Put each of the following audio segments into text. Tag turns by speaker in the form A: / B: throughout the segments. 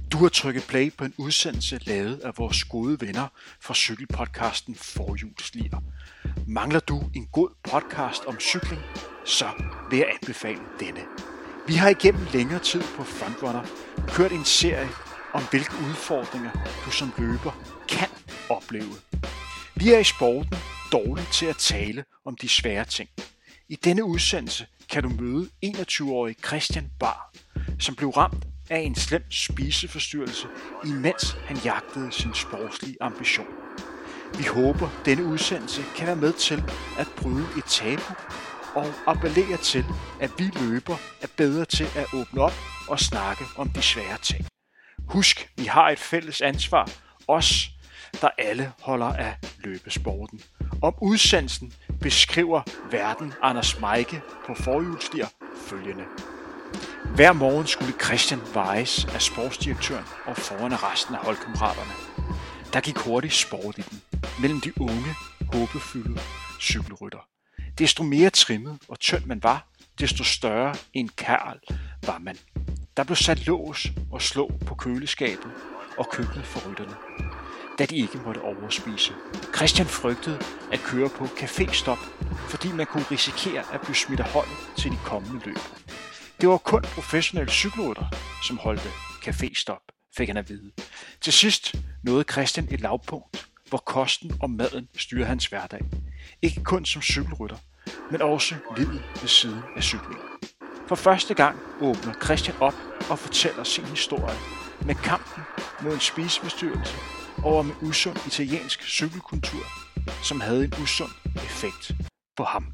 A: Du har trykket play på en udsendelse lavet af vores gode venner fra cykelpodcasten Forhjulslier. Mangler du en god podcast om cykling, så vil jeg anbefale denne. Vi har igennem længere tid på Frontrunner kørt en serie om hvilke udfordringer du som løber kan opleve. Vi er i sporten dårlige til at tale om de svære ting. I denne udsendelse kan du møde 21-årige Christian Bar, som blev ramt af en slem spiseforstyrrelse, imens han jagtede sin sportslige ambition. Vi håber, denne udsendelse kan være med til at bryde et tabu og appellere til, at vi løber er bedre til at åbne op og snakke om de svære ting. Husk, vi har et fælles ansvar, os, der alle holder af løbesporten. Om udsendelsen beskriver verden Anders Meike på Forhjulslier følgende. Hver morgen skulle Christian vejes af sportsdirektøren og foran af resten af holdkammeraterne. Der gik hurtigt sport i den, mellem de unge, håbefyldte cykelrytter. Desto mere trimmet og tynd man var, desto større en karl var man. Der blev sat lås og slå på køleskabet og køkkenet for rytterne, da de ikke måtte overspise. Christian frygtede at køre på caféstop, fordi man kunne risikere at blive smidt af holdet til de kommende løb. Det var kun professionelle cykelrytter, som holdte caféstop, fik han at vide. Til sidst nåede Christian et lavpunkt, hvor kosten og maden styrede hans hverdag. Ikke kun som cykelrytter, men også livet ved siden af cyklingen. For første gang åbner Christian op og fortæller sin historie med kampen mod en spiseforstyrrelse og om en usund italiensk cykelkultur, som havde en usund effekt på ham.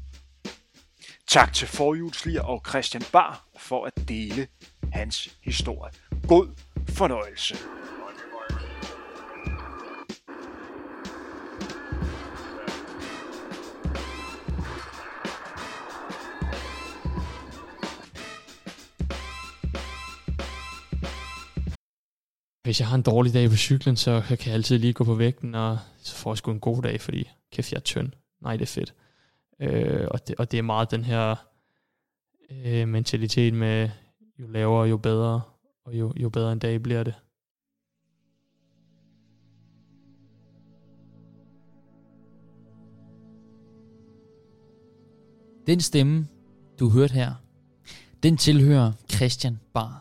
A: Tak til Forhjulslier og Christian Bar for at dele hans historie. God fornøjelse.
B: Hvis jeg har en dårlig dag på cyklen, så kan jeg altid lige gå på vægten, og så får jeg sgu en god dag, fordi kæft, jeg er tynd. Nej, det er fedt. Og det er meget den her mentalitet med, jo lavere, jo bedre, og jo bedre en dag bliver det.
C: Den stemme, du hørte her, den tilhører Christian Bar.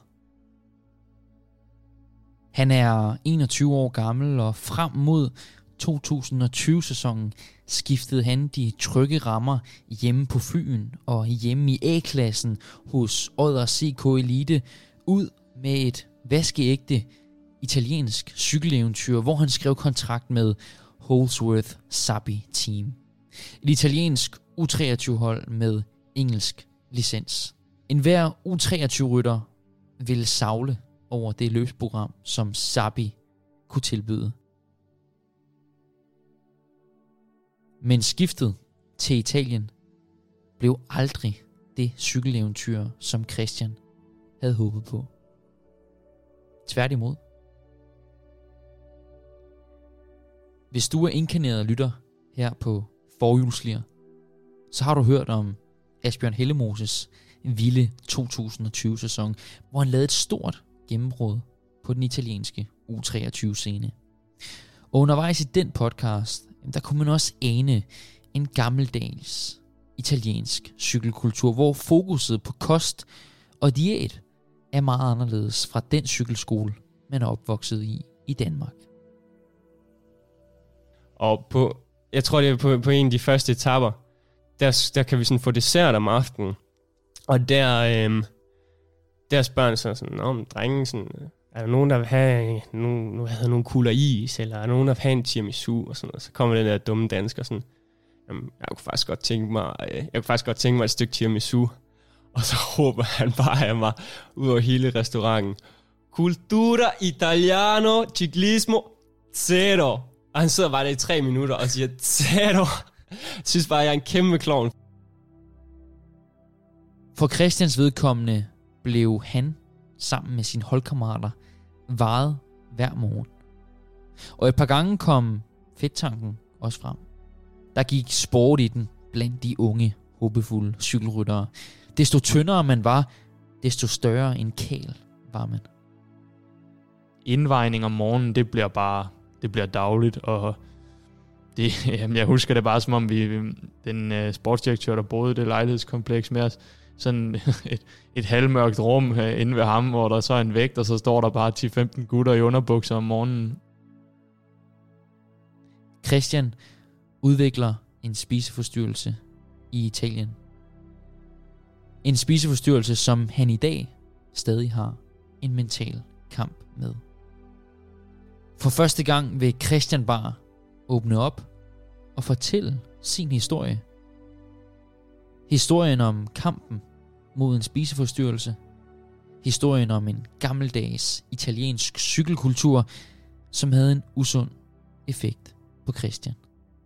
C: Han er 21 år gammel, og frem mod 2020-sæsonen skiftede han de trygge rammer hjemme på Fyn og hjemme i A-klassen hos Odder CK Elite ud med et vaskeægte italiensk cykeleventyr, hvor han skrev kontrakt med Holsworth Sabbi Team. Et italiensk U23-hold med engelsk licens. En hver U23-rytter ville savle over det løbsprogram, som Sabbi kunne tilbyde. Men skiftet til Italien blev aldrig det cykeleventyr, som Christian havde håbet på. Tværtimod. Hvis du er inkarneret lytter her på Forhjulslier, så har du hørt om Asbjørn Hellemoses vilde 2020-sæson, hvor han lavede et stort gennembrud på den italienske U23-scene. Og undervejs i den podcast, der kunne man også ane en gammeldags italiensk cykelkultur, hvor fokuset på kost og diæt er meget anderledes fra den cykelskole, man er opvokset i Danmark.
D: Og jeg tror det er på en af de første etaper, der kan vi sådan få dessert om aftenen. Og der spørger sådan, om drengen sådan, er der nogen, der vil have nogle kugler is, eller er der nogen, der vil have en tiramisu, og sådan noget. Så kommer den der dumme dansker sådan, jamen, jeg kunne faktisk godt tænke mig et stykke tiramisu. Og så råber han bare af mig ud over hele restauranten, Cultura Italiano Ciclismo Zero. Og han sidder bare der i 3 minutter og siger, Zero. Jeg synes bare, jeg er en kæmpe klovn.
C: For Christians vedkommende blev han sammen med sine holdkammerater vejet hver morgen. Og et par gange kom fedttanken også frem. Der gik sport i den blandt de unge, håbefulde cykelryttere. Desto tyndere man var, desto større en kæl var man.
B: indvejning om morgenen, det bliver dagligt, og det, jamen, jeg husker det bare som om den sportsdirektør, der boede i det lejlighedskompleks med os, sådan et halvmørkt rum inde ved ham, hvor der så er en vægt, og så står der bare 10-15 gutter i underbukser om morgenen.
C: Christian udvikler en spiseforstyrrelse i Italien. En spiseforstyrrelse, som han i dag stadig har en mental kamp med. For første gang vil Christian bare åbne op og fortælle sin historie. Historien om kampen mod en spiseforstyrrelse. Historien om en gammeldags italiensk cykelkultur, som havde en usund effekt på Christian.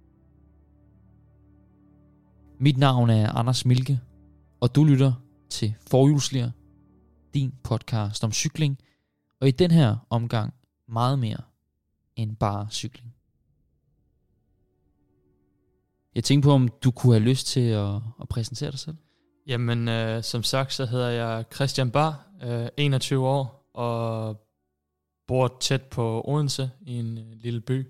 C: Mit navn er Anders Milke, og du lytter til Forhjulslier, din podcast om cykling, og i den her omgang meget mere end bare cykling. Jeg tænkte på, om du kunne have lyst til at præsentere dig selv.
B: Jamen, som sagt, så hedder jeg Christian Bar, 21 år, og bor tæt på Odense i en lille by.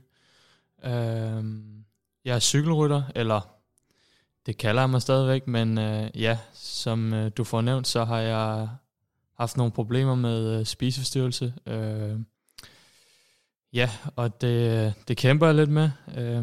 B: Jeg er cykelrytter, eller det kalder jeg mig stadigvæk, men ja, som du får nævnt, så har jeg haft nogle problemer med spiseforstyrrelse. Ja, og det kæmper jeg lidt med.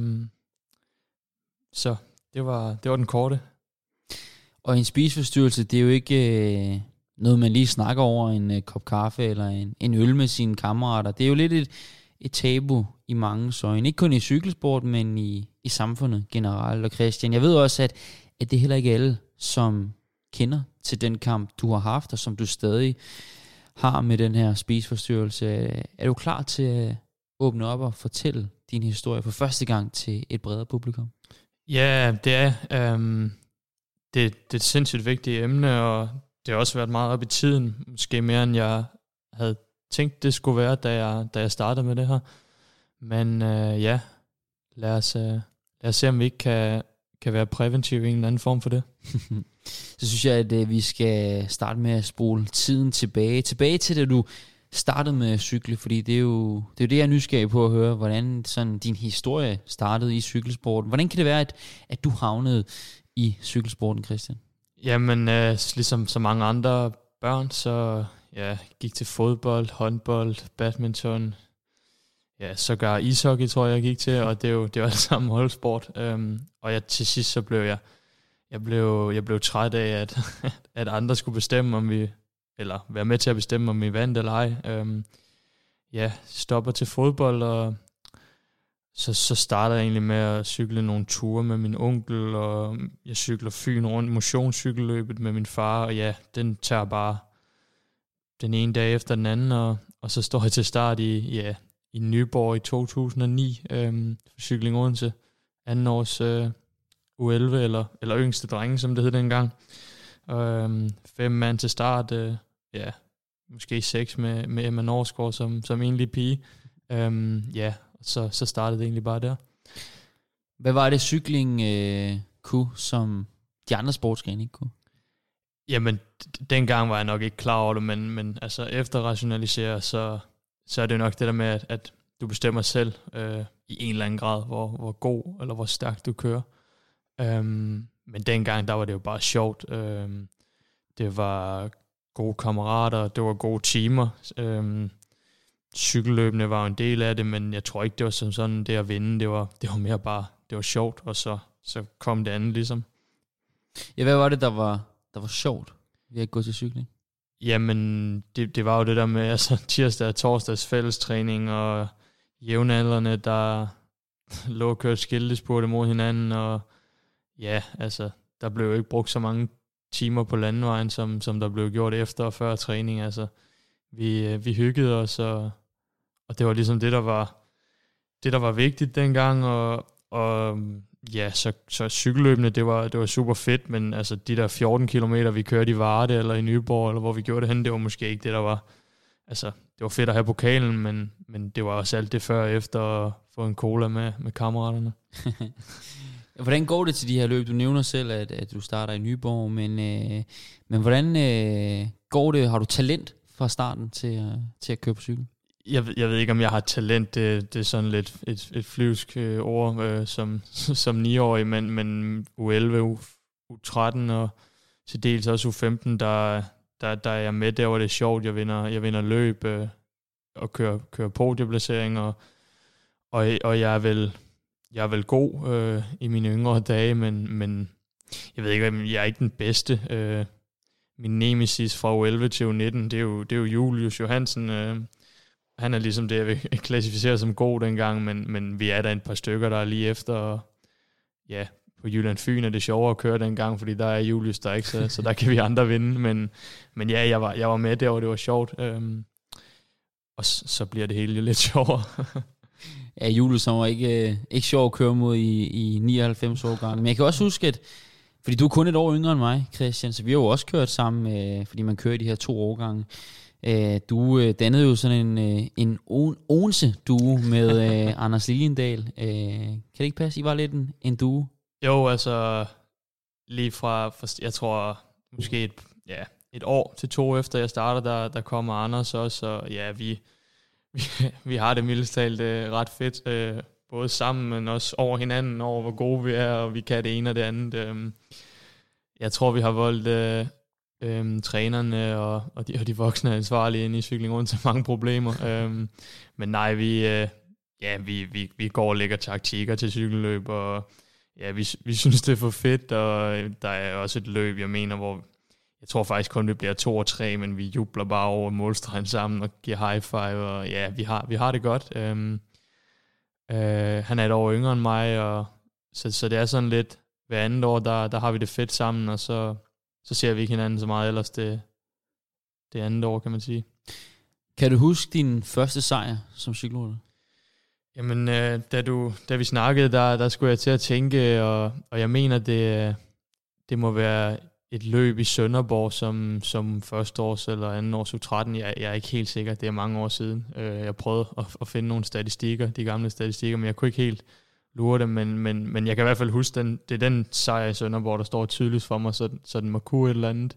B: Så det var den korte.
C: Og en spiseforstyrrelse, det er jo ikke noget, man lige snakker over en kop kaffe eller en øl med sine kammerater. Det er jo lidt et tabu i mange øjne. Ikke kun i cykelsport, men i samfundet generelt. Og Christian, jeg ved også, at det er heller ikke alle, som kender til den kamp, du har haft, og som du stadig har med den her spiseforstyrrelse. Er du klar til at åbne op og fortælle din historie for første gang til et bredere publikum?
B: Ja, det er. Det er et sindssygt vigtigt emne, og det har også været meget op i tiden. Måske mere, end jeg havde tænkt, det skulle være, da jeg startede med det her. Men ja, lad os se, om vi ikke kan være præventiv i en eller anden form for det.
C: Så synes jeg, at vi skal starte med at spole tiden tilbage. Tilbage til det, du startede med at cykle, fordi det er jo det, jeg er nysgerrig på at høre, hvordan sådan din historie startede i cykelsporten. Hvordan kan det være, at du havnede i cykelsporten, Christian?
B: Jamen, ligesom så mange andre børn, så ja, gik til fodbold, håndbold, badminton, ja, sågar ishockey, tror jeg gik til, og det er jo alt sammen holdsport. Og til sidst så blev jeg blev træt af, at andre skulle bestemme, om vi, eller være med til at bestemme, om vi vandt eller ej. Ja, stopper til fodbold, og så starter jeg egentlig med at cykle nogle ture med min onkel, og jeg cykler Fyn rundt motionscykelløbet med min far, og ja, den tager bare den ene dag efter den anden, og så står jeg til start i Nyborg i 2009, for Cykling Odense, anden års U11, eller yngste drenge, som det hed dengang. 5 mand til start, ja, måske 6 med Emma Norsgaard som egentlig pige. Ja, så startede det egentlig bare der.
C: Hvad var det cykling kunne, som de andre sportsgrene ikke kunne?
B: Jamen, dengang var jeg nok ikke klar over det, men altså efter rationalisere, så er det nok det der med, at du bestemmer selv i en eller anden grad, hvor god eller hvor stærkt du kører. Men dengang, der var det jo bare sjovt. Det var gode kammerater, det var gode timer. Cykelløbene var en del af det, men jeg tror ikke, det var som sådan det at vinde. Det var mere bare, det var sjovt, og så kom det andet ligesom.
C: Ja, hvad var det, der var sjovt ved at gå til cykling?
B: Jamen, det var jo det der med altså, tirsdag og torsdags fællestræning, og jævnaldrende, der lå og kørte skiltespurte mod hinanden, og ja, altså, der blev jo ikke brugt så mange timer på landevejen, som der blev gjort efter og før træning. Altså, vi hyggede os, og det var ligesom det, der var vigtigt dengang, og ja, så cykelløbene, det var super fedt, men altså de der 14 kilometer, vi kørte i Varde eller i Nyborg, eller hvor vi gjorde det hen, det var måske ikke det, der var, altså det var fedt at have pokalen, men det var også alt det før og efter at få en cola med kammeraterne.
C: Hvordan går det til de her løb? Du nævner selv, at du starter i Nyborg, men hvordan går det? Har du talent fra starten til at køre på cykel?
B: Jeg ved ikke, om jeg har talent. Det er sådan lidt et flyvsk ord som 9-årig, men U11, U13 og til dels også U15, der er jeg med der, hvor det er sjovt. Jeg vinder løb og kører podieplacering, og jeg er vel god i mine yngre dage, men jeg ved ikke, jeg er ikke den bedste. Min nemesis fra U11 til U19, det er jo Julius Johansen. Han er ligesom det, jeg vil klassificere som god dengang, men vi er der et par stykker, der er lige efter. Og ja, på Jylland Fyn er det sjovere at køre dengang, fordi der er Julius der ikke, så der kan vi andre vinde. Men ja, jeg var med der, og det var sjovt. Og så bliver det hele lidt sjovere.
C: Ja, Julius var ikke sjov at køre mod i 99 år gang. Men jeg kan også huske, at fordi du er kun et år yngre end mig, Christian, så vi har jo også kørt sammen, fordi man kører de her 2 årgange. Du dannede jo sådan en Odense-duo med Anders Liliendal. Kan det ikke passe? I var lidt en duo?
B: Jo, altså lige fra jeg tror måske et år til 2 efter jeg starter, der kommer Anders også, og ja, vi har det mildest talt ret fedt, både sammen, men også over hinanden, over hvor gode vi er, og vi kan det ene og det andet. Jeg tror, vi har voldt trænerne og de voksne ansvarlige inde i cykling rundt til mange problemer. Men nej, vi går og lægger taktikker til cykelløb, og ja, vi synes, det er for fedt, og der er også et løb, jeg mener, hvor jeg tror faktisk kun, det bliver 2 og 3, men vi jubler bare over målstregen sammen og giver high five, og ja, vi har det godt. Han er et år yngre end mig, og så det er sådan lidt, hver andet år, der har vi det fedt sammen, og så ser vi ikke hinanden så meget ellers det andet år, kan man sige.
C: Kan du huske din første sejr som cykelrytter?
B: Jamen, da vi snakkede, der skulle jeg til at tænke, og jeg mener, det må være et løb i Sønderborg som førsteårs eller andenårs U13. Jeg er ikke helt sikker, det er mange år siden. Jeg prøvede at finde nogle statistikker, de gamle statistikker, men jeg kunne ikke helt lure dem, men jeg kan i hvert fald huske, det er den sejr i Sønderborg, der står tydeligt for mig, så den må kunne et eller andet.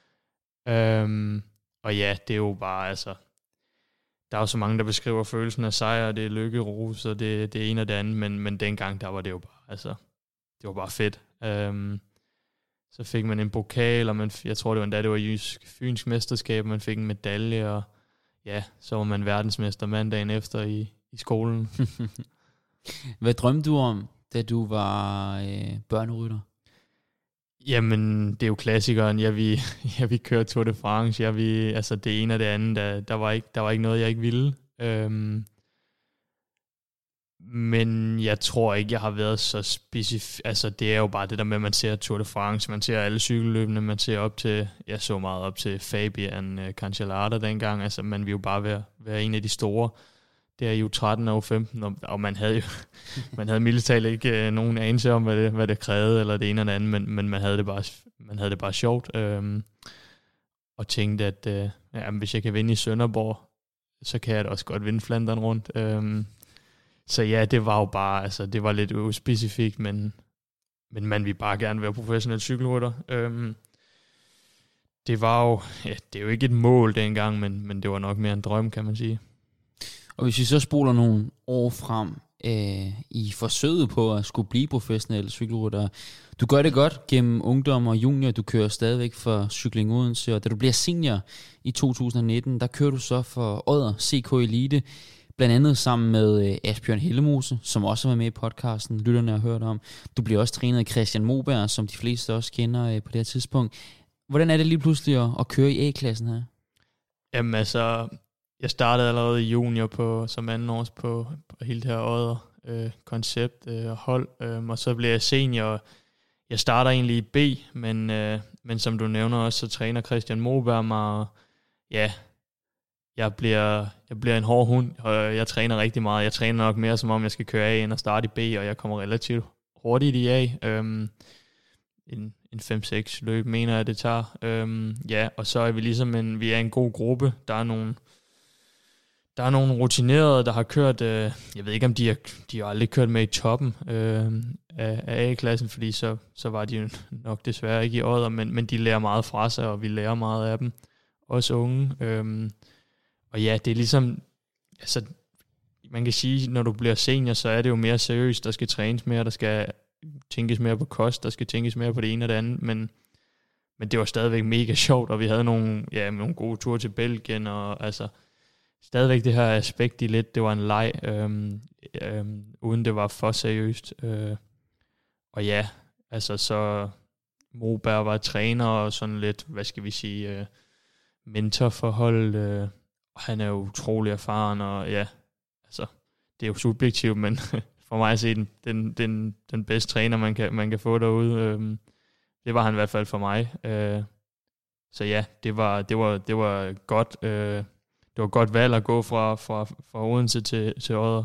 B: Og ja, det er jo bare, altså, der er jo så mange, der beskriver følelsen af sejr, det er lykkerus, og det ene og det andet, men dengang, der var det jo bare, altså, det var bare fedt. Så fik man en pokal, og jeg tror, det var Jysk Fynsk mesterskab, man fik en medalje, og ja, så var man verdensmester mandagen efter i skolen.
C: Hvad drømte du om, da du var børnerytter?
B: Jamen, det er jo klassikeren. Jeg vil køre Tour de France. Altså det ene og det andet, der var ikke noget, jeg ikke ville. Men jeg tror ikke, jeg har været så specifikt. Altså det er jo bare det der med, at man ser Tour de France, man ser alle cykelløbene, man ser op til, jeg så meget op til Fabian Cancellara dengang. Altså man vil jo bare være en af de store. Det er jo 13 og 15, og man havde mildest talt ikke nogen anelse om, hvad det krævede, eller det ene eller andet, men man havde det bare sjovt, og tænkte, at hvis jeg kan vinde i Sønderborg, så kan jeg da også godt vinde Flandern rundt. Så ja, det var jo bare, altså det var lidt uspecifikt, men man ville bare gerne være professionel cykelrytter. Det var jo, det er jo ikke et mål dengang, men det var nok mere en drøm, kan man sige.
C: Og hvis vi så spoler nogle år frem i forsøget på at skulle blive professionel cykelrytter, du gør det godt gennem ungdom og junior, du kører stadigvæk for Cykling Odense, og da du bliver senior i 2019, der kører du så for Odder CK Elite, blandt andet sammen med Asbjørn Hellemose, som også var med i podcasten, lytterne har hørt om. Du bliver også trænet af Christian Moberg, som de fleste også kender på det her tidspunkt. Hvordan er det lige pludselig at køre i A-klassen her?
B: Jamen altså, jeg allerede i junior som anden års på hele det her Odder koncept og hold, og så bliver jeg senior. Jeg starter egentlig i B, men som du nævner også, så træner Christian Moberg mig, og ja, jeg bliver en hård hund, og jeg træner rigtig meget. Jeg træner nok mere, som om jeg skal køre A end at starte i B, og jeg kommer relativt hurtigt i A. En 5-6 løb, mener jeg, det tager. Ja, og så er vi ligesom vi er en god gruppe. Der er nogle rutinerede, der har kørt, jeg ved ikke om de har aldrig kørt med i toppen af A-klassen, fordi så var de jo nok desværre ikke i Odder, men de lærer meget fra sig, og vi lærer meget af dem, også unge. Og ja, det er ligesom, altså, man kan sige, når du bliver senior, så er det jo mere seriøst. Der skal trænes mere, der skal tænkes mere på kost, der skal tænkes mere på det ene og det andet, men det var stadigvæk mega sjovt, og vi havde nogle gode ture til Belgien, og altså stadigvæk det her aspekt i lidt, det var en leg, uden det var for seriøst. Og ja, altså så Moberg var træner, og sådan lidt, hvad skal vi sige, mentorforhold, og han er jo utrolig erfaren, og ja, altså det er jo subjektivt, men for mig at se den bedste træner, man kan få derude. Det var han i hvert fald for mig. Så ja, det var godt. Det var godt valg at gå fra Odense til Odder.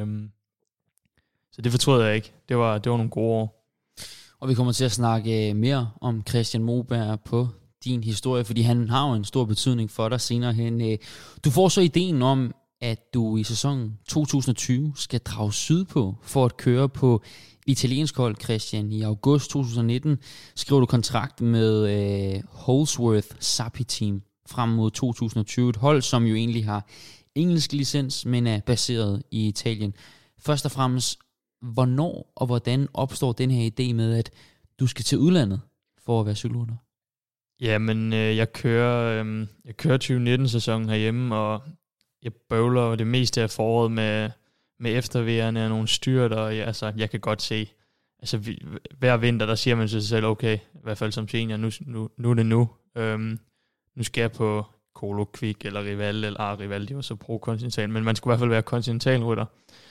B: Så det fortrød jeg ikke. Det var nogle gode år.
C: Og vi kommer til at snakke mere om Christian Moberg på din historie, fordi han har jo en stor betydning for dig senere hen. Du får så ideen om, at du i sæsonen 2020 skal drage sydpå for at køre på italiensk hold, Christian. I august 2019 skriver du kontrakt med Holsworth Sappi Team frem mod 2020. Et hold, som jo egentlig har engelsk licens, men er baseret i Italien. Først og fremmest, hvornår og hvordan opstår den her idé med, at du skal til udlandet for at være cykelrytter?
B: Jamen, jeg kører 2019-sæsonen herhjemme, og jeg bøvler det meste af foråret med eftervejerne og nogle styrt, og jeg kan godt se, altså hver vinter, der siger man til sig selv, okay, i hvert fald som senior, nu er det nu. Nu skal jeg på Colo Quick eller Rival, eller Rival, de var så pro-kontinental, men man skulle i hvert fald være kontinentalrytter.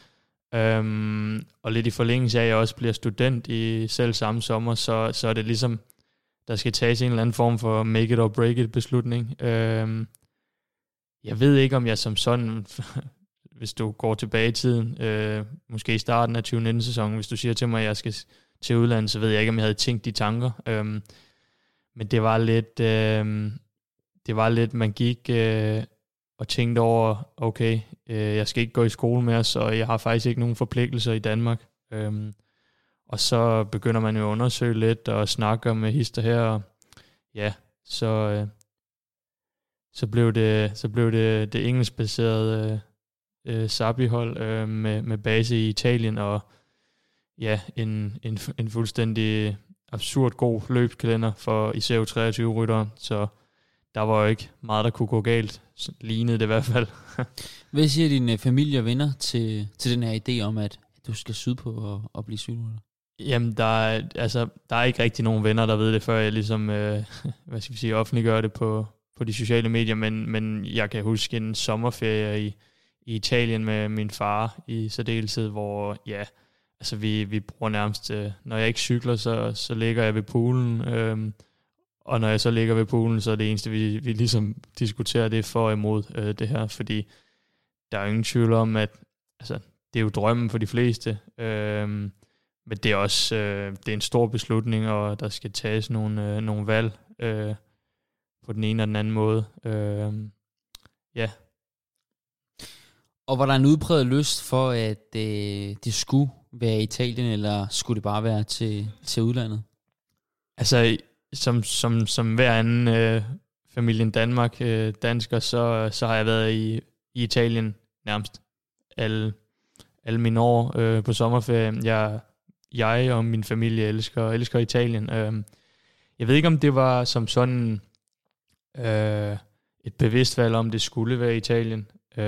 B: Og lidt i forlængelse af, at jeg også bliver student i selv samme sommer, så er det ligesom, der skal tages en eller anden form for make it or break it beslutning. Jeg ved ikke, om jeg som sådan, hvis du går tilbage i tiden, måske i starten af 2019-sæsonen, hvis du siger til mig, at jeg skal til udlandet, så ved jeg ikke, om jeg havde tænkt de tanker. Men det var lidt, man gik og tænkte over, okay, jeg skal ikke gå i skole mere, så jeg har faktisk ikke nogen forpligtelser i Danmark. Og så begynder man jo at undersøge lidt og snakke med hister her, og ja, så blev det engelskbaserede Sappi-hold med base i Italien, og ja, en fuldstændig absurd god løbskalender for især 23-ryttere, så der var jo ikke meget, der kunne gå galt. Lignede det i hvert fald.
C: Hvad siger dine familie og venner til den her idé om, at du skal sydpå og blive cykelrytter?
B: Jamen, der er ikke rigtig nogen venner, der ved det, før jeg ligesom, hvad skal vi sige, offentliggør det på de sociale medier, men jeg kan huske en sommerferie i Italien med min far i særdeleshed, hvor ja, altså vi bruger nærmest, når jeg ikke cykler, så ligger jeg ved poolen, og når jeg så ligger ved poolen, så er det eneste, vi ligesom diskuterer, det for og imod det her, fordi der er jo ingen tvivl om, at altså, det er jo drømmen for de fleste, men det er også det er en stor beslutning, og der skal tages nogle valg på den ene og den anden måde. Ja.
C: Og var der en udpræget lyst for, at det skulle være i Italien, eller skulle det bare være til udlandet?
B: Altså, som hver anden familien Danmark, dansker, så har jeg været i Italien nærmest alle mine år på sommerferie. Jeg og min familie elsker Italien. Jeg ved ikke, om det var som sådan et bevidst valg, om det skulle være Italien.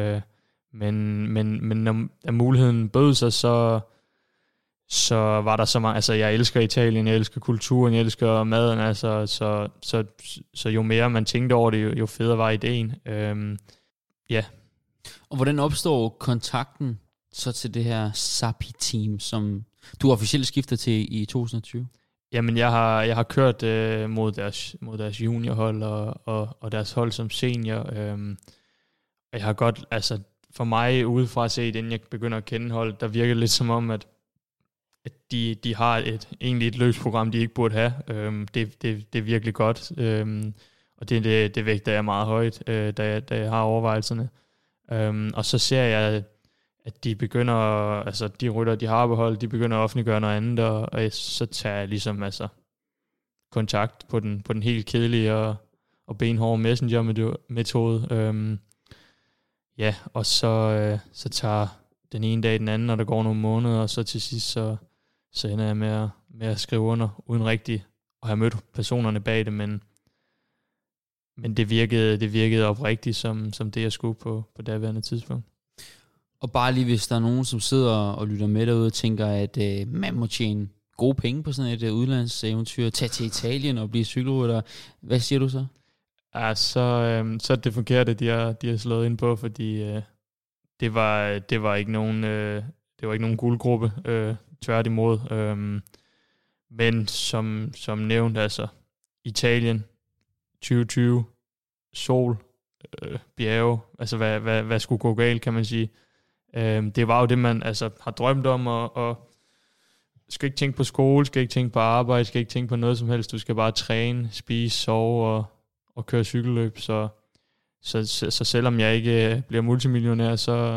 B: Men når muligheden bød sig, så var der så meget. Altså, jeg elsker Italien, jeg elsker kulturen, jeg elsker maden. Altså, så jo mere man tænkte over det, jo federe var ideen. Ja.
C: Og hvordan opstår kontakten så til det her Sappi-team, som du officielt skifter til i 2020?
B: Jamen, jeg har kørt mod deres juniorhold og deres hold som senior. Og jeg har godt, altså for mig udefra set, inden jeg begynder at kende hold, der virker lidt som om, at de har egentlig et løbsprogram, de ikke burde have. Det er virkelig godt, og det vægter jeg meget højt, da jeg har overvejelserne. Og så ser jeg, at de begynder, altså de rytter, de har beholdt, de begynder at offentliggøre noget andet, og så tager jeg ligesom kontakt på den helt kedelige og benhårde messenger-metode. ja, og så tager den ene dag den anden, og der går nogle måneder, og så til sidst, så ender jeg med at skrive under, uden rigtig at have mødt personerne bag det, men det virkede oprigtigt, som det jeg skulle på daværende tidspunkt.
C: Og bare lige hvis der er nogen, som sidder og lytter med derude og tænker, at man må tjene gode penge på sådan et udlandseventyr, tage til Italien og blive cykelrytter, hvad siger du så?
B: Ja, så er det forkerte, de har slået ind på, fordi det var ikke nogen guldgruppe, tværtimod. Men som nævnt, altså Italien, 2020, sol, bjerge, altså hvad skulle gå galt, kan man sige. Det var jo det, man altså har drømt om, og skal ikke tænke på skole, skal ikke tænke på arbejde, skal ikke tænke på noget som helst. Du skal bare træne, spise, sove og køre cykelløb. Så selvom jeg ikke bliver multimillionær, så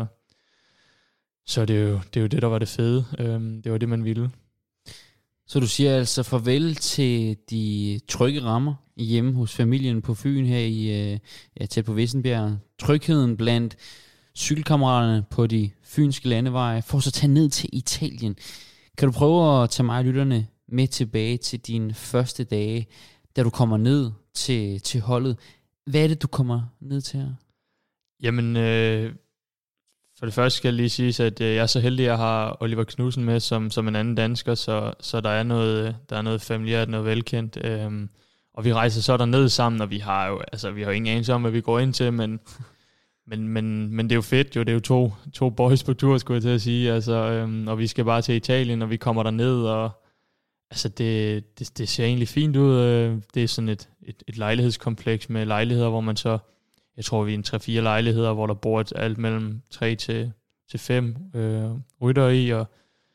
B: er det jo det, der var det fede. Det var det, man ville.
C: Så du siger altså farvel til de trygge rammer hjemme hos familien på Fyn her i tæt på Vissenbjerg. Trygheden blandt cykelkammeraterne på de fynske landeveje, for så tage ned til Italien. Kan du prøve at tage mig og lytterne med tilbage til dine første dage, da du kommer ned til holdet? Hvad er det, du kommer ned til her?
B: Jamen, for det første skal jeg lige sige, at jeg er så heldig, at jeg har Oliver Knudsen med som en anden dansker, så der er noget familiært, noget velkendt. Og vi rejser så derned sammen, og vi har jo ingen anelse om, hvad vi går ind til, men det er jo fedt, jo. Det er jo to boys på tur, skulle jeg til at sige. Altså, og vi skal bare til Italien, og vi kommer derned, og altså, det ser egentlig fint ud. Det er sådan et lejlighedskompleks med lejligheder, hvor man så, jeg tror, vi er en 3-4 lejligheder, hvor der bor alt mellem 3 til 5 rytter i, og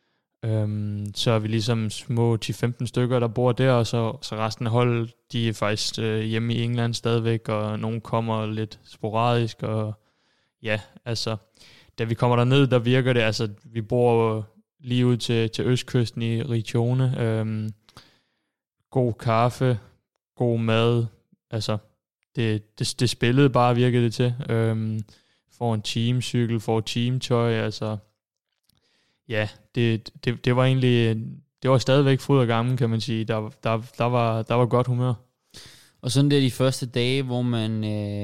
B: så er vi ligesom små 10-15 stykker, der bor der, og så resten af holdet, de er faktisk hjemme i England stadigvæk, og nogen kommer lidt sporadisk, og ja, altså, da vi kommer derned, der virker det, altså, vi bor lige ud til østkysten i Regione, god kaffe, god mad, altså, det spillede bare, virkede det til, får en teamcykel, får teamtøj, altså, ja, det var egentlig, det var stadigvæk fryd og gammel, kan man sige. Der var godt humør.
C: Og sådan der de første dage, hvor man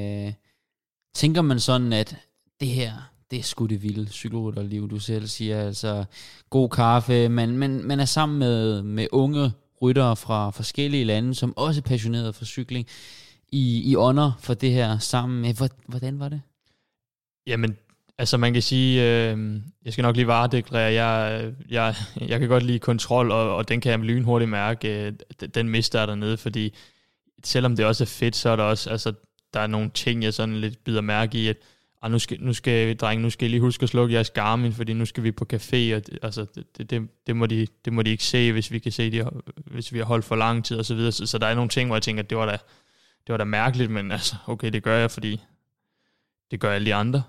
C: tænker man sådan, at det her, det er sgu det vilde cykelrytterliv, du selv siger, altså god kaffe, man er sammen med unge ryttere fra forskellige lande, som også er passionerede for cykling, i ånder for det her sammen. Hvordan var det? Jamen,
B: altså man kan sige, jeg skal nok lige varedeklarere, jeg kan godt lide kontrol, og den kan jeg lynhurtigt mærke, den mister jeg dernede, fordi selvom det også er fedt, så er der også, altså der er nogle ting, jeg sådan lidt bider mærke i, at nu skal I lige huske at slukke jeres Garmin, fordi nu skal vi på café, og altså det må de ikke se, hvis vi kan se hvis vi har holdt for lang tid og så videre, så der er nogle ting, hvor jeg tænker, at det var da mærkeligt, men altså okay, det gør jeg, fordi det gør alle de andre.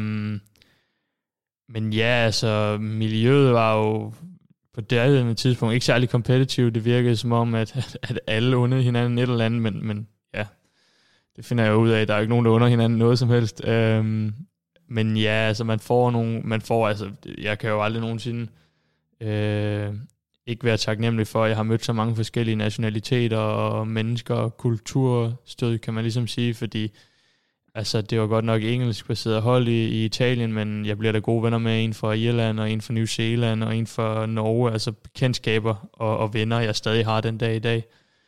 B: Men ja, altså, miljøet var jo på det tidspunkt ikke særlig competitive. Det virkede som om, at alle undede hinanden et eller andet, men ja, det finder jeg ud af. Der er jo ikke nogen, der under hinanden noget som helst. Men ja, altså, altså, jeg kan jo aldrig nogensinde ikke være taknemmelig for, at jeg har mødt så mange forskellige nationaliteter og mennesker og kulturstød, kan man ligesom sige, fordi altså, det var godt nok engelskbaseret hold i Italien, men jeg bliver da gode venner med en fra Irland, og en fra New Zealand, og en fra Norge, altså bekendtskaber og venner, jeg stadig har den dag i dag.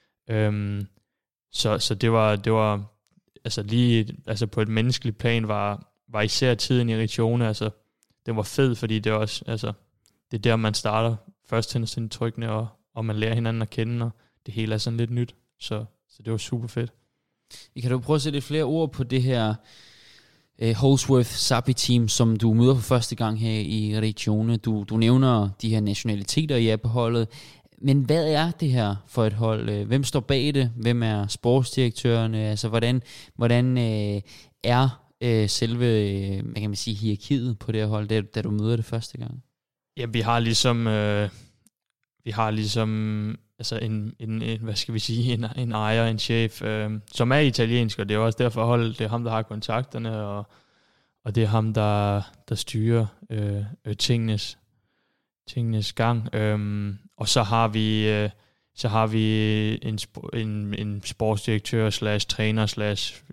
B: Så det var altså lige, altså på et menneskeligt plan var især tiden i Regione, altså det var fed, fordi det også, altså det er der, man starter først til sin trykkende, og man lærer hinanden at kende, og det hele er sådan lidt nyt, så det var super fedt.
C: Kan du prøve at sætte lidt flere ord på det her Holsworth Sappi-team, som du møder for første gang her i Regione? Du nævner de her nationaliteter, I er på holdet. Men hvad er det her for et hold? Hvem står bag det? Hvem er sportsdirektørerne? Altså, hvordan er selve, hvad kan man sige, hierarkiet på det her hold, da du møder det første gang?
B: Ja, vi har ligesom altså en hvad skal vi sige, en ejer, en chef, som er italiensk, og det er også derfor holdet, det er ham, der har kontakterne, og det er ham, der styrer tingenes gang. Og så har vi en sportsdirektør / træner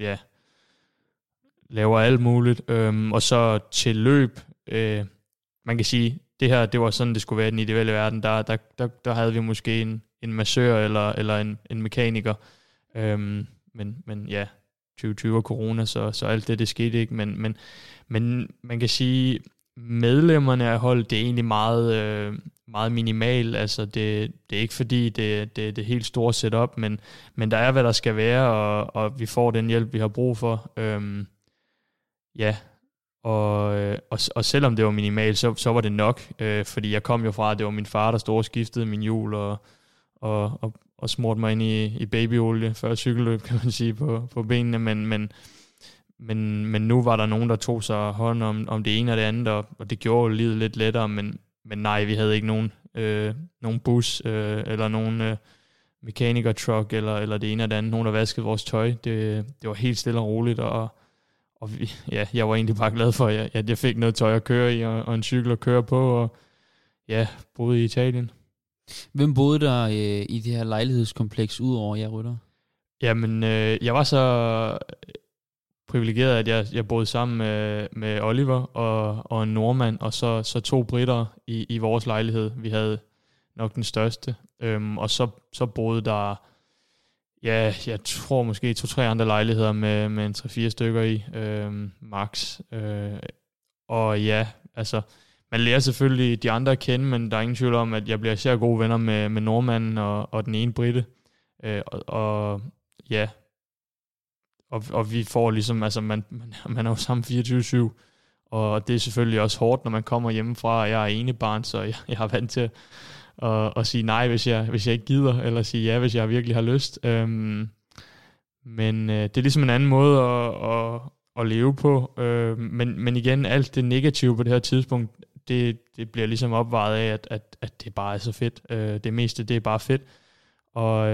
B: / laver alt muligt. Og så til løb, man kan sige, det var sådan, det skulle være i den ideelle verden. Der havde vi måske en massør eller en mekaniker. Men ja, 2020 og corona, så alt det skete ikke. Men man kan sige, medlemmerne af holdet, det er egentlig meget minimalt. Altså det er ikke fordi, det er det helt store setup, men der er, hvad der skal være, og vi får den hjælp, vi har brug for. Ja, og selvom det var minimalt, så var det nok, fordi jeg kom jo fra, at det var min far, der stod og skiftede min hjul og smurte mig ind i babyolie før cykelløb, kan man sige, på benene, men nu var der nogen, der tog sig hånd om det ene og det andet, og det gjorde livet lidt lettere, men nej, vi havde ikke nogen bus eller nogen mekaniker-truck eller det ene og det andet, nogen der vaskede vores tøj. Det var helt stille og roligt, og jeg var egentlig bare glad for, at jeg fik noget tøj at køre i, og en cykel at køre på, og ja, boede i Italien.
C: Hvem boede der i det her lejlighedskompleks, udover jer rytter? Jamen,
B: jeg var så privilegeret, at jeg boede sammen med Oliver og en nordmand, og så 2 britter i vores lejlighed. Vi havde nok den største. Og så boede der, ja, jeg tror måske 2-3 andre lejligheder med en 3-4 stykker i, max. Og ja, altså, man lærer selvfølgelig de andre at kende, men der er ingen tvivl om, at jeg bliver især gode venner med nordmanden og den ene britte. Og ja, og vi får ligesom, altså man er jo sammen 24/7, og det er selvfølgelig også hårdt, når man kommer hjemmefra, og jeg er enebarn, så jeg har vant til at sige nej, hvis jeg ikke gider, eller sige ja, hvis jeg virkelig har lyst. Men det er ligesom en anden måde at leve på. Men igen, alt det negative på det her tidspunkt, det bliver ligesom opvejet af, at det bare er så fedt. Det meste, det er bare fedt. Og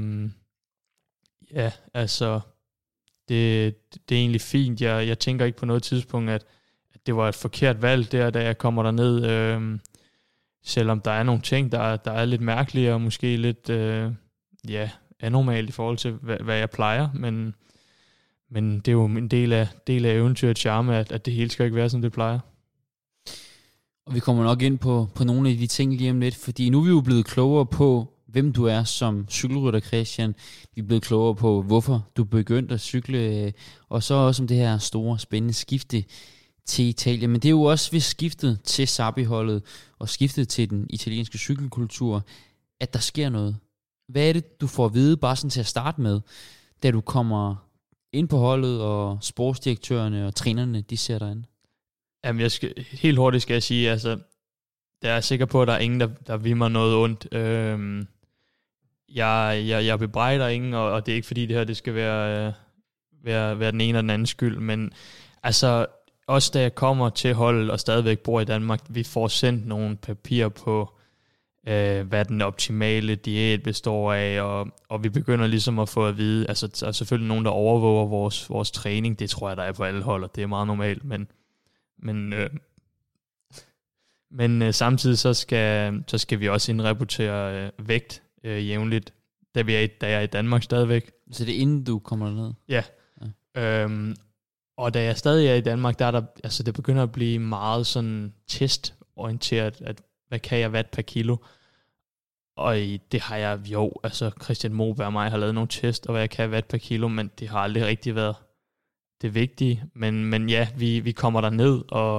B: ja, altså, det er egentlig fint. Jeg tænker ikke på noget tidspunkt, at det var et forkert valg der, da jeg kommer derned. Selvom der er nogle ting, der er lidt mærkelige, og måske lidt anormalt i forhold til, hvad jeg plejer. Men det er jo en del af eventyrets charme, at det hele skal ikke være, som det plejer.
C: Og vi kommer nok ind på nogle af de ting lige om lidt, fordi nu er vi jo blevet klogere på, hvem du er som cykelrytter, Christian. Vi er blevet klogere på, hvorfor du begyndte at cykle, og så også om det her store, spændende skifte til Italien. Men det er jo også ved skiftet til Sabbi-holdet og skiftet til den italienske cykelkultur, at der sker noget. Hvad er det, du får at vide, bare sådan til at starte med, da du kommer ind på holdet, og sportsdirektørerne og trænerne, de ser dig an?
B: Jamen, helt hurtigt skal jeg sige, altså, der er sikker på, at der er ingen, der vil mig noget ondt. Jeg bebrejder ingen, og det er ikke fordi, det her det skal være den ene eller den anden skyld, men altså, også da jeg kommer til holdet og stadigvæk bor i Danmark, vi får sendt nogle papirer på, hvad den optimale diæt består af, og vi begynder ligesom at få at vide, altså der er selvfølgelig nogen, der overvåger vores træning, det tror jeg, der er på alle hold, og det er meget normalt, men samtidig så skal vi også indrapportere vægt jævnligt, da jeg er i Danmark stadigvæk.
C: Så det er inden du kommer derned?
B: Ja. Og da jeg stadig er i Danmark, der er altså det begynder at blive meget sådan testorienteret, at hvad kan jeg watt per kilo? Og det har jeg altså Christian Moberg og mig har lavet nogle test, og hvad jeg kan watt per kilo, men det har aldrig rigtig været det vigtige. Men ja, vi kommer der ned,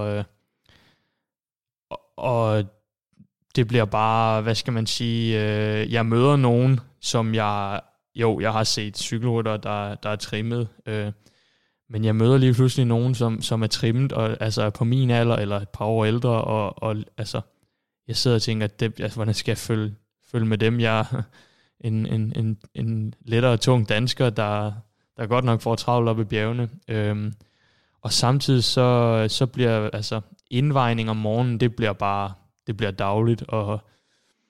B: og det bliver bare, hvad skal man sige, jeg møder nogen, som jeg har set cykelrytter, der er trimmet, men jeg møder lige pludselig nogen, som er trimmet, og altså på min alder, eller et par år ældre, og altså, jeg sidder og tænker, hvordan skal jeg følge med dem? Jeg er en lettere tung dansker, der godt nok får travlt op i bjergene. Og samtidig så bliver altså indvejning om morgenen, det bliver dagligt, og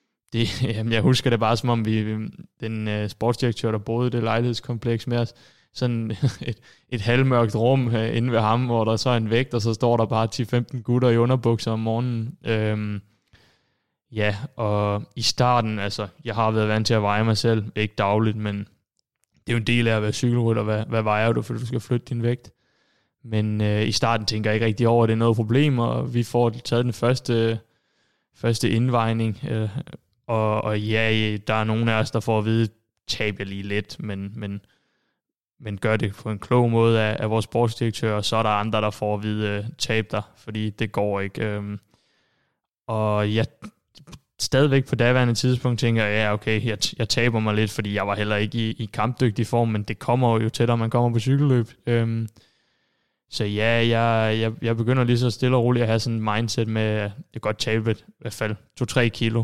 B: jeg husker det bare som om den sportsdirektør, der boede i det lejlighedskompleks med os, sådan et halvmørkt rum inde ved ham, hvor der så er en vægt, og så står der bare 10-15 gutter i underbukser om morgenen. Ja, og i starten, altså, jeg har været vant til at veje mig selv, ikke dagligt, men det er jo en del af at være cykelrytter, hvad vejer du, fordi du skal flytte din vægt. Men i starten tænker jeg ikke rigtig over, at det er noget problem, og vi får taget den første indvejning, og ja, der er nogen af os, der får at vide, tab jeg lige lidt, men gør det på en klog måde af vores sportsdirektør, og så er der andre, der får at vide, tab dig, fordi det går ikke. Og jeg stadigvæk på daværende tidspunkt tænker jeg, ja okay, jeg taber mig lidt, fordi jeg var heller ikke i kampdygtig form, men det kommer jo tættere, man kommer på cykelløb. Så ja, jeg begynder lige så stille og roligt at have sådan en mindset med, at jeg godt tabe i hvert fald 2-3 kilo.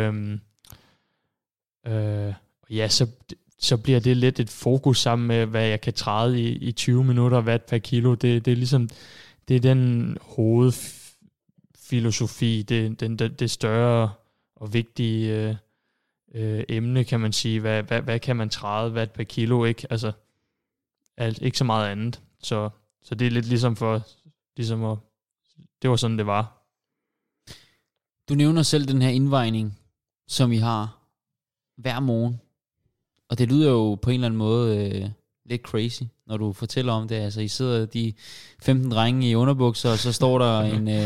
B: Ja, så bliver det lidt et fokus sammen med, hvad jeg kan træde i 20 minutter watt per kilo. Det er ligesom, det er den hovedfilosofi, det større og vigtige emne, kan man sige. Hvad kan man træde watt per kilo, ikke? Altså, ikke så meget andet. Så det er lidt ligesom det var sådan, det var.
C: Du nævner selv den her indvejning, som I har hver morgen. Og det lyder jo på en eller anden måde lidt crazy, når du fortæller om det. Altså, I sidder de 15 drenge i underbukser, og så står der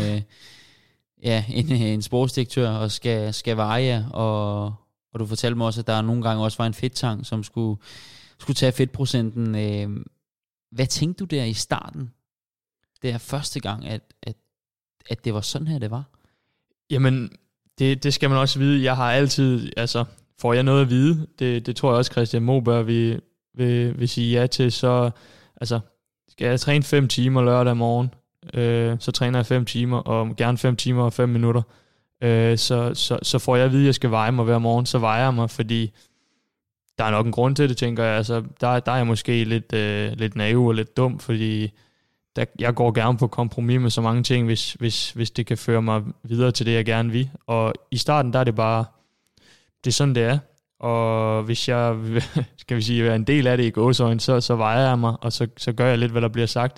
C: en sportsdirektør og skal veje jer. Og du fortalte mig også, at der nogle gange også var en fedttank, som skulle tage fedtprocenten. Hvad tænkte du der i starten? Det er første gang, at det var sådan her, det var?
B: Jamen, det skal man også vide. Jeg har altid, altså, får jeg noget at vide, det tror jeg også, Christian Moberg vil sige ja til, så altså, skal jeg træne 5 timer lørdag morgen, så træner jeg 5 timer, og gerne 5 timer og 5 minutter, så får jeg at vide, at jeg skal veje mig hver morgen, så vejer jeg mig, fordi der er nok en grund til det, tænker jeg. Altså, der er jeg måske lidt naiv og lidt dum, fordi jeg går gerne på kompromis med så mange ting, hvis det kan føre mig videre til det, jeg gerne vil. Og i starten, der er det bare, det er sådan, det er. Og hvis jeg, skal vi sige, er en del af det i gåseøjne, så vejer jeg mig, og så gør jeg lidt, hvad der bliver sagt.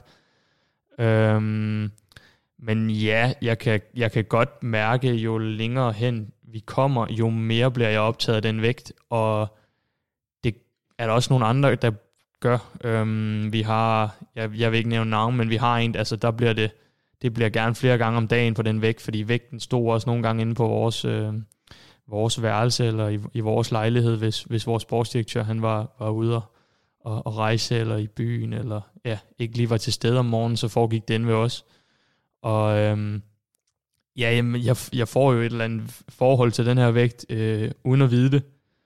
B: Men ja, jeg kan godt mærke, jo længere hen vi kommer, jo mere bliver jeg optaget af den vægt, og det er der også nogle andre, der gør. Vi har, jeg vil ikke nævne navn, men vi har en, altså der bliver det bliver gerne flere gange om dagen på den vægt, fordi vægten stod også nogle gange inde på vores værelse, eller i vores lejlighed, hvis vores sportsdirektør, han var ude og rejse, eller i byen, eller ja, ikke lige var til stede om morgenen, så foregik den ved os. Og jeg får jo et eller andet forhold til den her vægt, uden at vide det.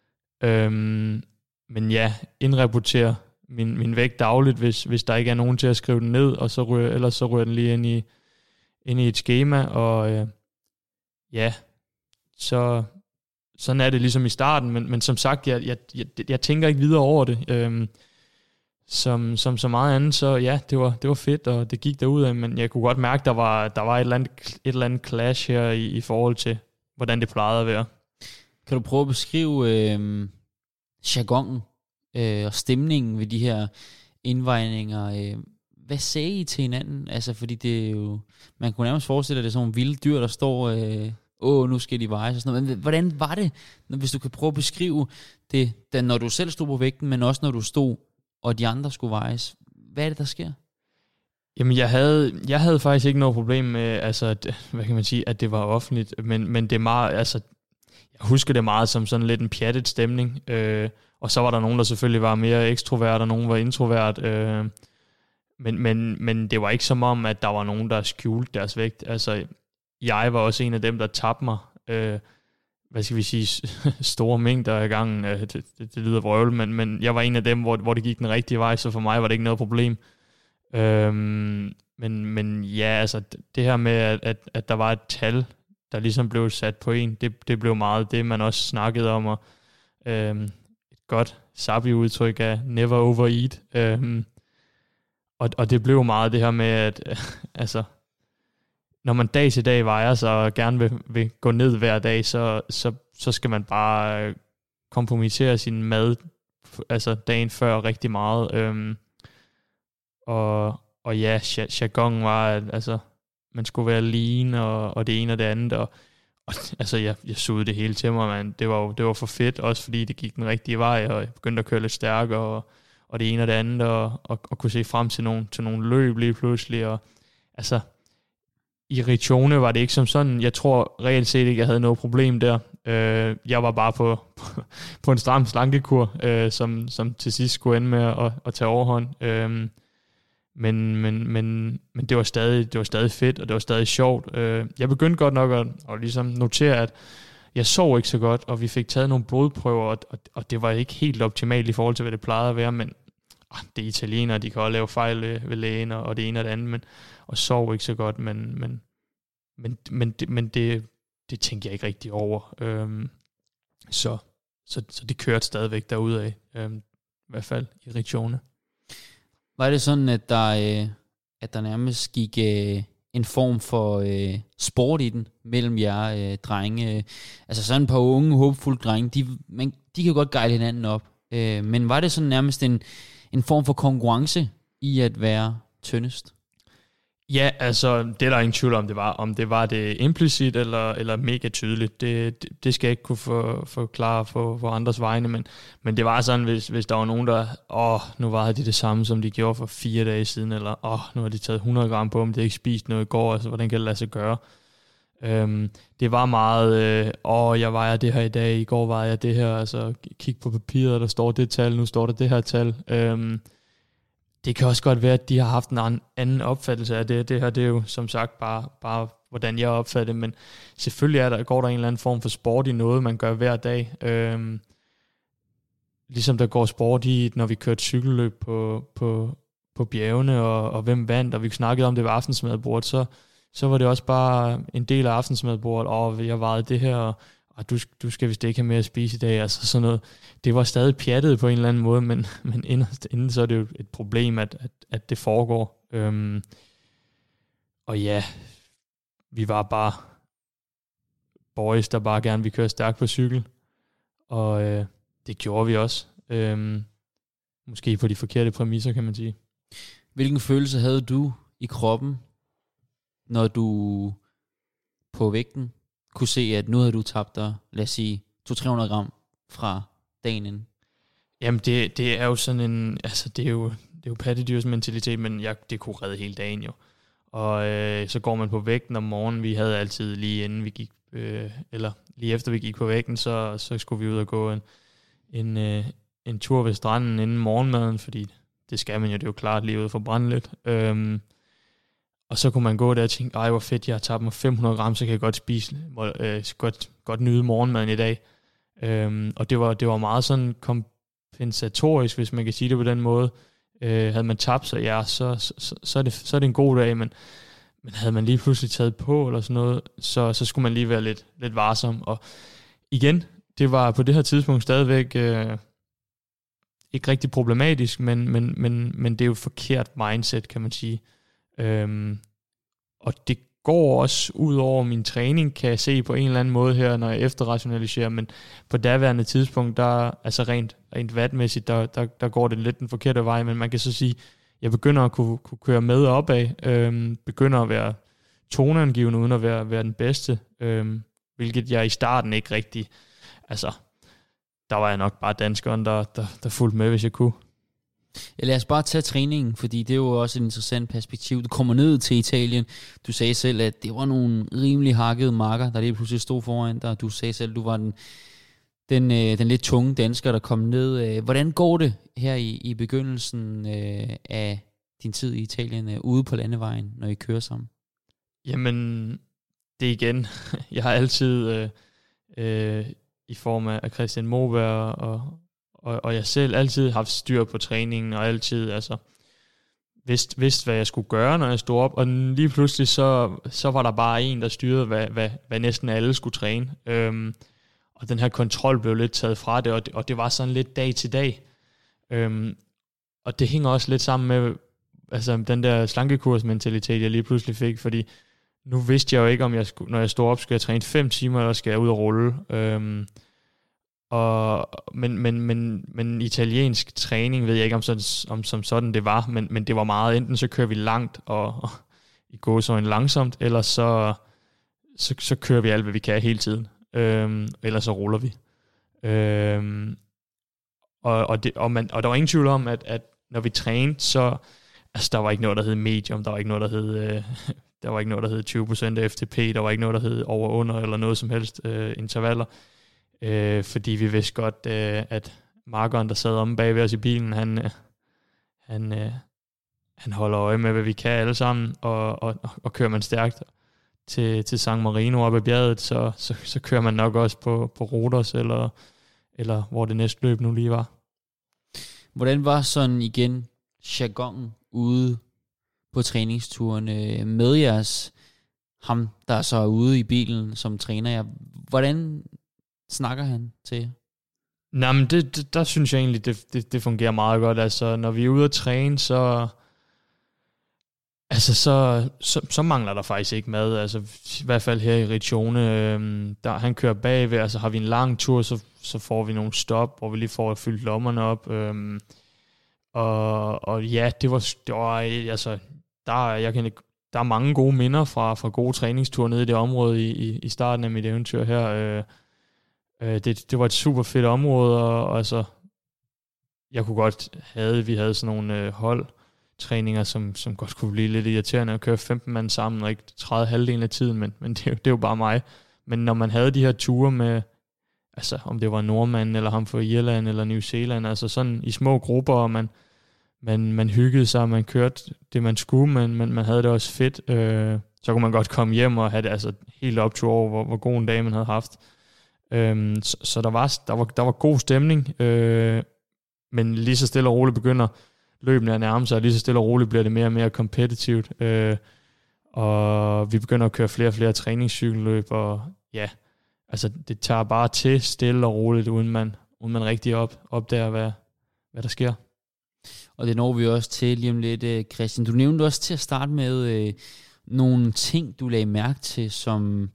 B: Men ja, indrapportere min vægt dagligt, hvis der ikke er nogen til at skrive den ned, og ellers så ryger den lige ind i et skema, og ja, så sådan er det ligesom i starten, men som sagt, jeg tænker ikke videre over det. Som så meget andet, så ja, det var fedt, og det gik derudad, men jeg kunne godt mærke, der var et eller andet clash her i forhold til, hvordan det plejede at være.
C: Kan du prøve at beskrive jargonen og stemningen ved de her indvejninger? Hvad sagde I til hinanden? Altså, fordi det er jo, man kunne nærmest forestille, at det er sådan nogle vilde dyr, der står, nu skal de vejes og sådan noget. Men hvordan var det, hvis du kan prøve at beskrive det, når du selv stod på vægten, men også når du stod, og de andre skulle vejes? Hvad er det, der sker?
B: Jamen, jeg havde faktisk ikke noget problem med, altså, hvad kan man sige, at det var offentligt, men det er meget, altså, jeg husker det meget som sådan lidt en pjattet stemning, og så var der nogen, der selvfølgelig var mere ekstrovert, og nogen var introvert, men det var ikke som om, at der var nogen, der skjulte deres vægt. Altså, jeg var også en af dem, der tabte mig, hvad skal vi sige, store mængder af gangen. Det lyder vrøvl, men jeg var en af dem, hvor det gik den rigtige vej, så for mig var det ikke noget problem. Men ja, altså det her med, at der var et tal, der ligesom blev sat på en, det blev meget det, man også snakkede om, og et godt Sabi-udtryk af never overeat. Og det blev meget det her med, at altså, når man dag til dag vejer sig og gerne vil gå ned hver dag, så skal man bare kompromittere sin mad, altså dagen før rigtig meget. og ja, jargon var, at altså, man skulle være lean, og det ene og det andet, og altså, jeg sugede det hele til mig, man. Det var for fedt, også fordi det gik den rigtige vej, og jeg begyndte at køre lidt stærkere, og det ene og det andet, og kunne se frem til nogle løb lige pludselig, og altså, i Riccione var det ikke som sådan, jeg tror reelt set ikke, jeg havde noget problem der. Jeg var bare på en stram slankekur, som til sidst skulle ende med at tage overhånd. Men det var stadig fedt, og det var stadig sjovt. Jeg begyndte godt nok at ligesom notere, at jeg sov ikke så godt, og vi fik taget nogle blodprøver, og det var ikke helt optimalt i forhold til, hvad det plejede at være, men det er italienere, de kan også lave fejl ved lægen, og det ene og det andet, og sov ikke så godt, men det tænkte jeg ikke rigtig over. Så det kørte stadigvæk derudad, i hvert fald i Riccione.
C: Var det sådan, at der nærmest gik en form for sport i den mellem jer drenge? Altså sådan et par unge, håbefulde drenge, de kan godt gejle hinanden op. Men var det sådan nærmest en form for konkurrence i at være tyndest? Ja, altså det er der ingen tvivl om det var det implicit eller mega tydeligt. Det skal jeg ikke kunne forklare for andres vegne, men det var sådan, hvis der var nogen, der nu var de det samme, som de gjorde for 4 dage siden, eller nu har de taget 100 gram på, men de har ikke spist noget i går, altså hvordan kan det lade sig gøre? Det var meget, jeg vejer det her i dag, i går vejer jeg det her, altså kig på papiret, der står det tal, nu står der det her tal. Det kan også godt være, at de har haft en anden opfattelse af det. Det her, det er jo som sagt bare hvordan jeg opfatter det, men selvfølgelig går der en eller anden form for sport i noget, man gør hver dag. Ligesom der går sport i, når vi kørte cykelløb på bjergene, og hvem vandt, og vi snakkede om det ved aftensmadbordet, så var det også bare en del af aftensmadbordet, jeg vejede det her, og du skal vist ikke have mere at spise i dag, altså sådan noget. Det var stadig pjattet på en eller anden måde, men inden så er det jo et problem, at det foregår. Og ja, vi var bare boys, der bare gerne ville køre stærkt på cykel, og det gjorde vi også. Måske på de forkerte præmisser, kan man sige. Hvilken følelse havde du i kroppen, når du på vægten kunne se, at nu havde du tabt dig, lad os sige, 200-300 gram fra dagen inden?
B: Jamen, det er jo sådan en, altså det er jo pattedyrs mentalitet, men det kunne redde hele dagen jo. Og så går man på vægten om morgenen. Vi havde altid lige inden vi gik, eller lige efter vi gik på vægten, så skulle vi ud og gå en tur ved stranden inden morgenmaden, fordi det skal man jo, det er jo klart lige ude for brænde lidt. Og så kunne man gå der og tænke, ej hvor fedt, jeg har tabt mig 500 gram, så kan jeg godt spise, godt nyde morgenmaden i dag. Og det var meget sådan kompensatorisk, hvis man kan sige det på den måde. Havde man tabt sig, ja, så er det en god dag, men havde man lige pludselig taget på eller sådan noget, så skulle man lige være lidt varsom. Og igen, det var på det her tidspunkt stadigvæk ikke rigtig problematisk, men det er jo et forkert mindset, kan man sige. Og det går også ud over min træning, kan jeg se på en eller anden måde her, når jeg efterrationaliserer, men på daværende tidspunkt, der altså rent vatmæssigt, der går det lidt den forkerte vej, men man kan så sige, jeg begynder at kunne køre med opad, begynder at være toneangivende, uden at være den bedste, hvilket jeg i starten ikke rigtig, altså, der var jeg nok bare danskeren, der fulgte med, hvis jeg kunne.
C: Ja, lad os bare tage træningen, fordi det er jo også et interessant perspektiv. Du kommer ned til Italien. Du sagde selv, at det var nogle rimelig hakkede marker, der lige pludselig stod foran dig. Du sagde selv, at du var den lidt tunge dansker, der kom ned. Hvordan går det her i begyndelsen af din tid i Italien ude på landevejen, når I kører sammen?
B: Jamen, det igen. Jeg har altid i form af Christian Moberg og jeg selv altid haft styr på træningen, og altid altså vidste, hvad jeg skulle gøre, når jeg stod op, og lige pludselig så var der bare en, der styrede, hvad næsten alle skulle træne. Og den her kontrol blev lidt taget fra det, og det var sådan lidt dag til dag. Og det hænger også lidt sammen med altså, den der slankekursmentalitet, jeg lige pludselig fik, fordi nu vidste jeg jo ikke, om når jeg stod op, skal jeg træne 5 timer, eller skal jeg ud og rulle. Men italiensk træning ved jeg ikke om som sådan det var, men det var meget, enten så kører vi langt og i gåseøjne langsomt, eller så kører vi alt, hvad vi kan hele tiden. Eller så ruller vi. Og der var ingen tvivl om, at når vi trænede, så altså, der var ikke noget, der hed medium, der var ikke noget, der hed 20% FTP, der var ikke noget, der hed over under, eller noget som helst intervaller. Fordi vi vidste godt, at markeren, der sad omme bag ved os i bilen, han holder øje med, hvad vi kan alle sammen, og kører man stærkt til San Marino op ad bjerget, så kører man nok også på Rodos, eller hvor det næste løb nu lige var.
C: Hvordan var sådan igen jargonen ude på træningsturene med jeres, ham der så er ude i bilen som træner jer? Hvordan snakker han til jer?
B: Nej, men der synes jeg egentlig, det fungerer meget godt. Altså, når vi er ude at træne, så mangler der faktisk ikke mad. Altså, i hvert fald her i Riccione, han kører bagved, altså har vi en lang tur, så får vi nogle stop, hvor vi lige får fyldt lommerne op. Og ja, det var altså, der er mange gode minder fra gode træningsture nede i det område i starten af mit eventyr her. Det var et super fedt område, og altså, jeg kunne godt vi havde sådan nogle holdtræninger, som godt kunne blive lidt irriterende at køre 15 mand sammen, og ikke træde halvdelen af tiden, men det er jo bare mig. Men når man havde de her ture med, altså om det var nordmanden, eller ham fra Irland, eller New Zealand, altså sådan i små grupper, og man hyggede sig, og man kørte det, man skulle, men man havde det også fedt, så kunne man godt komme hjem og have det altså helt optur over, hvor god en dag man havde haft. Så der var god stemning, men lige så stille og roligt begynder løbende at nærme sig, og lige så stille og roligt bliver det mere og mere kompetitivt, og vi begynder at køre flere og flere træningscykelløb, og ja, altså det tager bare til stille og roligt, uden man rigtig opdager, hvad der sker.
C: Og det når vi også til lige om lidt, Christian. Du nævnte også til at starte med nogle ting, du lagde mærke til, som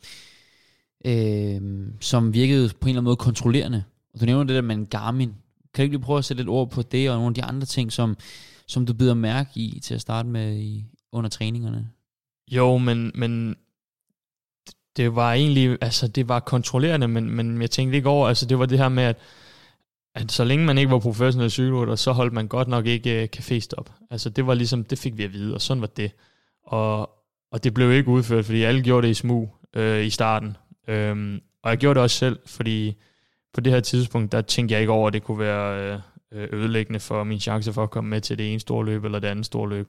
C: virkede på en eller anden måde kontrollerende. Og du nævner det der med en Garmin. Kan du ikke lige prøve at sætte lidt ord på det, og nogle af de andre ting, som du bider mærke i til at starte med under træningerne?
B: Jo, men det var egentlig, altså det var kontrollerende, men jeg tænkte ikke over, altså det var det her med, at så længe man ikke var professionel cykelrytter, så holdt man godt nok ikke caféstop. Altså det var ligesom, det fik vi at vide, og sådan var det. Og det blev ikke udført, fordi alle gjorde det i smug i starten. Og jeg gjorde det også selv, fordi på det her tidspunkt, der tænkte jeg ikke over, at det kunne være ødelæggende for min chance for at komme med til det ene store løb, eller det andet store løb.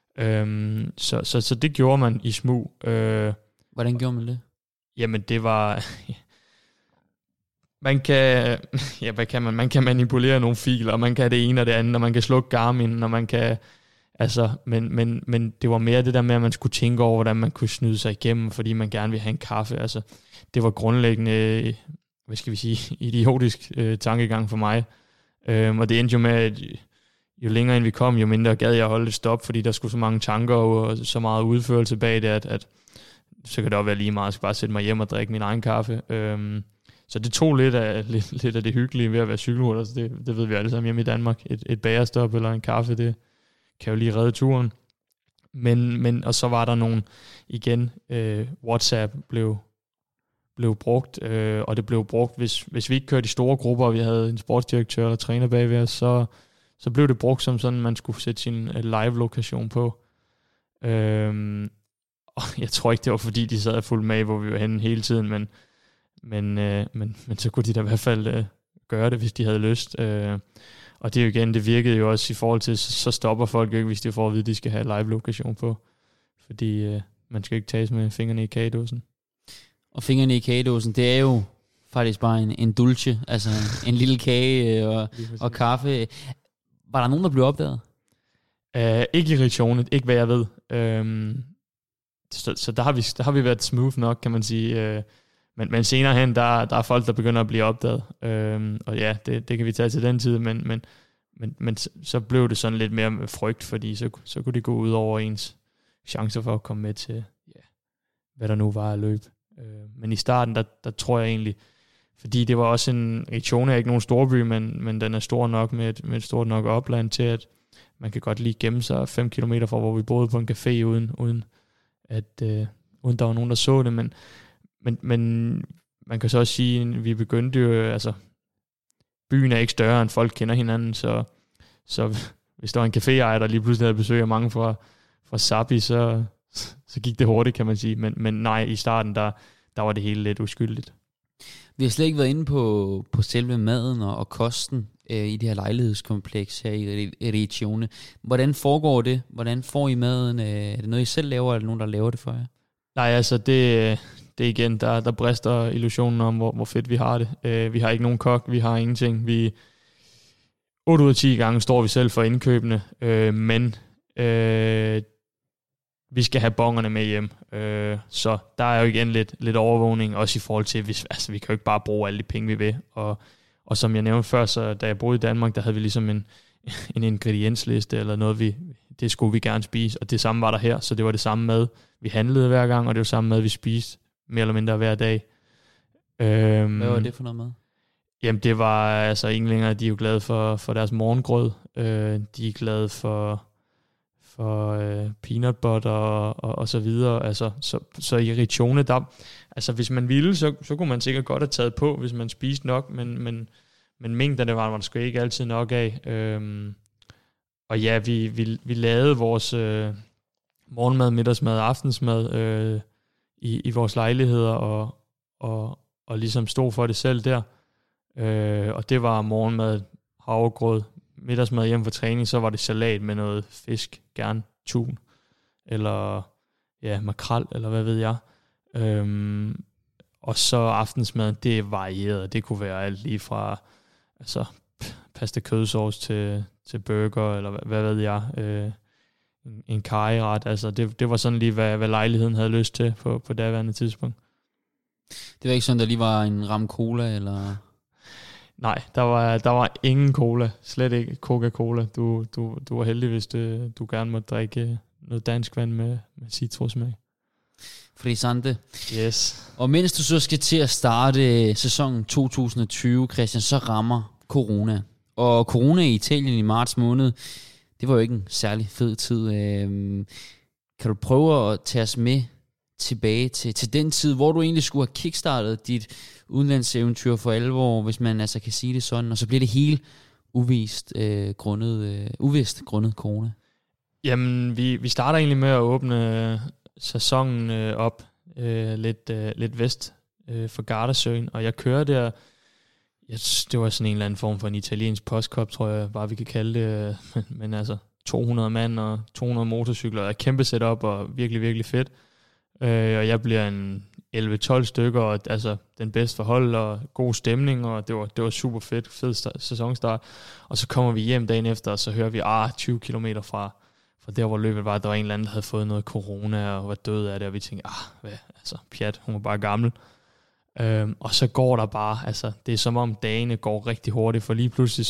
B: Så det gjorde man i smug.
C: Hvordan gjorde man det?
B: Jamen det var... Man kan manipulere nogle filer, og man kan det ene og det andet, og man kan slukke Garmin, og man kan... Altså, men det var mere det der med, at man skulle tænke over, hvordan man kunne snyde sig igennem, fordi man gerne ville have en kaffe. Altså, det var grundlæggende, hvad skal vi sige, idiotisk tankegang for mig. Og det endte jo med, at jo længere ind vi kom, jo mindre gad jeg holde et stop, fordi der skulle så mange tanker og så meget udførelse bag det, at så kan det også være lige meget, jeg skal bare sætte mig hjem og drikke min egen kaffe. Så det tog lidt af det hyggelige ved at være cykelrytter. Altså det ved vi alle sammen hjemme i Danmark. Et bagerstop eller en kaffe, det kan jo lige redde turen. Men og så var der nogle, igen, WhatsApp blev brugt, og det blev brugt, hvis vi ikke kørte i store grupper, og vi havde en sportsdirektør eller træner bagved os, så blev det brugt som sådan, man skulle sætte sin live-lokation på. Og jeg tror ikke, det var fordi, de sad fuldt med, hvor vi var henne hele tiden, men så kunne de da i hvert fald gøre det, hvis de havde lyst. Og det er jo igen, det virkede jo også i forhold til, så stopper folk jo ikke, hvis de får at vide, at de skal have live-lokation på. Fordi man skal ikke tages med fingrene i kagedåsen.
C: Og fingrene i kagedåsen, det er jo faktisk bare en dulce, altså en lille kage og kaffe. Var der nogen, der blev opdaget?
B: Ikke i Riccione, ikke hvad jeg ved. Så der har vi været smooth nok, kan man sige. Men senere hen, der er folk, der begynder at blive opdaget. Og ja, det kan vi tage til den tid, men så blev det sådan lidt mere med frygt, fordi så kunne det gå ud over ens chancer for at komme med til, hvad der nu var at løbe. Men i starten, der tror jeg egentlig, fordi det var også Riccione er ikke nogen storby, men den er stor nok med et stort nok opland til, at man kan godt lige gemme sig 5 kilometer fra, hvor vi boede på en café, uden der var nogen, der så det, men man kan så også sige, at vi begyndte jo, altså, byen er ikke større, end folk kender hinanden, så hvis der var en caféejer, der lige pludselig havde besøg af mange fra Sabi, så gik det hurtigt, kan man sige. Men nej, i starten, der var det hele lidt uskyldigt.
C: Vi har slet ikke været inde på selve maden og kosten i det her lejlighedskompleks her i Riccione. Hvordan foregår det? Hvordan får I maden? Er det noget, I selv laver, eller er det nogen, der laver det for jer?
B: Nej, altså det igen, der brister illusionen om, hvor fedt vi har det. Vi har ikke nogen kok, vi har ingenting. 8 ud af 10 gange står vi selv for indkøbene, men vi skal have bongerne med hjem. Så der er jo igen lidt overvågning, også i forhold til, vi kan jo ikke bare bruge alle de penge, vi vil. Og som jeg nævnte før, så da jeg boede i Danmark, der havde vi ligesom en ingrediensliste, eller noget, det skulle vi gerne spise, og det samme var der her, så det var det samme mad, vi handlede hver gang, og det var samme mad, vi spiste mere eller mindre hver dag.
C: Hvad var det for noget mad? Jamen
B: det var, altså englænder, de er jo glade for deres morgengrød, de er glade for peanut butter og så videre. Altså, så i Riccione, der, altså hvis man ville, så kunne man sikkert godt have taget på, hvis man spiste nok, men mængderne var der sgu ikke altid nok af. Og ja, vi lavede vores morgenmad, middagsmad og aftensmad i vores lejligheder, og ligesom stod for det selv der. Og det var morgenmad, havregrød, middagsmad hjemme for træning, så var det salat med noget fisk, gerne tun, eller ja, makrel, eller hvad ved jeg. Og så aftensmaden, det varierede. Det kunne være alt lige fra altså, pasta kødsovs til burger, eller hvad ved jeg. En karriret. Altså, det var sådan lige, hvad lejligheden havde lyst til på daværende tidspunkt.
C: Det var ikke sådan, der lige var en ram cola, eller...
B: Nej, der var ingen cola. Slet ikke Coca-Cola. Du var heldig, hvis du gerne måtte drikke noget dansk vand med citrusmag.
C: Frisante.
B: Yes.
C: Og mens du så skal til at starte sæsonen 2020, Christian, så rammer corona. Og corona i Italien i marts måned, det var jo ikke en særlig fed tid. Kan du prøve at tage os med tilbage til den tid, hvor du egentlig skulle have kickstartet dit udenlandseventyr for alvor, hvis man altså kan sige det sådan, og så bliver det helt uvist grundet corona? Jamen, vi starter egentlig med at åbne sæsonen op lidt vest for Gardasøen, og jeg kører der, det var sådan en eller anden form for en italiensk postkop, tror jeg bare vi kan kalde det, men altså 200 mand og 200 motorcykler, og kæmpe setup og virkelig, virkelig fedt. Og jeg bliver en 11-12 stykker, og altså den bedste forhold og god stemning, og det var super fedt, fed sæsonstart. Og så kommer vi hjem dagen efter, og så hører vi 20 kilometer fra der, hvor løbet var, der var en eller anden, der havde fået noget corona, og var død af det, og vi tænkte, hvad, altså pjat, hun var bare gammel. Og så går der bare, altså det er som om dagene går rigtig hurtigt, for lige pludselig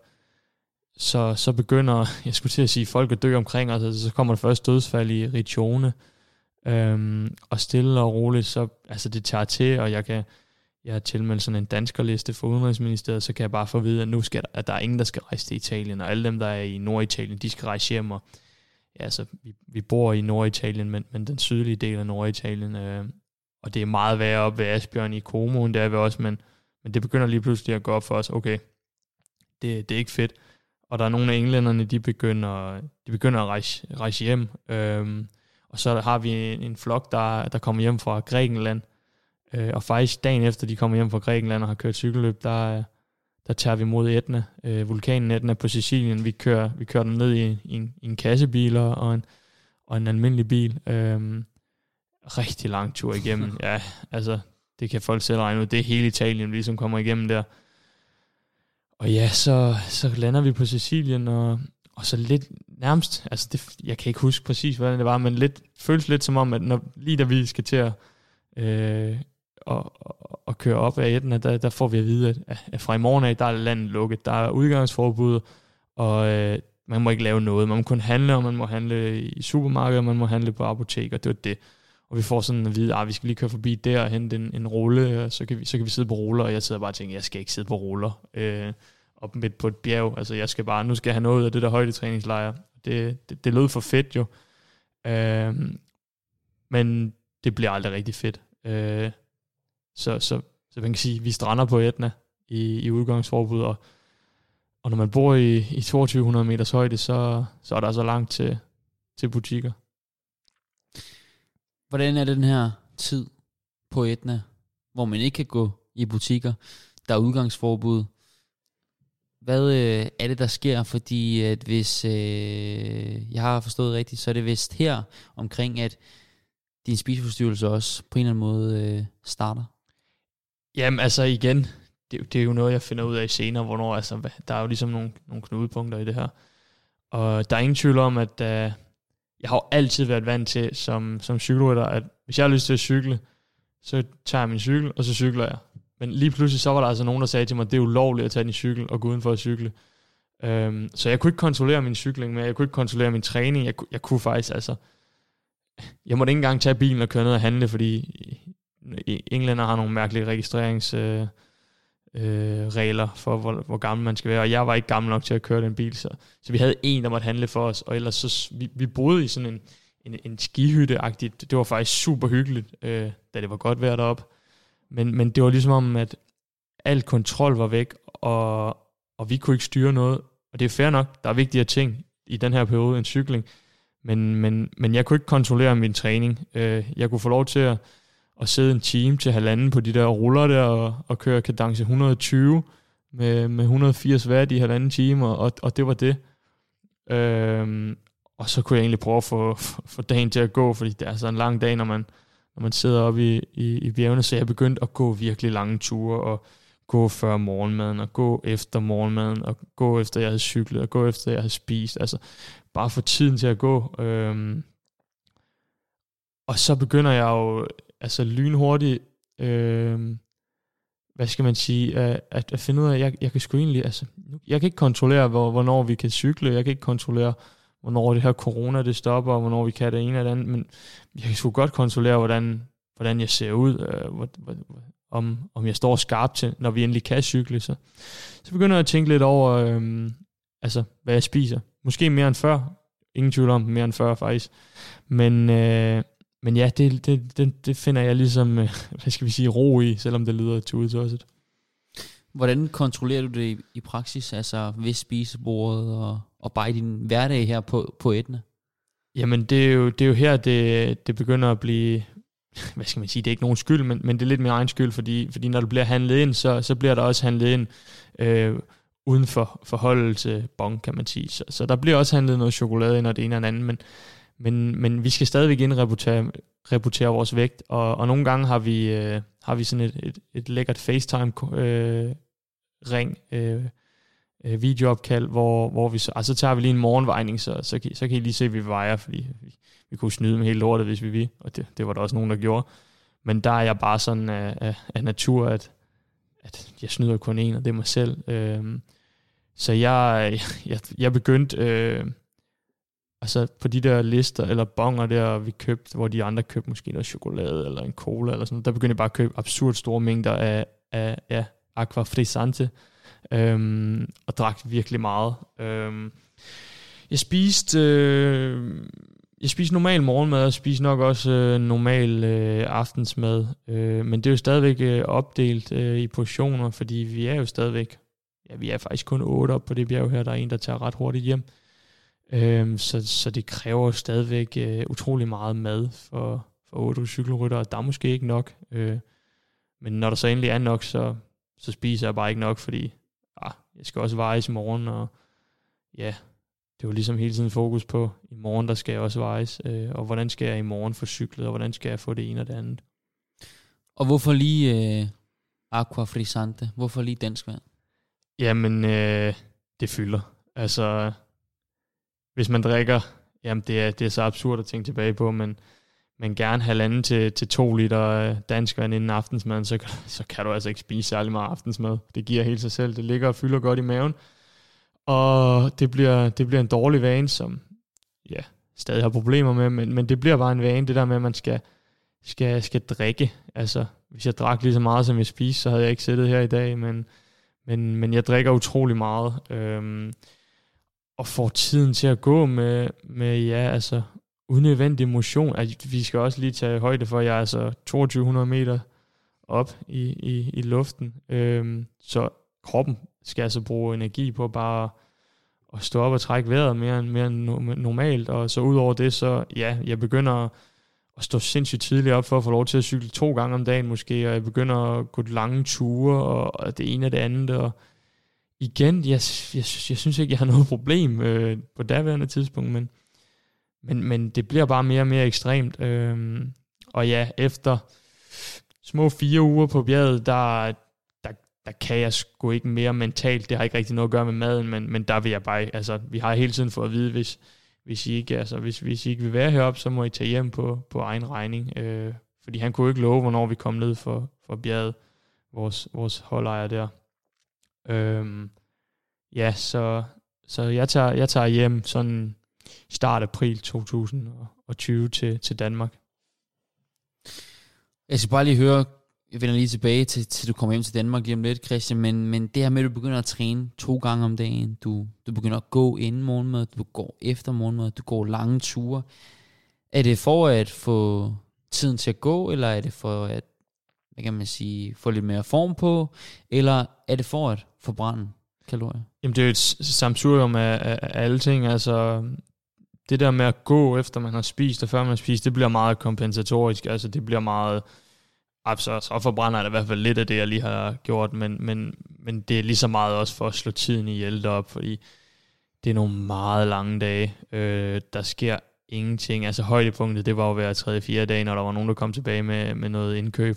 C: så begynder, jeg skulle til at sige, folk at dø omkring os, altså, så kommer der først dødsfald i Riccione, og stille og roligt, så altså det tager til, og jeg har tilmeldt sådan en danskerliste for Udenrigsministeriet, så kan jeg bare få at vide, at nu at der er ingen, der skal rejse til Italien, og alle dem, der er i Norditalien, de skal rejse hjem, og ja, altså, vi bor i Norditalien, men den sydlige del af Norditalien, og det er meget værre op ved Asbjørn i Como, end det er ved os, men det begynder lige pludselig at gå op for os, okay, det er ikke fedt, og der er nogle af englænderne, de begynder at rejse hjem, og så har vi en flok, der kommer hjem fra Grækenland, og faktisk dagen efter de kommer hjem fra Grækenland og har kørt cykelløb, der tager vi mod Etna, vulkanen Etna på Sicilien. Vi kører den ned i en kassebil og en almindelig bil. Rigtig lang tur igennem. Ja, altså det kan folk selv regne ud. Det er hele Italien, vi ligesom kommer igennem der. Og ja, så lander vi på Sicilien, og så lidt nærmest, altså jeg kan ikke huske præcis, hvordan det var, men føles lidt som om, at lige da vi skal til at køre op af Etna, der får vi at vide, at fra i morgen af, der er landet lukket, der er udgangsforbud, og man må ikke lave noget, man må kun handle, og man må handle i supermarkeder, man må handle på apoteker, det var det.
B: og vi får sådan at vide, at vi skal lige køre forbi der og hente en rulle, og så kan vi sidde på ruller, og jeg sidder bare og tænker, jeg skal ikke sidde på ruller op midt på et bjerg. Altså nu skal jeg have noget af det der højdetræningslejr. Det lød for fedt jo. Men det bliver aldrig rigtig fedt. Så man kan sige, vi strander på Etna i udgangsforbud, og når man bor i 2200 meters højde, så er der så langt til butikker.
C: Hvordan er det den her tid på Etna, hvor man ikke kan gå i butikker? Der er udgangsforbud. Hvad er det, der sker? Fordi at hvis jeg har forstået rigtigt, så er det vist her omkring, at din spiseforstyrrelse også på en eller anden måde starter.
B: Jamen altså igen, det er jo noget, jeg finder ud af senere, hvornår, altså der er jo ligesom nogle knudepunkter i det her. Og der er ingen tvivl om, at jeg har jo altid været vant til som cykelrytter, at hvis jeg har lyst til at cykle, så tager jeg min cykel, og så cykler jeg. Men lige pludselig så var der altså nogen, der sagde til mig, at det er ulovligt at tage din cykel og gå udenfor at cykle. Så jeg kunne ikke kontrollere min cykling med, jeg kunne ikke kontrollere min træning, jeg kunne faktisk altså, jeg måtte ikke engang tage bilen og køre ned og handle, fordi englænder har nogle mærkelige registreringsregler for, hvor gammel man skal være, og jeg var ikke gammel nok til at køre den bil, så vi havde en, der måtte handle for os, og ellers så, vi boede i sådan en skihytte-agtigt, det var faktisk super hyggeligt, da det var godt vejr deroppe, men det var ligesom om, at al kontrol var væk, og vi kunne ikke styre noget, og det er fair nok, der er vigtigere ting i den her periode end cykling, men jeg kunne ikke kontrollere min træning. Jeg kunne få lov til at sidde en time til halvanden på de der ruller der og køre kadence 120 med 180 watt i halvanden time, og det var det. Og så kunne jeg egentlig prøve at få dagen til at gå, fordi det er så en lang dag, når man sidder oppe i bjergene, så jeg begyndte at gå virkelig lange ture, og gå før morgenmaden, og gå efter morgenmaden, og gå efter jeg havde cyklet, og gå efter jeg havde spist, altså bare få tiden til at gå. Og så begynder jeg jo altså lynhurtigt, hvad skal man sige, at finde ud af, at jeg kan sgu egentlig, altså, jeg kan ikke kontrollere, hvornår vi kan cykle, jeg kan ikke kontrollere, hvornår det her corona det stopper, og hvornår vi kan det ene eller andet, men jeg kan sgu godt kontrollere, hvordan jeg ser ud, om jeg står skarpt til, når vi endelig kan cykle. Så begynder jeg at tænke lidt over, altså, hvad jeg spiser. Måske mere end før. Ingen tvivl om, mere end før faktisk. Men ja, det finder jeg ligesom, hvad skal vi sige, ro i, selvom det lyder tudetosset.
C: Hvordan kontrollerer du det i praksis, altså ved spisebordet og bare i din hverdag her på Etna?
B: Jamen, det er jo her, det begynder at blive, hvad skal man sige, det er ikke nogen skyld, men det er lidt min egen skyld, fordi når der bliver handlet ind, så bliver der også handlet ind uden for forholdelse bon, kan man sige. Så der bliver også handlet noget chokolade ind, og det ene og det andet, men vi skal stadigvæk indrapportere vores vægt, og nogle gange har vi sådan et lækkert FaceTime-ring, videoopkald, hvor vi så tager vi lige en morgenvejning, så kan I lige se, at vi vejer, fordi vi kunne snyde med hele lortet, hvis vi vil, og det var der også nogen, der gjorde. Men der er jeg bare sådan af natur, at jeg snyder kun en, og det er mig selv. Så jeg begyndte altså på de der lister, eller bonger der, vi købte, hvor de andre købte måske noget chokolade, eller en cola, eller sådan noget, der begyndte jeg bare at købe absurd store mængder af aqua frisante, og drak virkelig meget. Jeg spiste normal morgenmad, og spiste nok også normal aftensmad, men det er jo stadigvæk opdelt i portioner, fordi vi er jo stadigvæk, vi er faktisk kun 8 op på det bjerg her, der er en, der tager ret hurtigt hjem. Så det kræver stadigvæk utrolig meget mad for 8 cykelryttere. Der er måske ikke nok, men når der så endelig er nok, så spiser jeg bare ikke nok, fordi jeg skal også vejes i morgen, og ja, det var ligesom hele tiden fokus på, i morgen der skal jeg også vejes, og hvordan skal jeg i morgen få cyklet, og hvordan skal jeg få det ene og det andet.
C: Og hvorfor lige aqua frisante? Hvorfor lige dansk vand?
B: Jamen, det fylder. Altså, hvis man drikker, jamen det er så absurd at tænke tilbage på, men gerne 1,5 til 2 liter dansk vand inden aftensmaden, så kan du altså ikke spise særlig meget aftensmad. Det giver helt sig selv. Det ligger og fylder godt i maven. Og det bliver en dårlig vane, som stadig har problemer med, men det bliver bare en vane, det der med, at man skal skal drikke. Altså, hvis jeg drak lige så meget, som jeg spiste, så havde jeg ikke siddet her i dag, men jeg drikker utrolig meget, og får tiden til at gå med unødvendig motion. Altså, vi skal også lige tage højde for, at jeg er altså 2200 meter op i luften, så kroppen skal altså bruge energi på bare at stå op og trække vejret mere end normalt, og så ud over det, så jeg begynder at stå sindssygt tidligt op for at få lov til at cykle 2 gange om dagen måske, og jeg begynder at gå lange ture, og det ene og det andet, og igen, jeg synes ikke, jeg har noget problem på daværende tidspunkt, men det bliver bare mere og mere ekstremt, og efter små 4 uger på bjerget, der kan jeg sgu ikke mere mentalt. Det har ikke rigtig noget at gøre med maden, men der vil jeg bare, altså vi har hele tiden fået at vide, hvis I ikke vil være heroppe, så må I tage hjem på egen regning. Fordi han kunne ikke love, hvornår vi kom ned for bjerget, vores holdejer der. Så jeg tager hjem sådan start april 2020 til Danmark.
C: Jeg skal bare lige høre, jeg vender lige tilbage til du kommer hjem til Danmark lige om lidt, Christian, men det her med, at du begynder at træne 2 gange om dagen, du begynder at gå inden morgenmad, du går efter morgenmad, du går lange ture. Er det for at få tiden til at gå, eller er det for at, hvad kan man sige, få lidt mere form på, eller er det for at forbrænde kalorier?
B: Jamen det er jo et samsurium af alle ting, altså det der med at gå efter man har spist, og før man har spist, det bliver meget kompensatorisk, altså det bliver meget, så forbrænder jeg i hvert fald lidt af det, jeg lige har gjort, men det er lige så meget også for at slå tiden ihjel derop, fordi det er nogle meget lange dage, der sker ingenting, altså højdepunktet, det var jo hver 3-4 dage, når der var nogen, der kom tilbage med noget indkøb.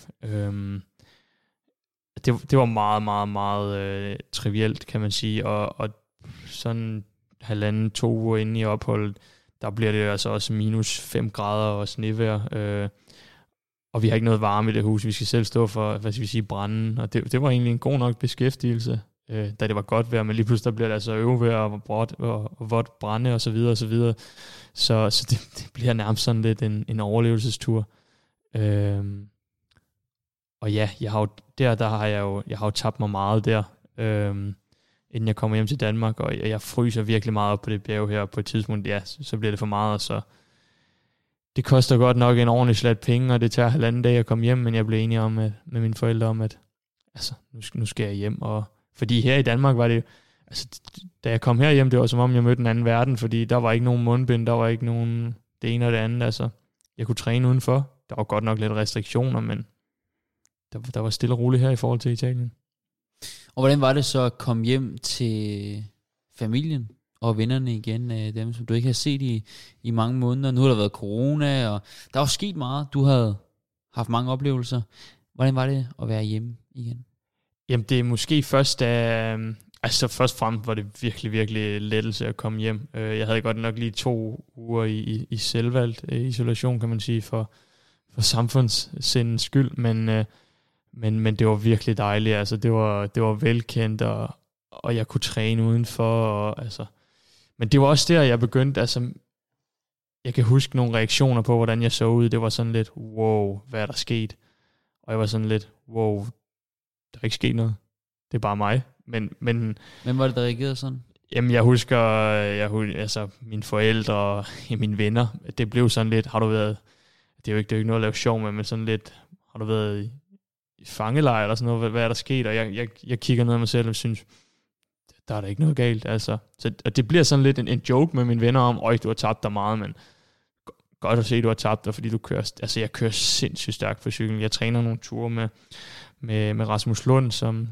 B: Det var meget, meget, meget trivielt, kan man sige, og sådan 1,5-2 uger inde i opholdet, der bliver det altså også -5 grader og snevejr, og vi har ikke noget varme i det hus, vi skal selv stå for, hvad skal vi sige, branden, og det var egentlig en god nok beskæftigelse, da det var godt vejr, men lige pludselig bliver det altså øvevejr og vådt brænde og så videre og så videre, så det bliver nærmest sådan lidt en overlevelsestur. Og ja, jeg har jo tabt mig meget der, inden jeg kommer hjem til Danmark, og jeg fryser virkelig meget op på det bjerg her, på et tidspunkt, så bliver det for meget, og så det koster godt nok en ordentlig slat penge, og det tager 1,5 dag at komme hjem, men jeg blev enig om med mine forældre om, at altså, nu skal jeg hjem, og fordi her i Danmark var det, altså da jeg kom herhjem, det var som om jeg mødte en anden verden, fordi der var ikke nogen mundbind, der var ikke nogen det ene og det andet, altså jeg kunne træne udenfor, der var godt nok lidt restriktioner, men der var stille og roligt her i forhold til Italien.
C: Og hvordan var det så at komme hjem til familien og vennerne igen, dem som du ikke har set i mange måneder? Nu har der været corona, og der var sket meget. Du havde haft mange oplevelser. Hvordan var det at være hjemme igen?
B: Jamen det er måske først, først og fremmest var det virkelig, virkelig lettelse at komme hjem. Jeg havde godt nok lige 2 uger i selvvalgt isolation, kan man sige, for samfundssindens skyld, men det var virkelig dejligt. Altså det var velkendt, og jeg kunne træne udenfor, og altså. Men det var også der, jeg begyndte, altså jeg kan huske nogle reaktioner på, hvordan jeg så ud. Det var sådan lidt, wow, hvad er der sket? Og jeg var sådan lidt, wow, der er ikke sket noget. Det er bare mig. Men
C: hvem var det, der reagerede sådan?
B: Jamen jeg husker, altså mine forældre og mine venner, det blev sådan lidt, har du været, det er jo ikke noget at lave sjov med, men sådan lidt, har du været i fangelejr eller sådan noget, hvad er der sket? Og jeg kigger ned af mig selv og synes, der er da ikke noget galt, altså. Og det bliver sådan lidt en joke med mine venner om, du har tabt dig meget, men godt at se, du har tabt dig, fordi du kører, altså jeg kører sindssygt stærkt på cyklen. Jeg træner nogle ture med Rasmus Lund,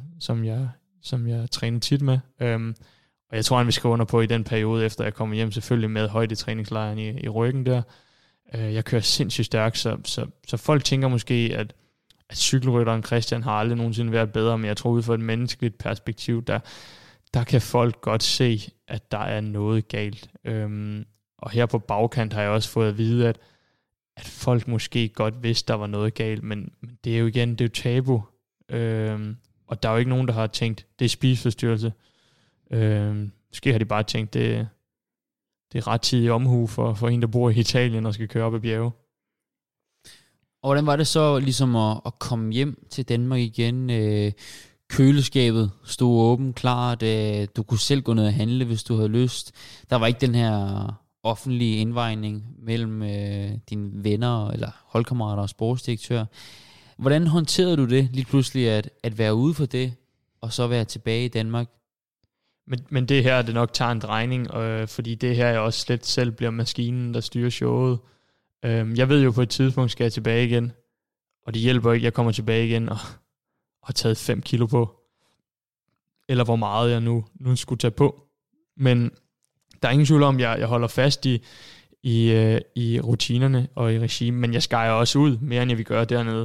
B: som jeg træner tit med. Og jeg tror, han vil skrive under på i den periode, efter jeg kommer hjem, selvfølgelig med højdetræningslejren i ryggen der. Jeg kører sindssygt stærkt, så folk tænker måske, at cykelrytteren Christian har aldrig nogensinde været bedre, men jeg tror ud fra et menneskeligt perspektiv, der kan folk godt se, at der er noget galt. Og her på bagkant har jeg også fået at vide, at folk måske godt vidste, der var noget galt, men det er jo igen, det er jo tabu. Og der er jo ikke nogen, der har tænkt, det er spiseforstyrrelse. Måske har de bare tænkt, det er ret tidig omhu for en, der bor i Italien og skal køre op ad bjerge.
C: Og hvordan var det så ligesom at komme hjem til Danmark igen? Køleskabet stod åben, klart. Du kunne selv gå ned og handle, hvis du havde lyst. Der var ikke den her offentlige indvejning mellem dine venner eller holdkammerater og sportsdirektør. Hvordan håndterede du det lige pludselig at være ude for det, og så være tilbage i Danmark?
B: Men det her, det nok tager en drejning, fordi det her jeg også slet selv bliver maskinen, der styrer showet. Jeg ved jo på et tidspunkt, skal jeg tilbage igen, og det hjælper ikke, jeg kommer tilbage igen og har taget 5 kilo på, eller hvor meget jeg nu skulle tage på. Men der er ingen tvivl om, jeg holder fast i rutinerne og i regime, men jeg skærer også ud, mere end jeg vil gøre dernede.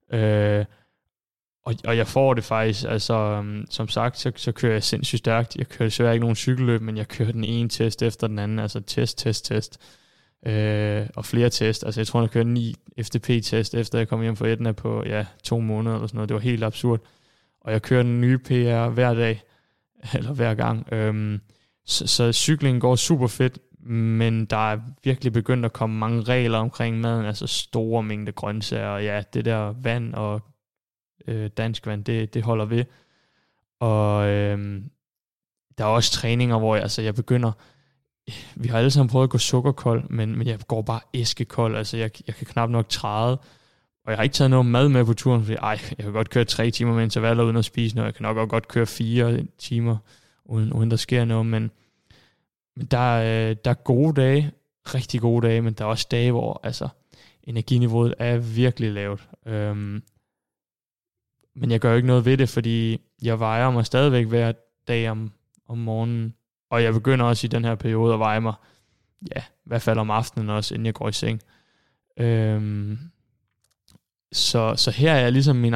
B: Og jeg får det faktisk, altså som sagt, så kører jeg sindssygt stærkt. Jeg kører desværre ikke nogen cykelløb, men jeg kører den ene test efter den anden, altså test. Og flere test. Altså jeg tror, jeg kørte 9 FTP-test, efter jeg kom hjem fra Etna på 2 måneder eller sådan noget. Det var helt absurd. Og jeg kører den nye PR hver dag, eller hver gang. Så cyklingen går super fedt, men der er virkelig begyndt at komme mange regler omkring maden, altså store mængder grøntsager, og det der vand og dansk vand, det holder ved. Og der er også træninger, hvor jeg begynder, vi har alle sammen prøvet at gå sukkerkold, men jeg går bare æskekold, altså jeg kan knap nok træde, og jeg har ikke taget noget mad med på turen, fordi jeg kan godt køre 3 timer med intervaller uden at spise noget, jeg kan nok godt køre 4 timer, uden der sker noget, men der er gode dage, rigtig gode dage, men der er også dage, hvor energiniveauet er virkelig lavt. Men jeg gør ikke noget ved det, fordi jeg vejer mig stadigvæk hver dag om morgenen, og jeg begynder også i den her periode at veje mig, i hvert fald om aftenen også, inden jeg går i seng. Så her er jeg ligesom min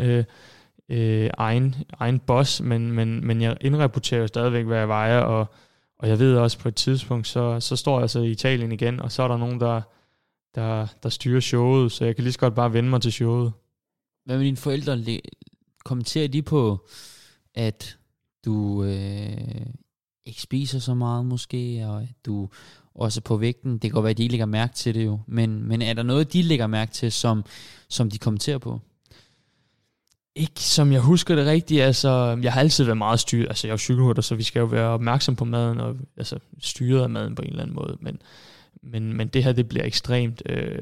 B: egen boss, men jeg indrapporterer jo stadigvæk, hvad jeg vejer, og jeg ved også på et tidspunkt, så står jeg så i Italien igen, og så er der nogen, der styrer showet, så jeg kan lige så godt bare vende mig til showet.
C: Hvad med dine forældre? Kommenterer de på, at du ikke spiser så meget måske, og at du også på vægten? Det kan godt være, at de ikke lægger mærke til det jo, men er der noget, de lægger mærke til, som de kommenterer på?
B: Ikke som jeg husker det rigtigt, jeg har altid været meget styret, jeg er jo cykelrytter, så vi skal jo være opmærksom på maden, og styret af maden på en eller anden måde, men det her, det bliver ekstremt,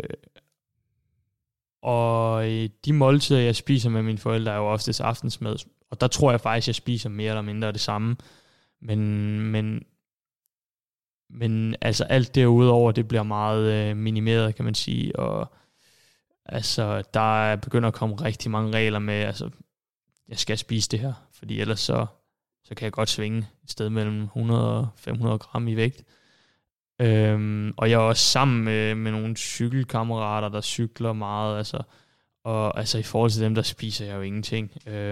B: og de måltider, jeg spiser med mine forældre, er jo oftest aftensmad, og der tror jeg faktisk, jeg spiser mere eller mindre det samme, men alt derudover, det bliver meget minimeret, kan man sige, og der er begyndt at komme rigtig mange regler med, jeg skal spise det her, fordi ellers så kan jeg godt svinge et sted mellem 100 og 500 gram i vægt. Og jeg er også sammen med nogle cykelkammerater, der cykler meget, og i forhold til dem, der spiser jeg jo ingenting.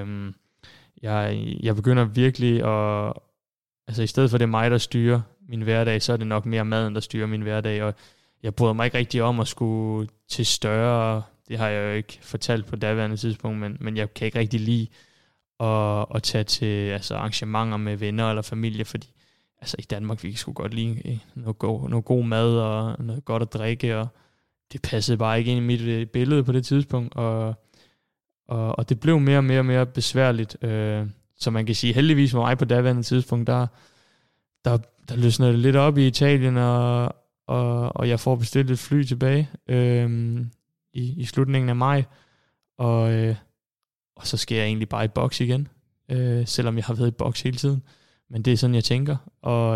B: Jeg begynder virkelig at, i stedet for det er mig, der styrer min hverdag, så er det nok mere maden, der styrer min hverdag, og jeg bryder mig ikke rigtig om at skulle til større, det har jeg jo ikke fortalt på daværende tidspunkt, men jeg kan ikke rigtig lide at tage til arrangementer med venner eller familie, fordi i Danmark, vi kan sgu godt lide noget god mad og noget godt at drikke, og det passede bare ikke ind i mit billede på det tidspunkt, og det blev mere og mere besværligt, så man kan sige, heldigvis med mig på daværende tidspunkt, der løsnede det lidt op i Italien, og jeg får bestilt et fly tilbage i slutningen af maj, og så skal jeg egentlig bare i boks igen, selvom jeg har været i boks hele tiden. Men det er sådan, jeg tænker. Og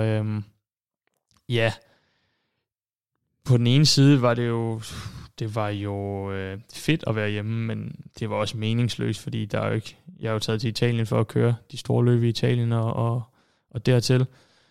B: på den ene side var det var jo fedt at være hjemme, men det var også meningsløst, fordi jeg er jo taget til Italien for at køre de store løb i Italien og dertil.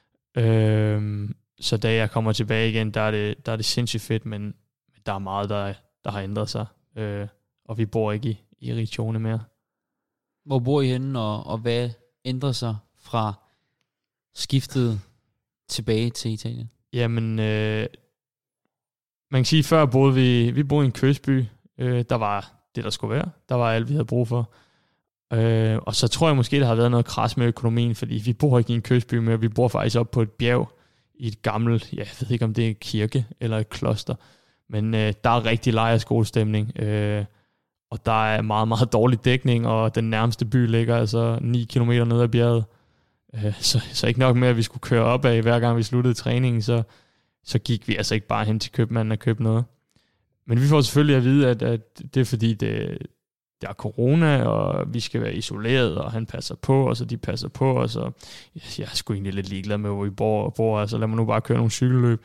B: Så da jeg kommer tilbage igen, der er det sindssygt fedt, men der er meget, der har ændret sig. Og vi bor ikke i Riccione mere.
C: Hvor bor I henne, og hvad ændrer sig fra skiftet tilbage til Italien?
B: Jamen, man kan sige, før boede vi boede i en kystby. Der var det, der skulle være. Der var alt, vi havde brug for. Og så tror jeg måske, der har været noget kras med økonomien, fordi vi bor ikke i en kystby mere. Vi bor faktisk op på et bjerg i et gammelt, jeg ved ikke om det er en kirke eller et kloster, Men der er rigtig lejrskolestemning, og der er meget, meget dårlig dækning, og den nærmeste by ligger altså 9 kilometer ned ad bjerget. Så ikke nok med, at vi skulle køre opad, hver gang vi sluttede træningen, så gik vi altså ikke bare hen til købmanden og købte noget. Men vi får selvfølgelig at vide, at det er fordi, der er corona, og vi skal være isoleret, og han passer på os, og de passer på os, og jeg er sgu egentlig lidt ligeglad med, hvor vi bor, altså lad mig nu bare køre nogle cykelløb.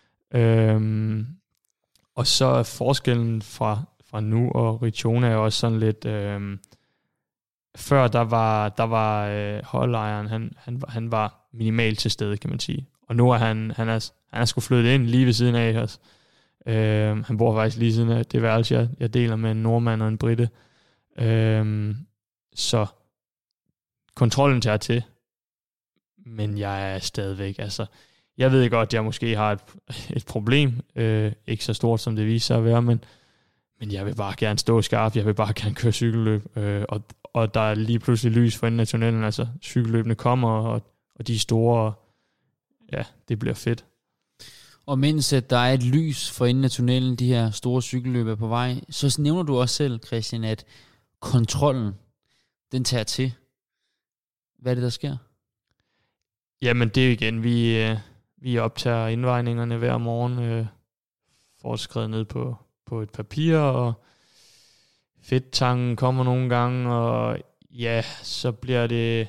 B: Og så er forskellen fra nu og Riccione er også sådan lidt... Før der var holdejeren, han var minimalt til stede, kan man sige. Og nu er han er sgu flyttet ind lige ved siden af os. Han bor faktisk lige siden af det værelse, jeg deler med en nordmand og en brite. Så kontrollen tager til, men jeg er stadigvæk, altså, jeg ved godt, at jeg måske har et problem, ikke så stort som det viser sig at være, men jeg vil bare gerne stå skarp, jeg vil bare gerne køre cykelløb, og der er lige pludselig lys for enden af tunnelen, altså cykelløbene kommer, og de er store, og ja, det bliver fedt.
C: Og mens at der er et lys for enden af tunnelen, de her store cykelløb er på vej, så nævner du også selv, Christian, at kontrollen, den tager til. Hvad er det, der sker?
B: Jamen det er jo igen, vi optager indvejningerne hver morgen, får skrevet ned på et papir, og fedttangen kommer nogle gange, og ja, så bliver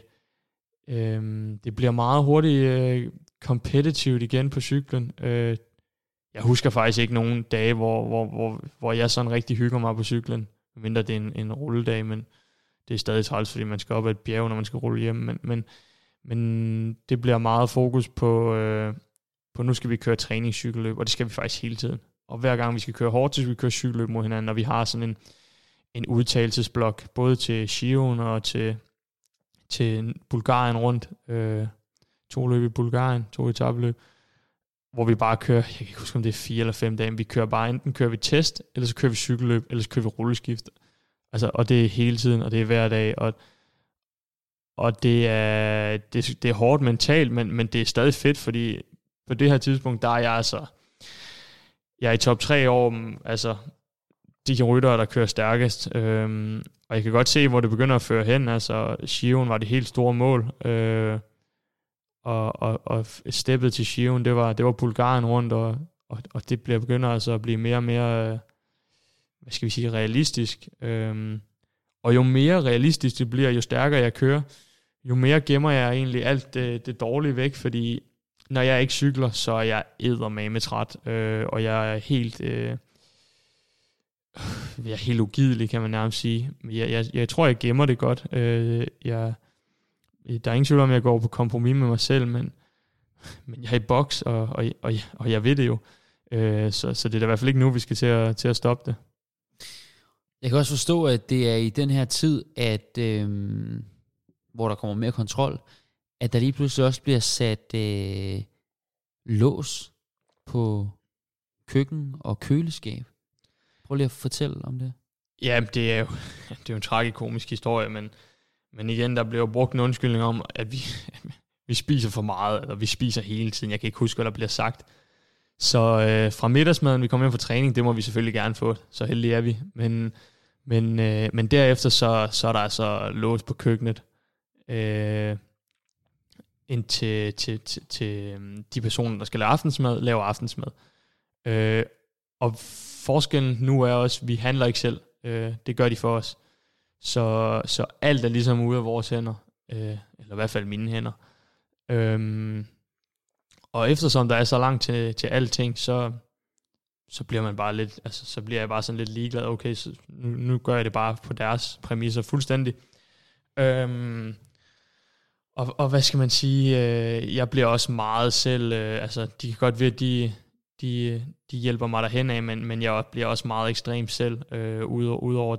B: det bliver meget hurtigt competitivt igen på cyklen. Jeg husker faktisk ikke nogen dage, hvor jeg sådan rigtig hygger mig på cyklen, mindre det er en rulledag, men det er stadig træls, fordi man skal op ad et bjerg, når man skal rulle hjem, men det bliver meget fokus på nu skal vi køre træningscykelløb, og det skal vi faktisk hele tiden. Og hver gang vi skal køre hårdt, så skal vi køre cykelløb mod hinanden, og vi har sådan en udtagelsesblok, både til Giroen og til Bulgarien rundt. 2 løb i Bulgarien, 2 etapeløb, hvor vi bare kører, jeg kan ikke huske, om det er 4 eller 5 dage, men vi kører bare, enten kører vi test, eller så kører vi cykelløb, eller så kører vi rulleskift. Altså, og det er hele tiden, og det er hver dag, og det er hårdt mentalt, men det er stadig fedt, fordi på det her tidspunkt, der er jeg er i top 3 år, altså de ryttere, der kører stærkest, og jeg kan godt se, hvor det begynder at føre hen, altså Giroen var det helt store mål, og steppet til Giroen, det var Bulgarien rundt, og det begynder altså at blive mere og mere, hvad skal vi sige, realistisk. Og jo mere realistisk det bliver, jo stærkere jeg kører, jo mere gemmer jeg egentlig alt det dårlige væk, fordi når jeg ikke cykler, så er jeg eddermame træt, og jeg er helt ugidelig, kan man nærmest sige. Jeg tror, jeg gemmer det godt. Der er ingen tvivl om, at jeg går på kompromis med mig selv, men jeg er i boks, og jeg ved det jo. Så det er da i hvert fald ikke nu, vi skal til at stoppe det.
C: Jeg kan også forstå, at det er i den her tid, at hvor der kommer mere kontrol, at der lige pludselig også bliver sat lås på køkken og køleskab. Prøv lige at fortælle om det.
B: Ja, det er jo en tragikomisk historie, men igen, der bliver brugt en undskyldning om, at vi spiser for meget, eller vi spiser hele tiden. Jeg kan ikke huske, hvad der bliver sagt. Så fra middagsmaden, vi kommer hjem fra træning, det må vi selvfølgelig gerne få. Så heldige er vi. Men derefter, så er der altså lås på køkkenet. Indtil til de personer, der skal lave aftensmad, laver aftensmad. Og forskellen nu er også, at vi handler ikke selv. Det gør de for os. Så alt er ligesom ude af vores hænder. Eller i hvert fald mine hænder. Og eftersom der er så langt til alting, så bliver man bare lidt, altså så bliver jeg bare sådan lidt ligeglad. Okay, så nu gør jeg det bare på deres præmisser fuldstændig. Og hvad skal man sige? Jeg bliver også meget selv, altså de kan godt ved, at de hjælper mig derhen af, men jeg bliver også meget ekstrem selv, ud over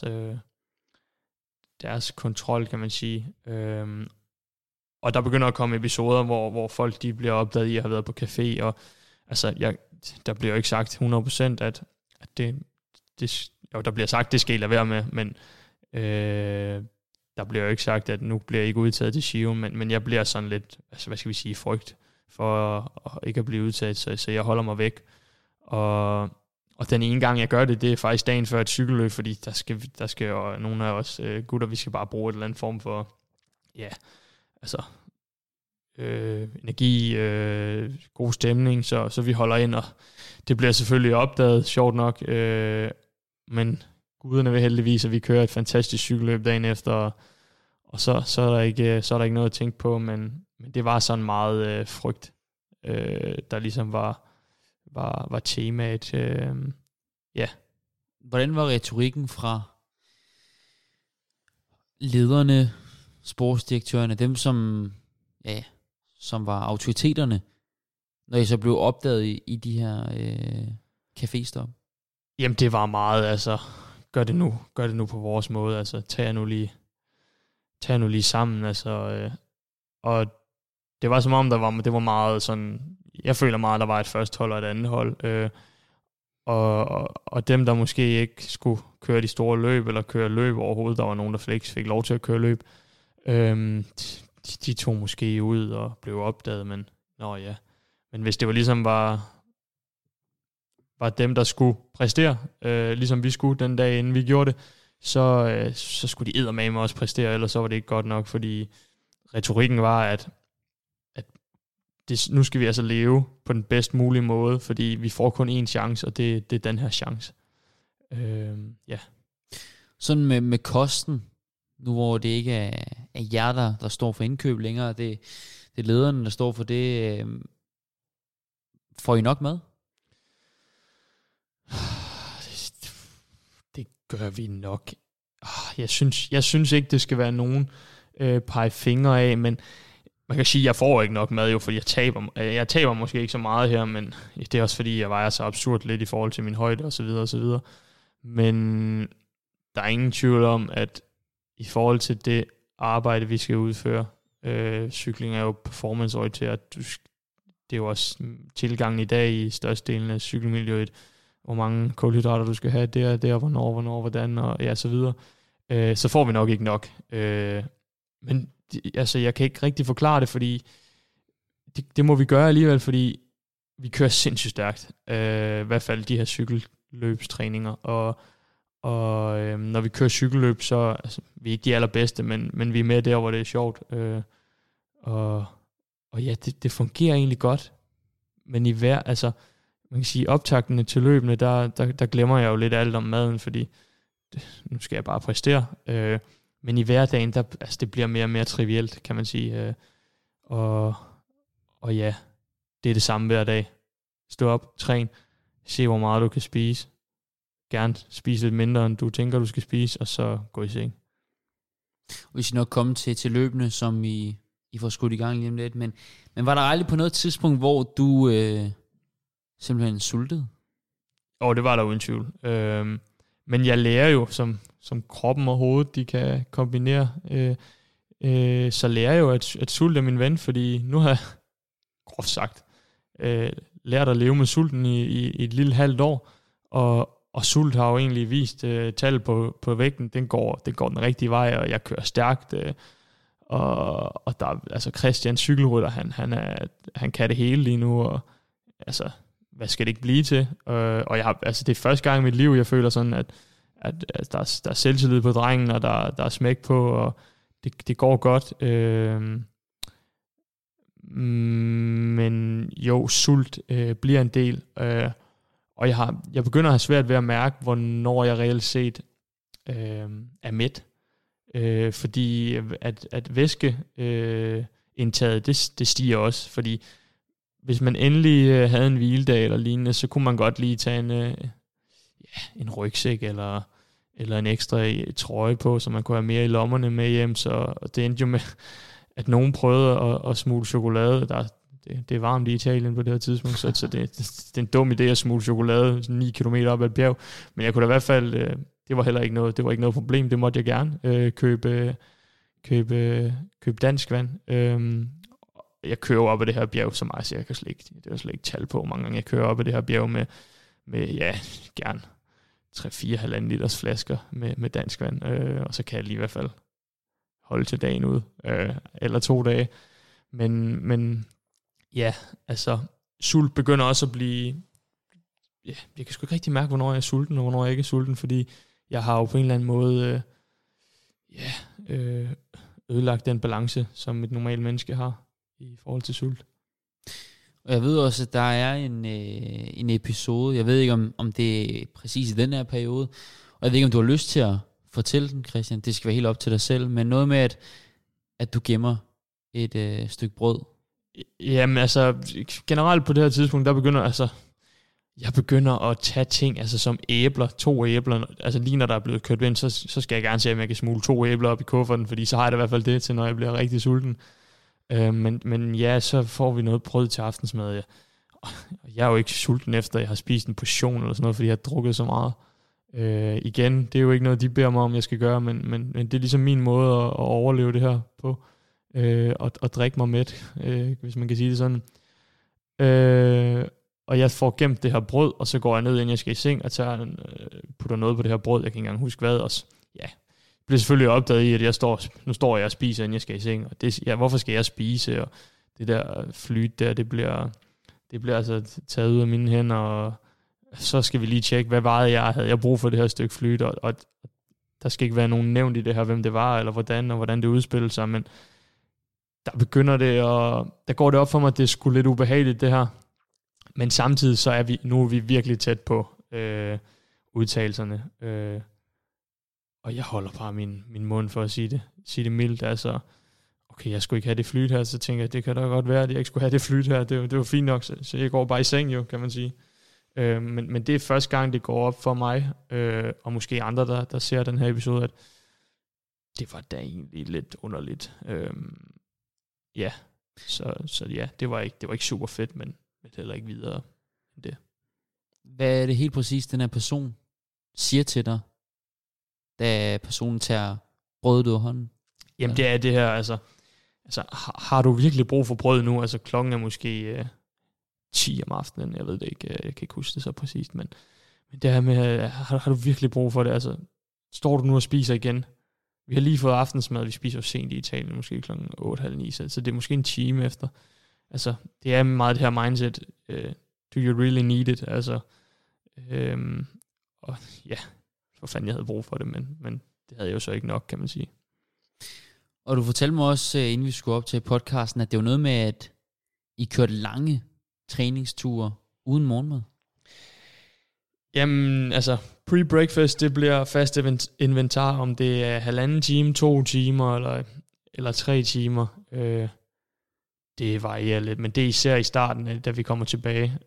B: deres kontrol, kan man sige. Og der begynder at komme episoder, hvor folk de bliver opdaget i at have været på café, og altså, der bliver jo ikke sagt 100%, at det jo, der bliver sagt, det skal I lade være med, men der bliver jo ikke sagt, at nu bliver jeg ikke udtaget til Giroen, men jeg bliver sådan lidt, altså hvad skal vi sige, frygt for ikke at blive udtaget, så jeg holder mig væk. Og Og den ene gang, jeg gør det, det er faktisk dagen før et cykelløb, fordi der skal jo nogle af os gutter, vi skal bare bruge et eller andet form for, energi, god stemning, så vi holder ind, og det bliver selvfølgelig opdaget, sjovt nok, men guderne vil heldigvis, at vi kører et fantastisk cykelløb dagen efter, og så er der ikke noget at tænke på, men det var sådan meget frygt, der ligesom var temaet.
C: Hvordan var retorikken fra lederne, sportsdirektørerne, dem som var autoriteterne, når I så blev opdaget i de her caféstop?
B: Jamen det var meget, altså gør det nu på vores måde, altså tag nu lige sammen, altså og det var som om det var meget sådan, jeg føler meget, der var et første hold og et andet hold, og dem der måske ikke skulle køre de store løb eller køre løb overhovedet, der var nogen der slet ikke fik lov til at køre løb, de tog måske ud og blev opdaget, men hvis det var ligesom var dem der skulle præstere, ligesom vi skulle den dag inden vi gjorde det, så skulle de eddermame også præstere, ellers så var det ikke godt nok, fordi retorikken var, at nu skal vi altså leve på den bedst mulige måde, fordi vi får kun én chance, og det er den her chance.
C: Sådan med kosten, nu hvor det ikke er jer, der står for indkøb længere, det er lederne, der står for det. Får I nok mad?
B: Det gør vi nok. Jeg synes ikke, det skal være nogen pege fingre af, men man kan sige, at jeg får ikke nok mad, jo, fordi jeg taber måske ikke så meget her, men det er også fordi, jeg vejer så absurd lidt i forhold til min højde og så videre og så videre. Men der er ingen tvivl om, at i forhold til det arbejde, vi skal udføre, cykling er jo performanceorienteret. Det er jo også tilgangen i dag i størstedelen af cykelmiljøet, hvor mange kulhydrater du skal have der, hvornår, hvordan, og så videre. Så får vi nok ikke nok. Men altså, jeg kan ikke rigtig forklare det, fordi det må vi gøre alligevel, fordi vi kører sindssygt stærkt. I hvert fald de her cykelløbstræninger. Og når vi kører cykelløb, så altså, vi er ikke de allerbedste, men vi er med der, hvor det er sjovt. Det fungerer egentlig godt. Men altså, man kan sige, optaktene til løbene, der glemmer jeg jo lidt alt om maden, fordi nu skal jeg bare præstere. Men i hverdagen, det bliver mere og mere trivielt, kan man sige. Og ja, det er det samme hver dag. Stå op, træn, se hvor meget du kan spise. Gerne spise lidt mindre, end du tænker, du skal spise, og så gå i seng.
C: Og vi skal nok komme til løbene, som I får skudt i gang lige om lidt. Men var der aldrig på noget tidspunkt, hvor du simpelthen sultede?
B: Det var der uden tvivl. Men jeg lærer jo, som kroppen og hovedet, de kan kombinere, så lærer jeg jo, at sult er min ven, fordi nu har jeg, groft sagt, lært at leve med sulten i et lille halvt år, og sult har jo egentlig vist tal på vægten, den går den rigtige vej, og jeg kører stærkt, og der altså Christian cykelrytter, han kan det hele lige nu, og altså, hvad skal det ikke blive til? Og jeg har, altså det er første gang i mit liv, jeg føler sådan, at der er selvtillid på drengen, og der er smæk på, og det går godt. Men jo, sult bliver en del, og jeg begynder at have svært ved at mærke, hvornår jeg reelt set er mæt. Fordi at væskeindtaget, det stiger også, fordi hvis man endelig havde en hviledag eller lignende, så kunne man godt lige tage en rygsæk eller en ekstra trøje på, så man kunne have mere i lommerne med hjem. Så det endte jo med, at nogen prøvede at smule chokolade. Det er varmt i Italien på det her tidspunkt, så det er en dum idé at smule chokolade 9 km op ad et bjerg. Men jeg kunne da i hvert fald, det var heller ikke noget, det var ikke noget problem. Det måtte jeg gerne købe dansk vand. Jeg kører op ad det her bjerg så meget, så jeg kan slet ikke tal på, hvor mange gange jeg kører op ad det her bjerg med gerne 3-4,5 liters flasker med dansk vand, og så kan jeg lige i hvert fald holde til dagen ud, eller 2 dage. Men ja, altså, sult begynder også at blive jeg kan sgu ikke rigtig mærke, hvornår jeg er sulten, og hvornår jeg ikke er sulten, fordi jeg har jo på en eller anden måde ødelagt den balance, som et normalt menneske har i forhold til sult.
C: Og jeg ved også, at der er en episode, jeg ved ikke, om det er præcis i den her periode, og jeg ved ikke, om du har lyst til at fortælle den, Christian, det skal være helt op til dig selv, men noget med, at du gemmer et stykke brød.
B: Jamen altså, generelt på det her tidspunkt, jeg begynder at tage ting, altså som æbler, 2 æbler, altså lige når der er blevet kørt vind, så skal jeg gerne se, om jeg kan smule 2 æbler op i kufferten, fordi så har jeg da i hvert fald det til, når jeg bliver rigtig sulten. Men ja, så får vi noget brød til aftensmad. Jeg er jo ikke sulten efter, jeg har spist en portion eller sådan noget, fordi jeg har drukket så meget. Igen, det er jo ikke noget, de beder mig om, jeg skal gøre, men det er ligesom min måde at overleve det her på. Og drikke mig mæt, hvis man kan sige det sådan. Og jeg får gemt det her brød, og så går jeg ned, inden jeg skal i seng, og putter noget på det her brød, jeg kan ikke engang huske hvad, og bliver selvfølgelig opdaget i, at nu står jeg og spiser, inden jeg skal i seng, og hvorfor skal jeg spise, og det der flyt der, det bliver altså taget ud af mine hænder, og så skal vi lige tjekke, hvad var det, havde jeg brug for det her stykke flyt, og der skal ikke være nogen nævnt i det her, hvem det var, eller hvordan det udspillede sig, men der går det op for mig, at det er sgu lidt ubehageligt det her, men samtidig så er vi virkelig tæt på udtalelserne, og jeg holder bare min mund for at sige det mildt, altså, okay, jeg skulle ikke have det flyt her, så tænker jeg, det kan da godt være, at jeg ikke skulle have det flyt her, det var fint nok, så jeg går bare i seng jo, kan man sige. Men det er første gang, det går op for mig, og måske andre, der ser den her episode, at det var da egentlig lidt underligt. Ja, så ja, det var ikke super fedt, men heller ikke videre end det.
C: Hvad er det helt præcis, den her person siger til dig, da personen tager brødet ud af hånden?
B: Jamen det er det her, altså har du virkelig brug for brød nu? Altså klokken er måske 10 om aftenen, jeg ved det ikke, jeg kan ikke huske det så præcist, men det her med, har du virkelig brug for det? Altså, står du nu og spiser igen? Vi har lige fået aftensmad, vi spiser jo sent i Italien, måske klokken 8:30, så det er måske en time efter. Altså, det er meget det her mindset, do you really need it? Altså, og ja, for fanden jeg havde brug for det, men det havde jeg jo så ikke nok, kan man sige.
C: Og du fortalte mig også, inden vi skulle op til podcasten, at det var noget med, at I kørte lange træningsture uden morgenmad.
B: Jamen, altså, pre-breakfast, det bliver fast inventar, om det er 1,5 time, 2 timer eller 3 timer. Det varierer lidt, men det er især i starten, da vi kommer tilbage.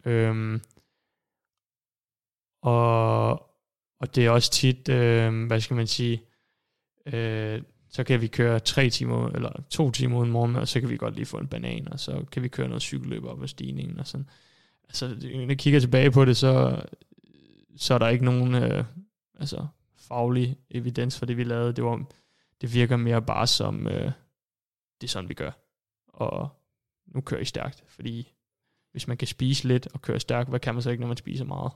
B: Og det er også tit, hvad skal man sige, så kan vi køre 3 timer eller 2 timer uden morgenmad, og så kan vi godt lige få en banan, og så kan vi køre noget cykelløb op ad stigningen og sådan. Altså, når jeg kigger tilbage på det, så er der ikke nogen faglig evidens for det, vi lavede. Det virker mere bare som, det er sådan, vi gør. Og nu kører I stærkt, fordi hvis man kan spise lidt og køre stærkt, hvad kan man så ikke, når man spiser meget?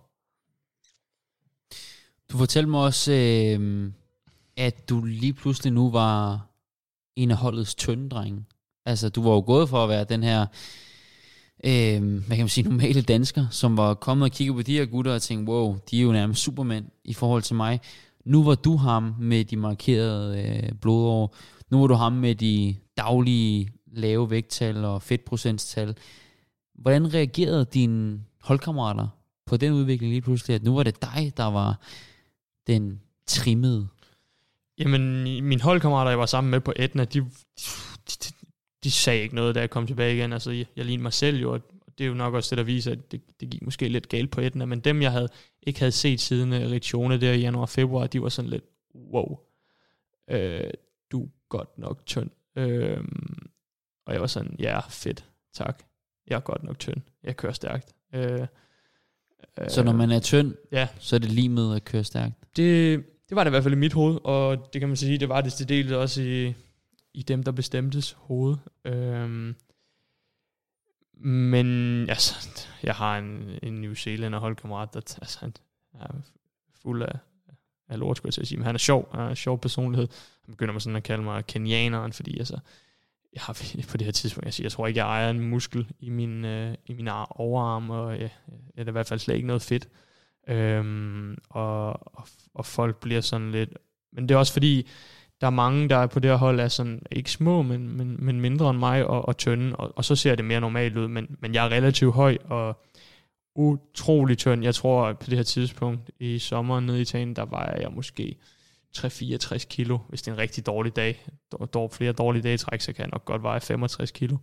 C: Du fortalte mig også, at du lige pludselig nu var en af holdets tynde drenge. Altså, du var jo gået for at være den her, hvad kan man sige, normale dansker, som var kommet og kigget på de her gutter og tænkte, wow, de er jo nærmest supermænd i forhold til mig. Nu var du ham med de markerede blodår. Nu var du ham med de daglige lave vægttal og fedtprocentstal. Hvordan reagerede dine holdkammerater på den udvikling lige pludselig, at nu var det dig, der var den trimmede?
B: Jamen, mine holdkammerater, jeg var sammen med på Etna, de sagde ikke noget, da jeg kom tilbage igen. Altså, jeg lignede mig selv jo, og det er jo nok også det, der viser, at det gik måske lidt galt på Etna. Men dem, jeg ikke havde set siden Riccione der i januar-februar, de var sådan lidt, wow, du er godt nok tynd. Og jeg var sådan, ja, fedt, tak. Jeg er godt nok tynd. Jeg kører stærkt.
C: Så når man er tynd,
B: ja,
C: så er det lige med at køre stærkt?
B: Det var det i hvert fald i mit hoved, og det kan man sige, det var det til dels også i dem, der bestemtes hoved. Men altså, jeg har en New Zealander holdkammerat, der han er fuld af lort, skulle jeg til at sige, men han er sjov, sjov personlighed. Han begynder mig sådan at kalde mig kenianeren, fordi altså, jeg har på det her tidspunkt, jeg tror ikke, jeg ejer en muskel i min overarm, og jeg er i hvert fald slet ikke noget fedt. Og folk bliver sådan lidt... Men det er også fordi, der er mange, der er på det her hold, er sådan, ikke små, men mindre end mig og tynde, og så ser det mere normalt ud, men jeg er relativt høj og utrolig tynd. Jeg tror, at på det her tidspunkt i sommeren nede i Italien, der vejer jeg måske 3-64 kilo, hvis det er en rigtig dårlig dag. Flere dårlige dage i træk, så kan jeg nok godt veje 65 kilo.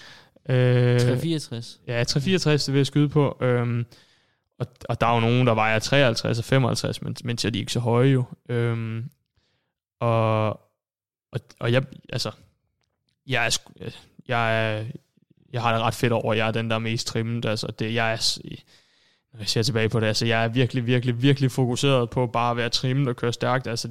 C: 364?
B: Ja, 364, det vil jeg skyde på. Og der er jo nogen, der vejer 53 og 55, men så er de ikke så høje jo. Og jeg, altså, jeg har det ret fedt over, at jeg er den, der er mest trimmet. Altså, når jeg ser tilbage på det, altså, jeg er virkelig, virkelig, virkelig fokuseret på bare at være trimmet og køre stærkt. Altså,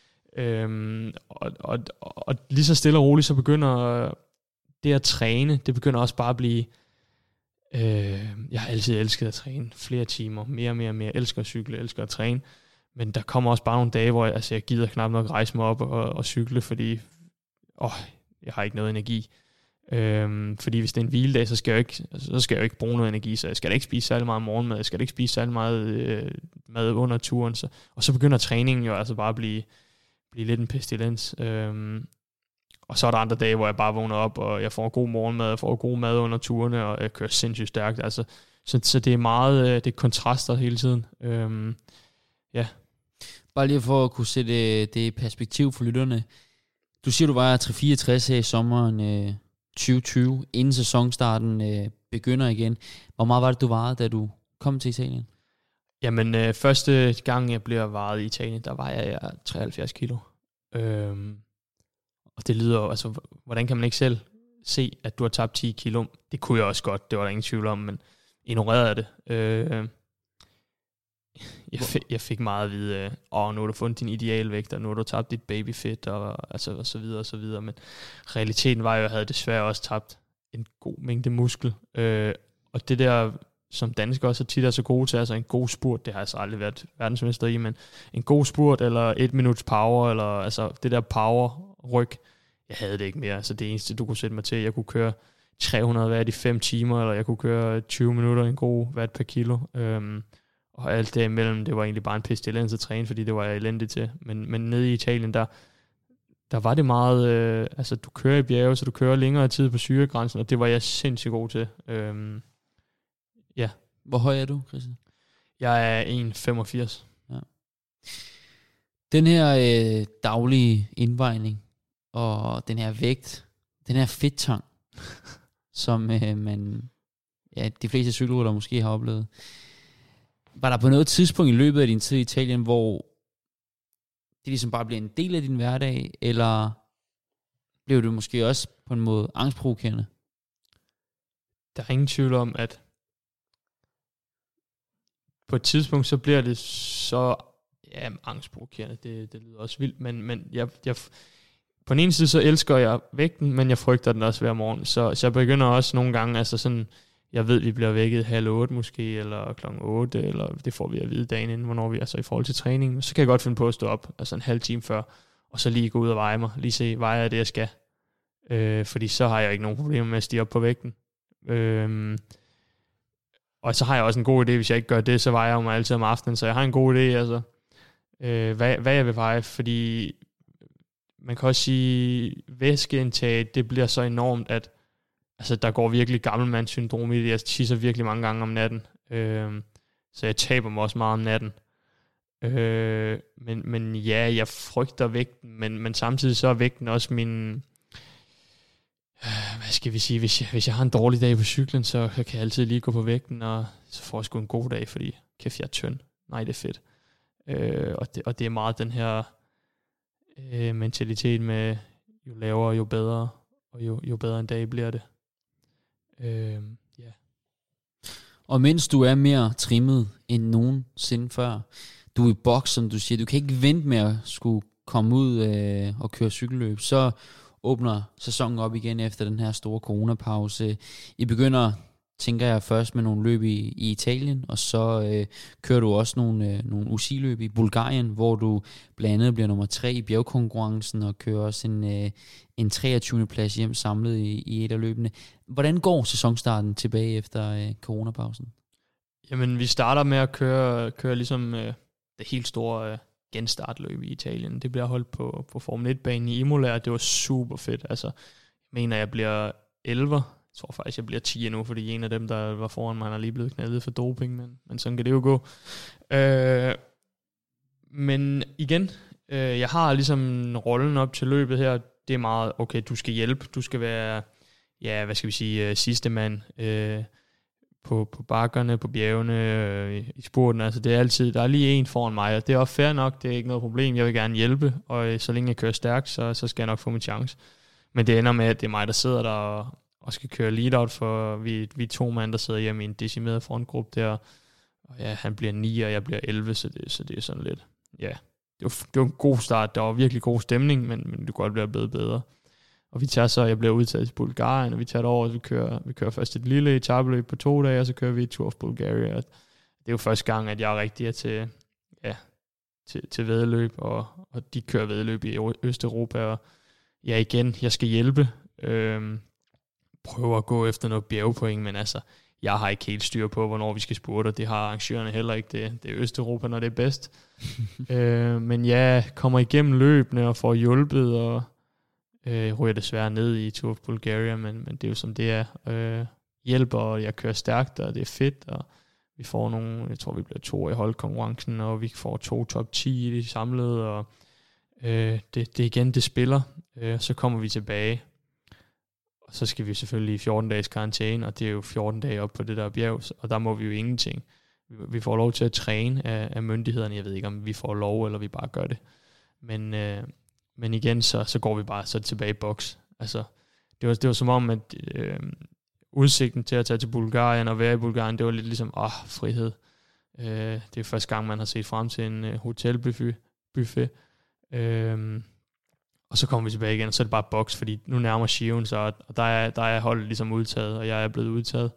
B: og lige så stille og roligt, så begynder det at træne, det begynder også bare at blive... jeg har altid elsket at træne flere timer, mere, elsker at cykle, elsker at træne, men der kommer også bare nogle dage, hvor jeg gider knap nok rejse mig op og cykle, fordi jeg har ikke noget energi. Fordi hvis det er en hviledag, så skal jeg jo ikke bruge noget energi, så jeg skal da ikke spise særlig meget morgenmad, jeg skal da ikke spise særlig meget mad under turen, og så begynder træningen jo altså bare at blive lidt en pestilens. Og så er der andre dage, hvor jeg bare vågner op, og jeg får god morgenmad, jeg får god mad under turene, og jeg kører sindssygt stærkt. Altså, så det er meget, det er kontraster hele tiden. Ja.
C: Bare lige for at kunne sætte det i perspektiv for lytterne. Du siger, du var 364 her i sommeren 2020, inden sæsonstarten begynder igen. Hvor meget var det, du varede, da du kom til Italien?
B: Jamen, første gang jeg bliver varet i Italien, der var jeg 73 kilo. Og det lyder, altså, hvordan kan man ikke selv se, at du har tabt 10 kilo? Det kunne jeg også godt, det var der ingen tvivl om, men ignorerede jeg det. Jeg fik meget at vide, nu har du fundet din idealvægt, og nu har du tabt dit babyfit, og så videre, og så videre. Men realiteten var jo, at jeg havde desværre også tabt en god mængde muskel. Og det der, som danskere også tit er så gode til, altså en god spurt, det har jeg så aldrig været verdensmester i, men en god spurt, eller 1 minuts power, eller altså det der power-ryg, jeg havde det ikke mere. Altså det eneste, du kunne sætte mig til, jeg kunne køre 300 watt i 5 timer, eller jeg kunne køre 20 minutter en god watt per kilo. Og alt det imellem, det var egentlig bare en pestilens at træne, fordi det var jeg elendig til. Men nede i Italien, der var det meget, altså du kører i bjerge, så du kører længere tid på syregrænsen, og det var jeg sindssygt god til. Ja.
C: Hvor høj er du, Christian?
B: Jeg er 1,85.
C: Ja. Den her daglige indvejning, og den her vægt, den her fedtang, som de fleste cykelryttere måske har oplevet. Var der på noget tidspunkt i løbet af din tid i Italien, hvor det ligesom bare blev en del af din hverdag, eller blev det måske også på en måde angstprovokerende?
B: Der er ingen tvivl om, at på et tidspunkt, så bliver det så angstprovokerende. Det lyder også vildt, men jeg på den ene side, så elsker jeg vægten, men jeg frygter den også hver morgen. Så jeg begynder også nogle gange, altså sådan, jeg ved, vi bliver vækket 7:30 måske, eller 8:00, eller det får vi at vide dagen inden, hvornår vi er så i forhold til træning. Så kan jeg godt finde på at stå op, altså en halv time før, og så lige gå ud og veje mig, lige se, vejer jeg det, jeg skal. Fordi så har jeg ikke nogen problemer med at stige op på vægten. Og så har jeg også en god idé, hvis jeg ikke gør det, så vejer jeg mig altid om aftenen, så jeg har en god idé, altså, hvad jeg vil veje, fordi man kan også sige, væskeindtag, det bliver så enormt, at altså, der går virkelig gammelmandssyndrom i det. Jeg tisser virkelig mange gange om natten. Så jeg taber mig også meget om natten. Men ja, jeg frygter vægten, men samtidig så er vægten også min... hvad skal vi sige? Hvis jeg har en dårlig dag på cyklen, så kan jeg altid lige gå på vægten, og så får jeg sgu en god dag, fordi kæft, jeg er tynd. Nej, det er fedt. Og det er meget den her mentalitet med, jo lavere, jo bedre, og jo bedre en dag bliver det.
C: Og mens du er mere trimmet end nogensinde før, du er i boks, som du siger, du kan ikke vente med at skulle komme ud og køre cykelløb, så åbner sæsonen op igen efter den her store coronapause. I begynder, tænker jeg, først med nogle løb i Italien, og så kører du også nogle UCI-løb i Bulgarien, hvor du blandt andet bliver nummer 3 i bjergkonkurrencen, og kører også en 23. plads hjem samlet i et af løbene. Hvordan går sæsonstarten tilbage efter coronapausen?
B: Jamen, vi starter med at køre ligesom det helt store genstartløb i Italien. Det bliver holdt på Formel 1-banen i Imola, og det var super fedt. Altså, jeg mener, jeg bliver 11. Jeg tror faktisk, jeg bliver 10 nu, fordi en af dem, der var foran mig, er lige blevet knaldet for doping, men sådan kan det jo gå. Men igen, jeg har ligesom rollen op til løbet her. Det er meget, okay, du skal hjælpe. Du skal være, ja, hvad skal vi sige, sidste mand på bakkerne, på bjergene, i spurten. Altså det er altid, der er lige en foran mig, og det er også fair nok, det er ikke noget problem. Jeg vil gerne hjælpe, og så længe jeg kører stærkt, så skal jeg nok få min chance. Men det ender med, at det er mig, der sidder der og skal køre lead-out, for vi er 2 mand, der sidder hjemme i en decimeret frontgruppe der. Og ja, han bliver 9, og jeg bliver 11, så det er sådan lidt, ja. Det var en god start, der var virkelig god stemning, men det kunne godt blive blevet bedre. Og vi tager så, jeg bliver udtaget til Bulgarien, og vi tager det over, og vi kører først et lille etabeløb på 2 dage, og så kører vi Tour of Bulgaria. Det er jo første gang, at jeg er rigtig til væddeløb, og de kører væddeløb i Østeuropa, og ja, igen, jeg skal hjælpe. Prøve at gå efter noget bjergpoint, men altså, jeg har ikke helt styr på, hvornår vi skal spurte, og det har arrangørerne heller ikke. Det er Østeuropa, når det er bedst. Men ja, kommer igennem løbene og får hjulpet, og ryger desværre ned i Tour of Bulgaria, men det er jo som det er. Hjælper, og jeg kører stærkt, og det er fedt, og vi får nogle, jeg tror vi bliver 2 i holdkonkurrencen, og vi får 2 top 10 i det samlede, og det igen, det spiller. Så kommer vi tilbage, og så skal vi selvfølgelig i 14 dages karantæne, og det er jo 14 dage op på det der bjerg, og der må vi jo ingenting. Vi får lov til at træne af myndighederne. Jeg ved ikke, om vi får lov, eller vi bare gør det. Men igen, så går vi bare så tilbage i boks. Altså, det var som om, at udsigten til at tage til Bulgarien og være i Bulgarien, det var lidt ligesom, frihed. Det er første gang, man har set frem til en hotelbuffet. Og så kommer vi tilbage igen, og så er det bare boks, fordi nu nærmer Giroen så, og der er holdet ligesom udtaget, og jeg er blevet udtaget.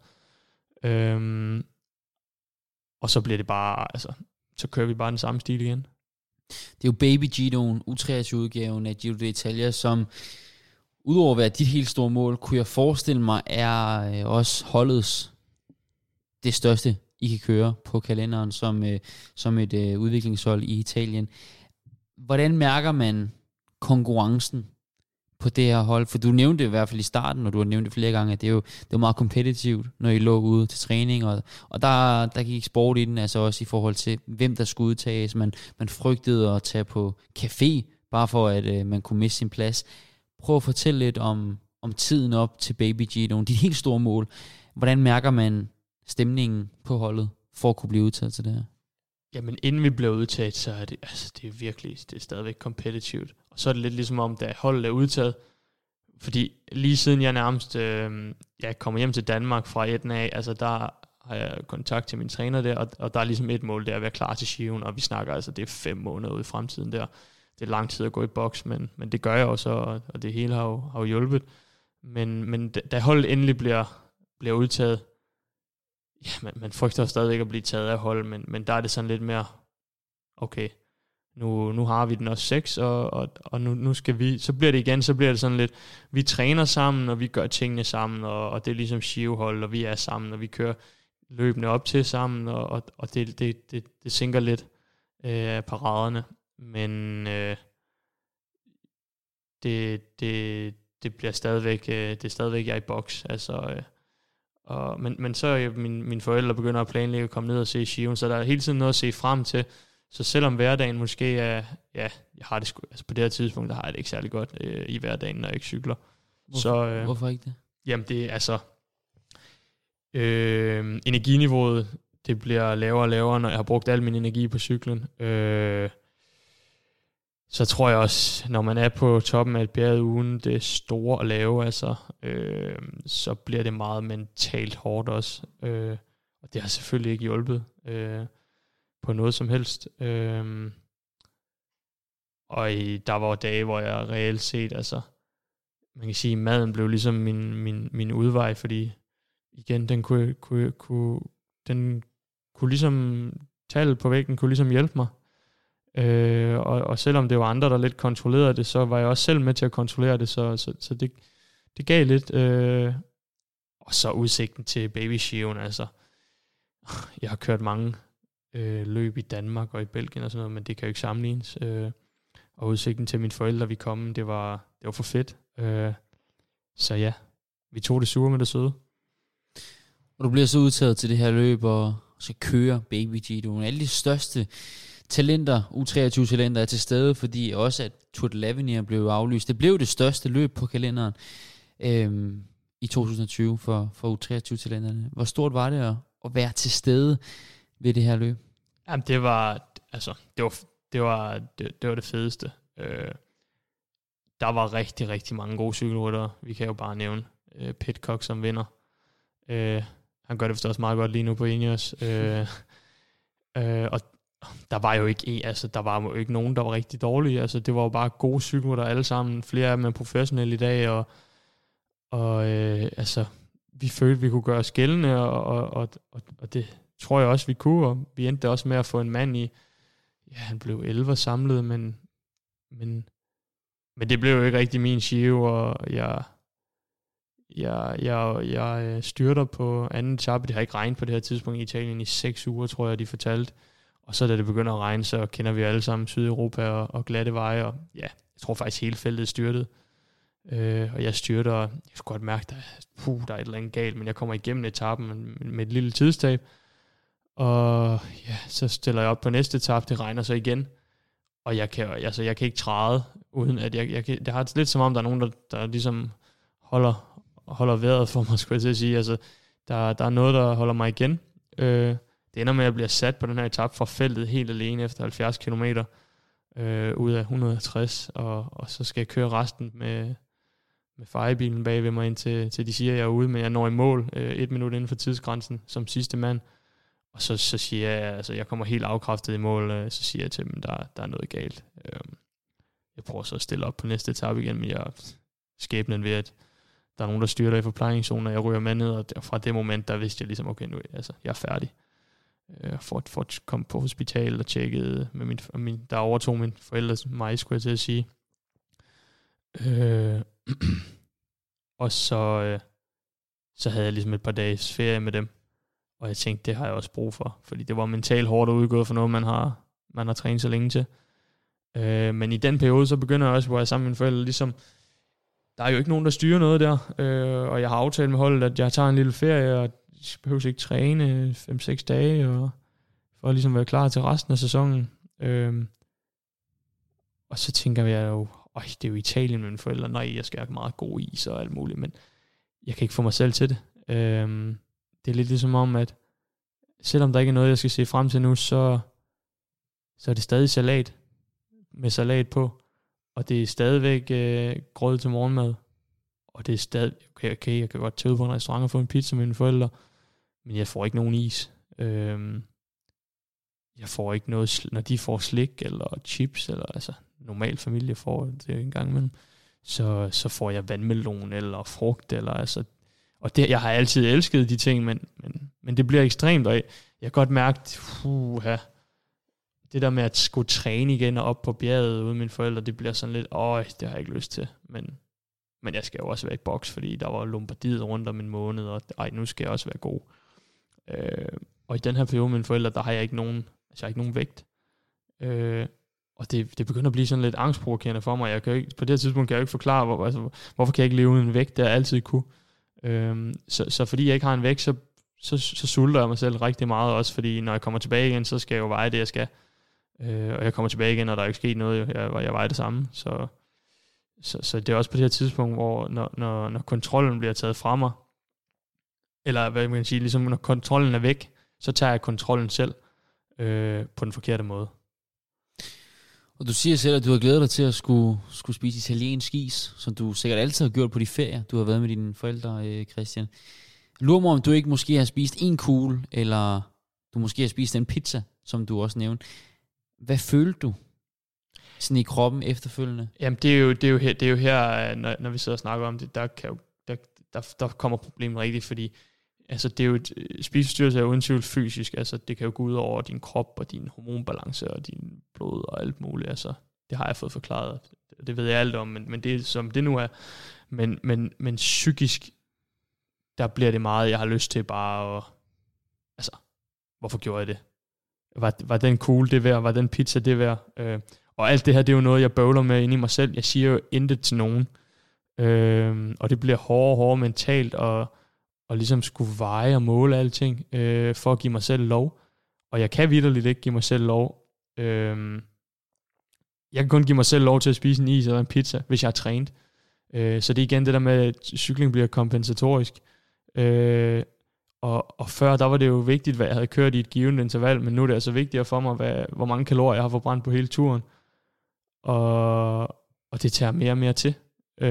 B: Og så bliver det bare, altså, så kører vi bare den samme stil igen.
C: Det er jo Baby Giroen, U23-udgaven af Giro d'Italia, som udover at være dit helt store mål, kunne jeg forestille mig, er også holdets det største, I kan køre på kalenderen som et udviklingshold i Italien. Hvordan mærker man konkurrencen på det her hold? For du nævnte det i hvert fald i starten, og du har nævnt det flere gange, at det er jo meget kompetitivt, når I lå ude til træning, og der gik sport i den, altså også i forhold til, hvem der skulle udtages. Man frygtede at tage på café, bare for at man kunne miste sin plads. Prøv at fortælle lidt om tiden op til Baby Giroen, dit helt store mål. Hvordan mærker man stemningen på holdet, for at kunne blive udtaget til det her?
B: Jamen, inden vi blev udtaget, så er det er virkelig, det er stadigvæk kompetitivt. Og så er det lidt ligesom om, da holdet er udtaget, fordi lige siden jeg nærmest kommer hjem til Danmark fra etten af, altså der har jeg kontakt til min træner der, og der er ligesom et mål, det er at være klar til Giroen, og vi snakker altså, det er 5 måneder ude i fremtiden der. Det er lang tid at gå i boks, men det gør jeg også, og det hele har jo hjulpet. Men da holdet endelig bliver udtaget, ja, man frygter stadigvæk at blive taget af hold, men der er det sådan lidt mere, okay, nu har vi den også 6, og nu skal vi, så bliver det sådan lidt, vi træner sammen, og vi gør tingene sammen, og det er ligesom Giro-hold, og vi er sammen, og vi kører løbende op til sammen, og det sænker lidt paraderne, men det bliver stadigvæk, det er stadigvæk jeg i boks, altså. Men så mine forældre begynder at planlægge at komme ned og se Giroen, så der er hele tiden noget at se frem til. Så selvom hverdagen måske er, jeg har det altså på det her tidspunkt, der har jeg det ikke særlig godt i hverdagen, når jeg ikke cykler.
C: Hvorfor ikke det? Jamen
B: det er altså, energiniveauet, det bliver lavere og lavere, når jeg har brugt al min energi på cyklen. Så tror jeg også, når man er på toppen af et bjerg uden det store og lave, altså, så bliver det meget mentalt hårdt også. Og det har selvfølgelig ikke hjulpet på noget som helst. Og der var dage, hvor jeg reelt set, altså, man kan sige, maden blev ligesom min udvej, fordi igen, den kunne ligesom, tallet på vægten kunne ligesom hjælpe mig. Og selvom det var andre, der lidt kontrollerede det, så var jeg også selv med til at kontrollere det, så det gav lidt. Og så udsigten til Baby Giroen, altså. Jeg har kørt mange løb i Danmark og i Belgien og sådan noget, men det kan jo ikke sammenlignes. Og udsigten til mine forældre, vi kom, det var for fedt. Så ja, vi tog det sure med det søde.
C: Og du bliver så udtaget til det her løb, og skal køre Baby G. Du er alle de største talenter, U23-talenter er til stede, fordi også at Tour de l'Avenir blev aflyst. Det blev det største løb på kalenderen i 2020 for U23-talenterne. Hvor stort var det at være til stede ved det her løb?
B: Jamen, det var det fedeste. Der var rigtig, rigtig mange gode cykelryttere. Vi kan jo bare nævne Pidcock som vinder. Han gør det forstås meget godt lige nu på Ineos. Og der var jo ikke nogen, der var rigtig dårlige. Altså, det var jo bare gode cykelryttere alle sammen. Flere af dem er professionelle i dag, og vi følte, vi kunne gøre os gældende, og det tror jeg også, vi kunne. Og vi endte også med at få en mand i, han blev 11 samlet, men det blev jo ikke rigtig min Giro, og jeg styrter på anden etape. Det har ikke regnet på det her tidspunkt i Italien i 6 uger, tror jeg, de fortalte. Og så da det begynder at regne, så kender vi alle sammen Sydeuropa og glatte veje, og ja, jeg tror faktisk hele feltet styrtede. Og jeg styrter, jeg kunne godt mærke, der er et eller andet galt, men jeg kommer igennem etappen med et lille tidstab. Og ja, så stiller jeg op på næste etape, det regner så igen. Og jeg kan ikke træde, uden at det har lidt som om, der er nogen, der ligesom holder vejret for mig, skulle jeg til at sige. Altså, der er noget, der holder mig igen. Det ender med, at jeg bliver sat på den her etape fra feltet helt alene efter 70 km ud af 160, og så skal jeg køre resten med fejebilen bag ved mig, indtil de siger, at jeg er ude, men jeg når i mål 1 minut inden for tidsgrænsen som sidste mand. Og så siger jeg, altså jeg kommer helt afkræftet i mål, så siger jeg til dem, der er noget galt. Jeg prøver så at stille op på næste etape igen, men jeg skæbnen ved, at der er nogen, der styrer i forplejningszonen, og jeg ryger med ned, og fra det moment, der vidste jeg ligesom, okay, nu altså, jeg er færdig. For at komme på hospitalet og tjekkede med der overtog mine forældre mig, skulle jeg til at sige. Og så havde jeg ligesom et par dages ferie med dem, og jeg tænkte, det har jeg også brug for, fordi det var mentalt hårdt at udgå for noget, man har trænet så længe til. Men i den periode, så begynder jeg også, hvor jeg sammen med mine forældre, ligesom, der er jo ikke nogen, der styrer noget der, og jeg har aftalt med holdet, at jeg tager en lille ferie, og jeg behøver ikke træne 5-6 dage, og for at ligesom være klar til resten af sæsonen. Og så tænker jeg jo, det er jo Italien med mine forældre, nej, jeg skal have meget god is og alt muligt, men jeg kan ikke få mig selv til det. Det er lidt ligesom om, at selvom der ikke er noget, jeg skal se frem til nu, så er det stadig salat, med salat på, og det er stadigvæk grød til morgenmad, og det er stadig, okay, jeg kan godt tage ud på en restaurant og få en pizza med mine forældre, men jeg får ikke nogen is. Jeg får ikke noget, når de får slik eller chips, eller altså normal familie får det en gang imellem, så får jeg vandmelon eller frugt, eller altså, og det, jeg har altid elsket de ting, men det bliver ekstremt, og jeg kan godt mærke, det der med at skulle træne igen og op på bjerget uden mine forældre, det bliver sådan lidt, det har jeg ikke lyst til, men jeg skal jo også være i boks, fordi der var Lombardiet rundt om en måned, og nu skal jeg også være god. Og i den her periode med mine forældre, der har jeg ikke nogen vægt. Og det begynder at blive sådan lidt angstprovokerende for mig. Jeg kan ikke, på det her tidspunkt kan jeg jo ikke forklare, hvorfor kan jeg ikke leve uden en vægt, der jeg altid kunne. Så fordi jeg ikke har en vægt, så sulter jeg mig selv rigtig meget, også fordi når jeg kommer tilbage igen, så skal jeg jo veje det, jeg skal. Og jeg kommer tilbage igen, og der er ikke sket noget, jeg vejer det samme. Så det er også på det her tidspunkt, hvor når kontrollen bliver taget fra mig, eller hvad man kan sige, ligesom når kontrollen er væk, så tager jeg kontrollen selv på den forkerte måde.
C: Og du siger selv, at du har glædet dig til at skulle spise italiensk is, som du sikkert altid har gjort på de ferier, du har været med dine forældre, Christian. Lurer mig, om du ikke måske har spist en kugle, eller du måske har spist en pizza, som du også nævnte. Hvad følte du sådan i kroppen efterfølgende?
B: Jamen, det er jo her, når vi sidder og snakker om det, der kommer problemet rigtigt, fordi altså, det er jo spiseforstyrrelse er uden tvivl fysisk, altså det kan jo gå ud over din krop og din hormonbalance og din blod og alt muligt, altså det har jeg fået forklaret, det ved jeg alt om, men det er som det nu er, men psykisk, der bliver det meget, jeg har lyst til bare at, altså hvorfor gjorde jeg det? Var den cool det værd? Var den pizza det værd? Og alt det her, det er jo noget, jeg bøvler med inde i mig selv. Jeg siger jo intet til nogen. Og det bliver hårdere mentalt, og ligesom skulle veje og måle alting, for at give mig selv lov. Og jeg kan vitterligt ikke give mig selv lov. Jeg kan kun give mig selv lov til at spise en is eller en pizza, hvis jeg har trænet. Så det er igen det der med, at cykling bliver kompensatorisk. Og før, der var det jo vigtigt, hvad jeg havde kørt i et givet interval, men nu er det altså vigtigere for mig, hvor mange kalorier jeg har forbrændt på hele turen. Og det tager mere og mere til.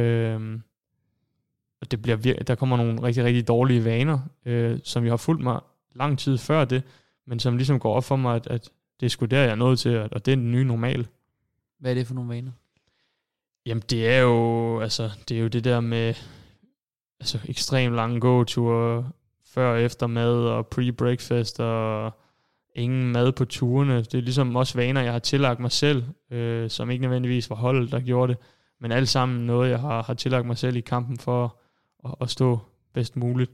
B: Og det bliver der kommer nogle rigtig, rigtig dårlige vaner, som jeg har fulgt mig lang tid før det, men som ligesom går op for mig, at det er sgu der, jeg er nået til, og det er den nye normal.
C: Hvad er det for nogle vaner?
B: Jamen, det er jo det der med ekstremt lange gåture, før og efter mad, og pre-breakfast, og ingen mad på turene. Det er ligesom også vaner, jeg har tillagt mig selv, som ikke nødvendigvis var holdet, der gjorde det, men alt sammen noget, jeg har tillagt mig selv i kampen for at stå bedst muligt.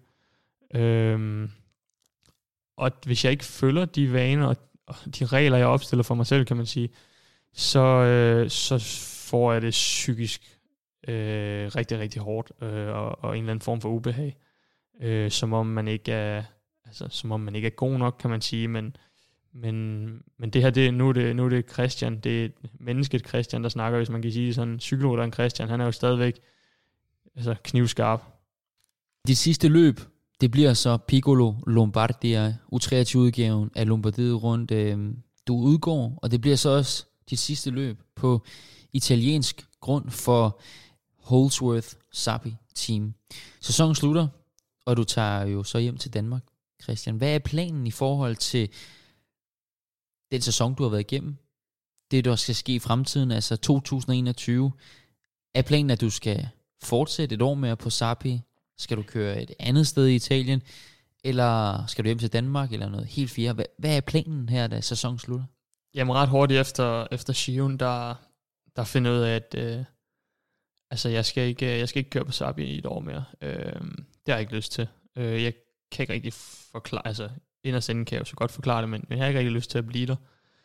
B: Og hvis jeg ikke følger de vaner og de regler, jeg opstiller for mig selv, kan man sige, så får jeg det psykisk rigtig, rigtig hårdt, og en eller anden form for ubehag. Som om man ikke er god nok, kan man sige, men det her, nu er det Christian, det er mennesket Christian, der snakker, hvis man kan sige sådan. Cykelrytteren Christian, han er jo stadigvæk knivskarp.
C: Det sidste løb, det bliver så Piccolo Lombardia, U23-udgaven af Lombardiet rundt. Du udgår, og det bliver så også dit sidste løb på italiensk grund for Holsworth Sappi Team. Sæsonen slutter, og du tager jo så hjem til Danmark, Christian. Hvad er planen i forhold til den sæson, du har været igennem? Det, der skal ske i fremtiden, altså 2021. Er planen, at du skal fortsætte et år mere på Sappi? Skal du køre et andet sted i Italien? Eller skal du hjem til Danmark, eller noget helt fjerde? Hvad er planen her, da sæsonen slutter?
B: Jamen ret hurtigt efter Skiven, der finder ud af, at jeg skal ikke køre på Sappi i et år mere. Det har jeg ikke lyst til. Jeg kan ikke rigtig forklare, inderst inden kan jeg jo så godt forklare det, men jeg har ikke rigtig lyst til at blive der.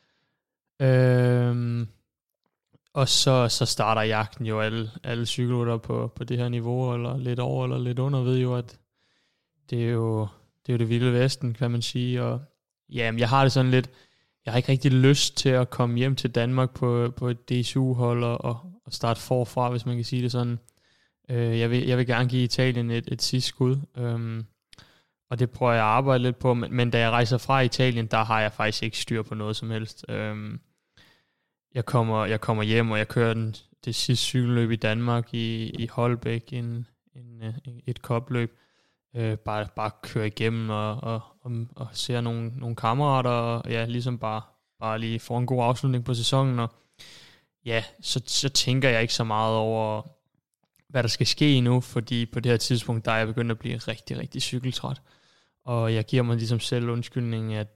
B: Og så starter jagten jo alle cykelryttere på det her niveau, eller lidt over eller lidt under, ved jo, at det er jo det vilde vesten, kan man sige. Og jamen, jeg har det sådan lidt, jeg har ikke rigtig lyst til at komme hjem til Danmark på et DSU-hold og starte forfra, hvis man kan sige det sådan. Jeg vil gerne give Italien et sidste skud, og det prøver jeg at arbejde lidt på, men da jeg rejser fra Italien, der har jeg faktisk ikke styr på noget som helst. Jeg kommer hjem, og jeg kører det sidste cykelløb i Danmark i Holbæk, et cupløb. Bare køre igennem og ser nogle kammerater, og ja, ligesom bare lige få en god afslutning på sæsonen, og ja, så tænker jeg ikke så meget over, hvad der skal ske nu, fordi på det her tidspunkt, der er jeg begyndt at blive rigtig, rigtig cykeltræt, og jeg giver mig ligesom selv undskyldning, at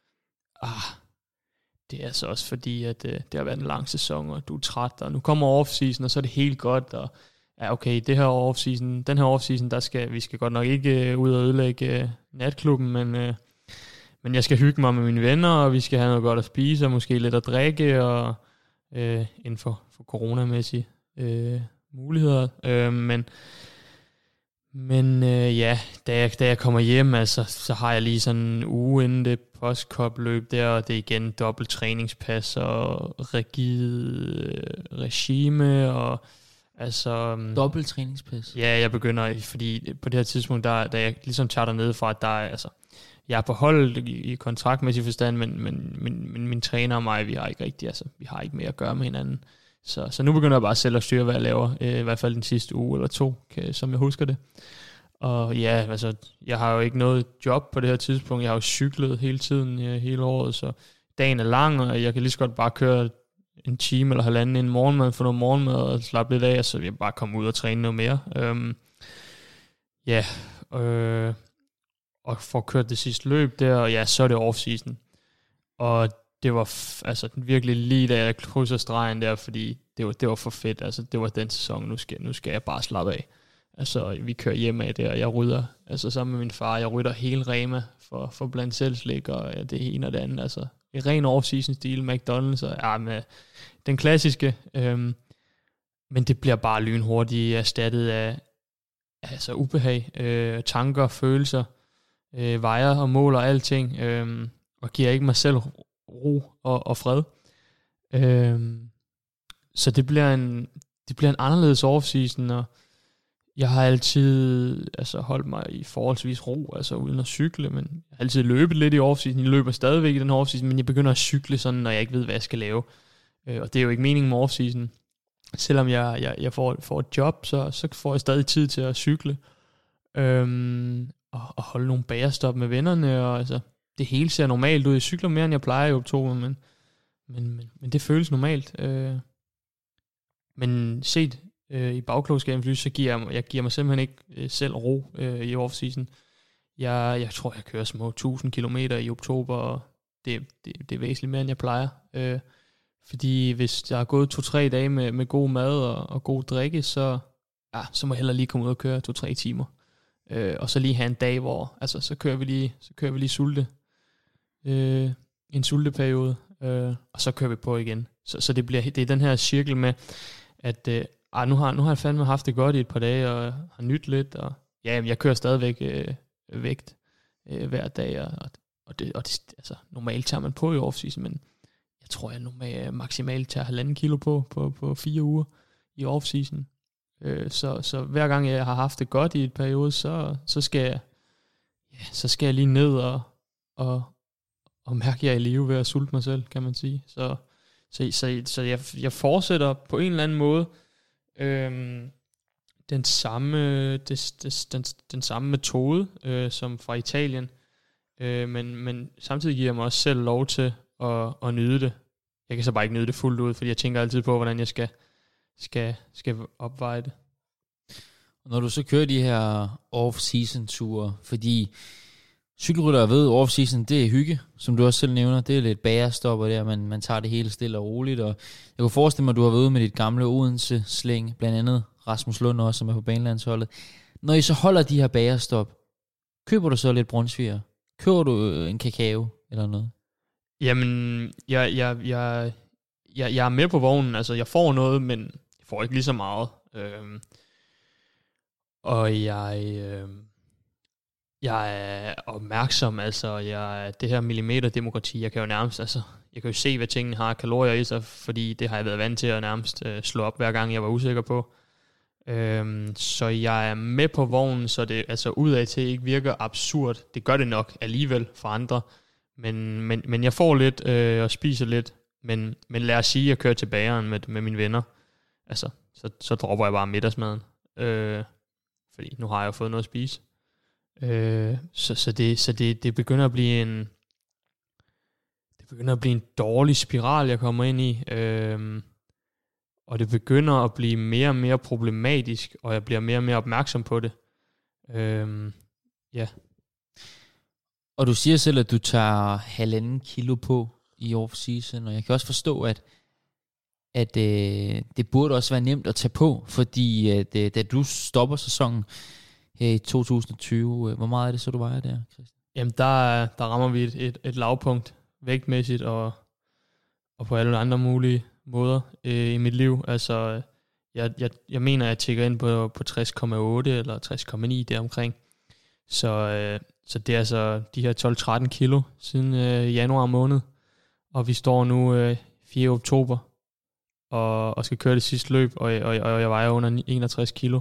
B: det er så også fordi, at det har været en lang sæson, og du er træt, og nu kommer off-season, og så er det helt godt, og ja, okay, den her off-season, vi skal godt nok ikke ud og ødelægge natklubben, men jeg skal hygge mig med mine venner, og vi skal have noget godt at spise, og måske lidt at drikke, og inden for coronamæssige muligheder. Men ja, da jeg kommer hjem, altså, så har jeg lige sådan en uge inden det post-cup-løb der, og det er igen dobbelt træningspas og rigid regime, og altså...
C: Dobbelt træningspas?
B: Ja, jeg begynder, fordi på det her tidspunkt, da jeg ligesom tager dernede fra, at der er, altså, jeg er på hold i kontraktmæssig forstand, men min træner og mig, vi har ikke rigtig, altså, vi har ikke mere at gøre med hinanden. Så nu begynder jeg bare selv at styre, hvad jeg laver, i hvert fald den sidste uge eller to, som jeg husker det. Og ja, altså, jeg har jo ikke noget job på det her tidspunkt, jeg har jo cyklet hele tiden, hele året, så dagen er lang, og jeg kan lige så godt bare køre en time eller halvanden inden morgenmad, få noget morgenmad og slappe lidt af, så jeg bare komme ud og træne noget mere. Og få kørt det sidste løb der, og ja, så er det off-season. Og det var altså virkelig lige da jeg krydser stregen der, fordi det var for fedt. Altså det var den sæson, nu skal jeg bare slappe af. Altså, vi kører hjem af det, og jeg rydder, altså sammen med min far, jeg rydder hele Rema for blandt selv slik, og det ene og det andet, altså i ren off-season-stil, McDonald's, og med den klassiske, men det bliver bare lynhurtigt erstattet af altså ubehag, tanker, følelser, vejer og måler alting, og giver ikke mig selv ro og fred. Så det bliver en anderledes off-season, og jeg har altid altså holdt mig i forholdsvis ro, altså uden at cykle, men jeg har altid løbet lidt i off-season. Jeg løber stadigvæk i den off-season, men jeg begynder at cykle sådan, når jeg ikke ved, hvad jeg skal lave. Og det er jo ikke meningen med off-season. Selvom jeg får et job, så får jeg stadig tid til at cykle. Og holde nogle bagerstop med vennerne, og altså, det hele ser normalt ud. Jeg cykler mere, end jeg plejer i oktober, men det føles normalt. Men set i bagklogskabens, så giver jeg mig simpelthen ikke selv ro i off-season. Jeg tror, jeg kører små 1000 kilometer i oktober, og det er væsentligt mere, end jeg plejer. Fordi hvis jeg har gået 2-3 dage med god mad og god drikke, så må jeg hellere lige komme ud og køre 2-3 timer. Og så lige have en dag, hvor altså, så kører vi lige sulte. En sulteperiode, og så kører vi på igen. Så det er den her cirkel med, at nu har jeg fandme haft det godt i et par dage, og har nydt lidt, og jeg kører stadigvæk vægt hver dag, og det altså, normalt tager man på i off-season, men jeg tror, jeg maksimalt tager 1,5 kilo på 4 uger i off-season. Så hver gang jeg har haft det godt i et periode, så skal jeg lige ned og mærke, at jeg er i live ved at sulte mig selv, kan man sige. Så jeg fortsætter på en eller anden måde den samme metode som fra Italien, men samtidig giver jeg mig også selv lov til at nyde det. Jeg kan så bare ikke nyde det fuldt ud, fordi jeg tænker altid på, hvordan jeg skal opveje det.
C: Når du så kører de her off-season ture, fordi cykelryttere ved, off-season, det er hygge, som du også selv nævner. Det er lidt bagerstopper der, man tager det hele stille og roligt. Og jeg kunne forestille mig, at du har været ude med dit gamle Odense-slæng, blandt andet Rasmus Lund også, som er på banelandsholdet. Når I så holder de her bagerstop, køber du så lidt brunsviger? Køber du en kakao eller noget?
B: Jamen, jeg er med på vognen. Altså, jeg får noget, men jeg får ikke lige så meget. Og jeg er opmærksom, altså det her millimeterdemokrati, jeg kan jo nærmest, altså jeg kan jo se, hvad tingene har kalorier i sig, fordi det har jeg været vant til at nærmest slå op, hver gang jeg var usikker på. Så jeg er med på vognen, så det altså udad til ikke virker absurd. Det gør det nok alligevel for andre, men jeg får lidt og spiser lidt, men lad os sige, at jeg kører til bageren med mine venner, altså så dropper jeg bare middagsmaden, fordi nu har jeg jo fået noget at spise. Så det begynder at blive en dårlig spiral, jeg kommer ind i, og det begynder at blive mere og mere problematisk, og jeg bliver mere og mere opmærksom på det. Ja.
C: Og du siger selv, at du tager 1,5 kilo på i off-season, og jeg kan også forstå, at det burde også være nemt at tage på, fordi da du stopper sæsonen her i 2020, hvor meget er det så, du vejer der, Christian? Jamen,
B: der rammer vi et lavpunkt vægtmæssigt og på alle andre mulige måder i mit liv. Altså, jeg mener, jeg tjekker ind på 60,8 eller 60,9 deromkring. Så det er altså de her 12-13 kilo siden januar måned. Og vi står nu 4. oktober og skal køre det sidste løb, og jeg vejer under 61 kilo.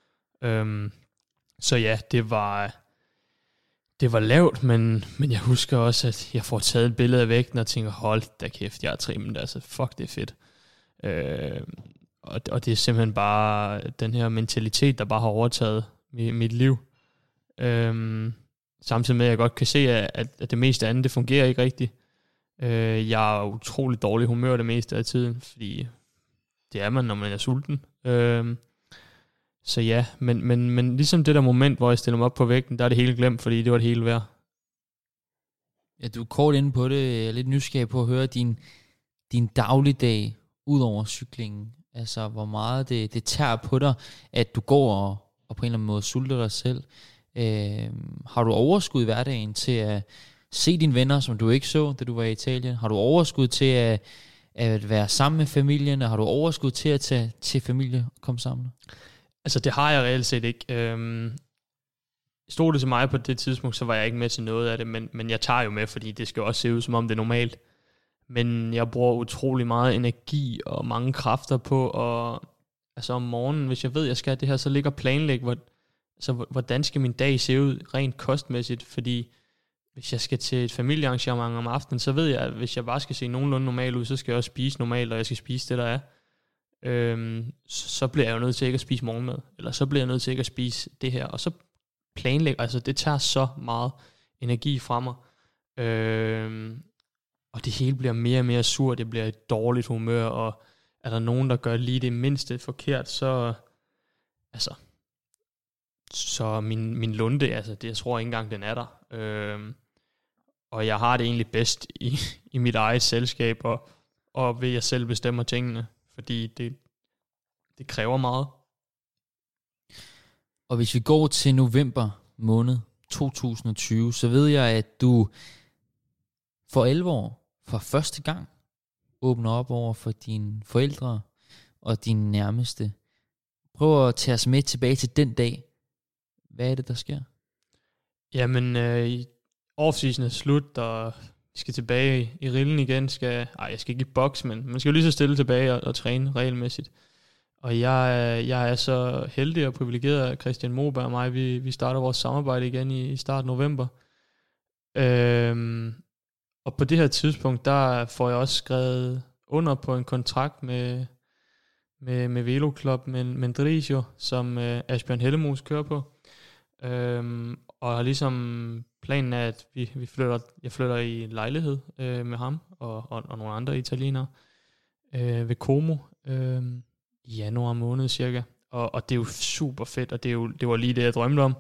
B: Så ja, det var lavt, men jeg husker også, at jeg får taget et billede af vægten og tænker, hold da kæft, jeg er trimmet, altså fuck, det er fedt. Og det er simpelthen bare den her mentalitet, der bare har overtaget mit liv. Samtidig med, at jeg godt kan se, at det meste andet, det fungerer ikke rigtigt. Jeg er utrolig dårlig humør det meste af tiden, fordi det er man, når man er sulten. Så ja, men ligesom det der moment, hvor jeg stiller mig op på vægten, der er det hele glemt, fordi det var det hele værd.
C: Ja, du er kort inde på det. Jeg er lidt nysgerrig på at høre din dagligdag ud over cyklingen. Altså, hvor meget det tager på dig, at du går og på en eller anden måde sulte dig selv. Har du overskud i hverdagen til at se dine venner, som du ikke så, da du var i Italien? Har du overskud til at være sammen med familien? Har du overskud til at tage til familie og komme sammen?
B: Altså, det har jeg reelt set ikke. Stod det til mig på det tidspunkt, så var jeg ikke med til noget af det, men jeg tager jo med, fordi det skal også se ud, som om det er normalt. Men jeg bruger utrolig meget energi og mange kræfter på, og altså om morgenen, hvis jeg ved, jeg skal det her, så ligger planlægge, hvordan skal min dag se ud rent kostmæssigt, fordi hvis jeg skal til et familiearrangement om aftenen, så ved jeg, at hvis jeg bare skal se nogenlunde normal ud, så skal jeg også spise normalt, og jeg skal spise det, der er. Så bliver jeg jo nødt til ikke at spise morgenmad, eller så bliver jeg nødt til ikke at spise det her, og så planlægge, altså det tager så meget energi fra mig, og det hele bliver mere og mere surt, det bliver et dårligt humør, og er der nogen, der gør lige det mindste forkert, så min lunde, altså det, jeg tror ikke engang, den er der, og jeg har det egentlig bedst i mit eget selskab, og ved jeg selv bestemmer tingene, fordi det kræver meget.
C: Og hvis vi går til november måned 2020, så ved jeg, at du for 11 år, for første gang, åbner op over for dine forældre og dine nærmeste. Prøv at tage os med tilbage til den dag. Hvad er det, der sker?
B: Jamen, off-season er slut, og vi skal tilbage i rillen igen. Jeg skal ikke i boks, men man skal jo lige så stille tilbage og træne regelmæssigt. Og jeg er så heldig og privilegeret, at Christian Moberg og mig, vi starter vores samarbejde igen i start november. Og på det her tidspunkt, der får jeg også skrevet under på en kontrakt med Velo Club Mendrisio, som Asbjørn Hellemose kører på. Og ligesom planen er, at jeg flytter i lejlighed med ham og nogle andre italienere ved Como i januar måned cirka. Og det er jo super fedt, og det var lige det, jeg drømte om.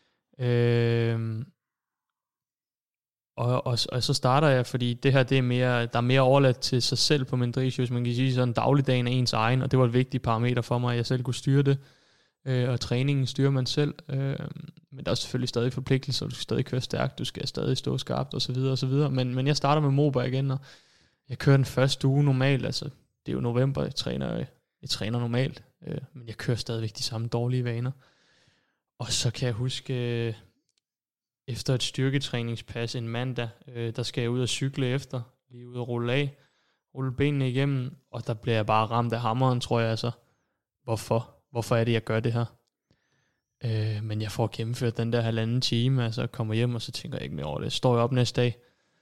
B: Og så starter jeg, fordi det her, der er mere overladt til sig selv på Mendrisio, hvis man kan sige sådan, dagligdagen er ens egen, og det var et vigtigt parameter for mig, at jeg selv kunne styre det. Og træningen styrer man selv, men der er selvfølgelig stadig forpligtelser, du skal stadig køre stærkt, du skal stadig stå skarpt osv. Men jeg starter med Moberg igen, og jeg kører den første uge normalt, altså det er jo november, jeg træner normalt, men jeg kører stadigvæk de samme dårlige vaner. Og så kan jeg huske, efter et styrketræningspas en mandag, der skal jeg ud og cykle efter, lige ud og rulle benene igennem, og der bliver jeg bare ramt af hammeren, tror jeg altså. Hvorfor er det, jeg gør det her? Men jeg får gennemført den der 1,5 time, altså kommer hjem, og så tænker jeg ikke mere over det. Står jeg op næste dag,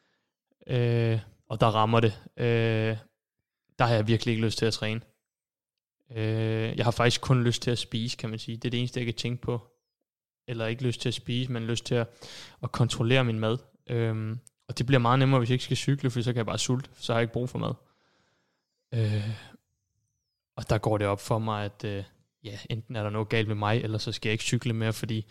B: og der rammer det. Der har jeg virkelig ikke lyst til at træne. Jeg har faktisk kun lyst til at spise, kan man sige. Det er det eneste, jeg kan tænke på. Eller ikke lyst til at spise, men lyst til at kontrollere min mad. Og det bliver meget nemmere, hvis jeg ikke skal cykle, for så kan jeg bare sulte, så har jeg ikke brug for mad. Og der går det op for mig, at enten er der noget galt med mig, eller så skal jeg ikke cykle mere, fordi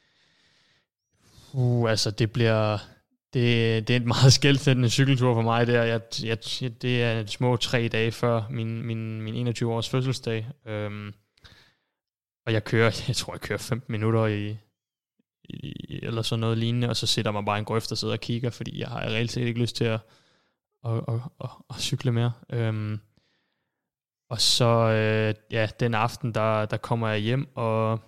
B: altså det er en meget skelsættende cykeltur for mig der. Det er små 3 dage før min 21 års fødselsdag. Og jeg tror jeg kører 15 minutter i eller sådan noget lignende, og så sætter mig bare en grøft og sidder og kigger, fordi jeg har reelt set ikke lyst til at cykle mere. Og så den aften, der kommer jeg hjem, og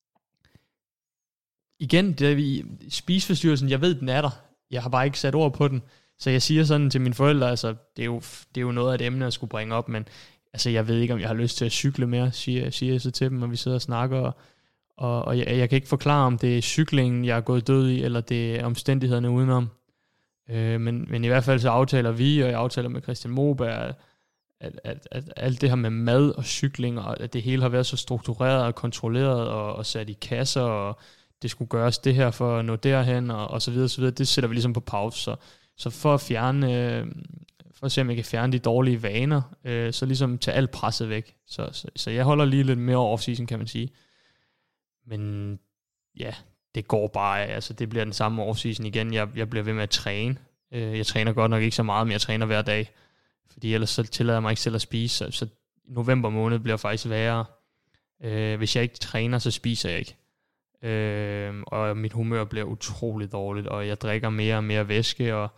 B: igen, spiseforstyrrelsen, jeg ved, den er der. Jeg har bare ikke sat ord på den. Så jeg siger sådan til mine forældre, altså, det er jo noget af et emne, jeg skulle bringe op, men altså, jeg ved ikke, om jeg har lyst til at cykle mere, siger jeg så til dem, og vi sidder og snakker, og jeg kan ikke forklare, om det er cyklingen, jeg er gået død i, eller det er omstændighederne udenom. Men i hvert fald så aftaler vi, og jeg aftaler med Christian Moberg, at alt det her med mad og cykling, og at det hele har været så struktureret og kontrolleret og sat i kasser, og det skulle gøres det her for at nå derhen, og så videre, det sætter vi ligesom på pause. Så for at se om jeg kan fjerne de dårlige vaner, så ligesom tage alt presset væk. Så jeg holder lige lidt mere off-season, kan man sige. Men ja, det går bare, altså det bliver den samme off-season igen. Jeg bliver ved med at træne. Jeg træner godt nok ikke så meget, men jeg træner hver dag. Fordi ellers så tillader jeg mig ikke selv at spise, så november måned bliver faktisk værre. Hvis jeg ikke træner, så spiser jeg ikke. Og mit humør bliver utroligt dårligt, og jeg drikker mere og mere væske, og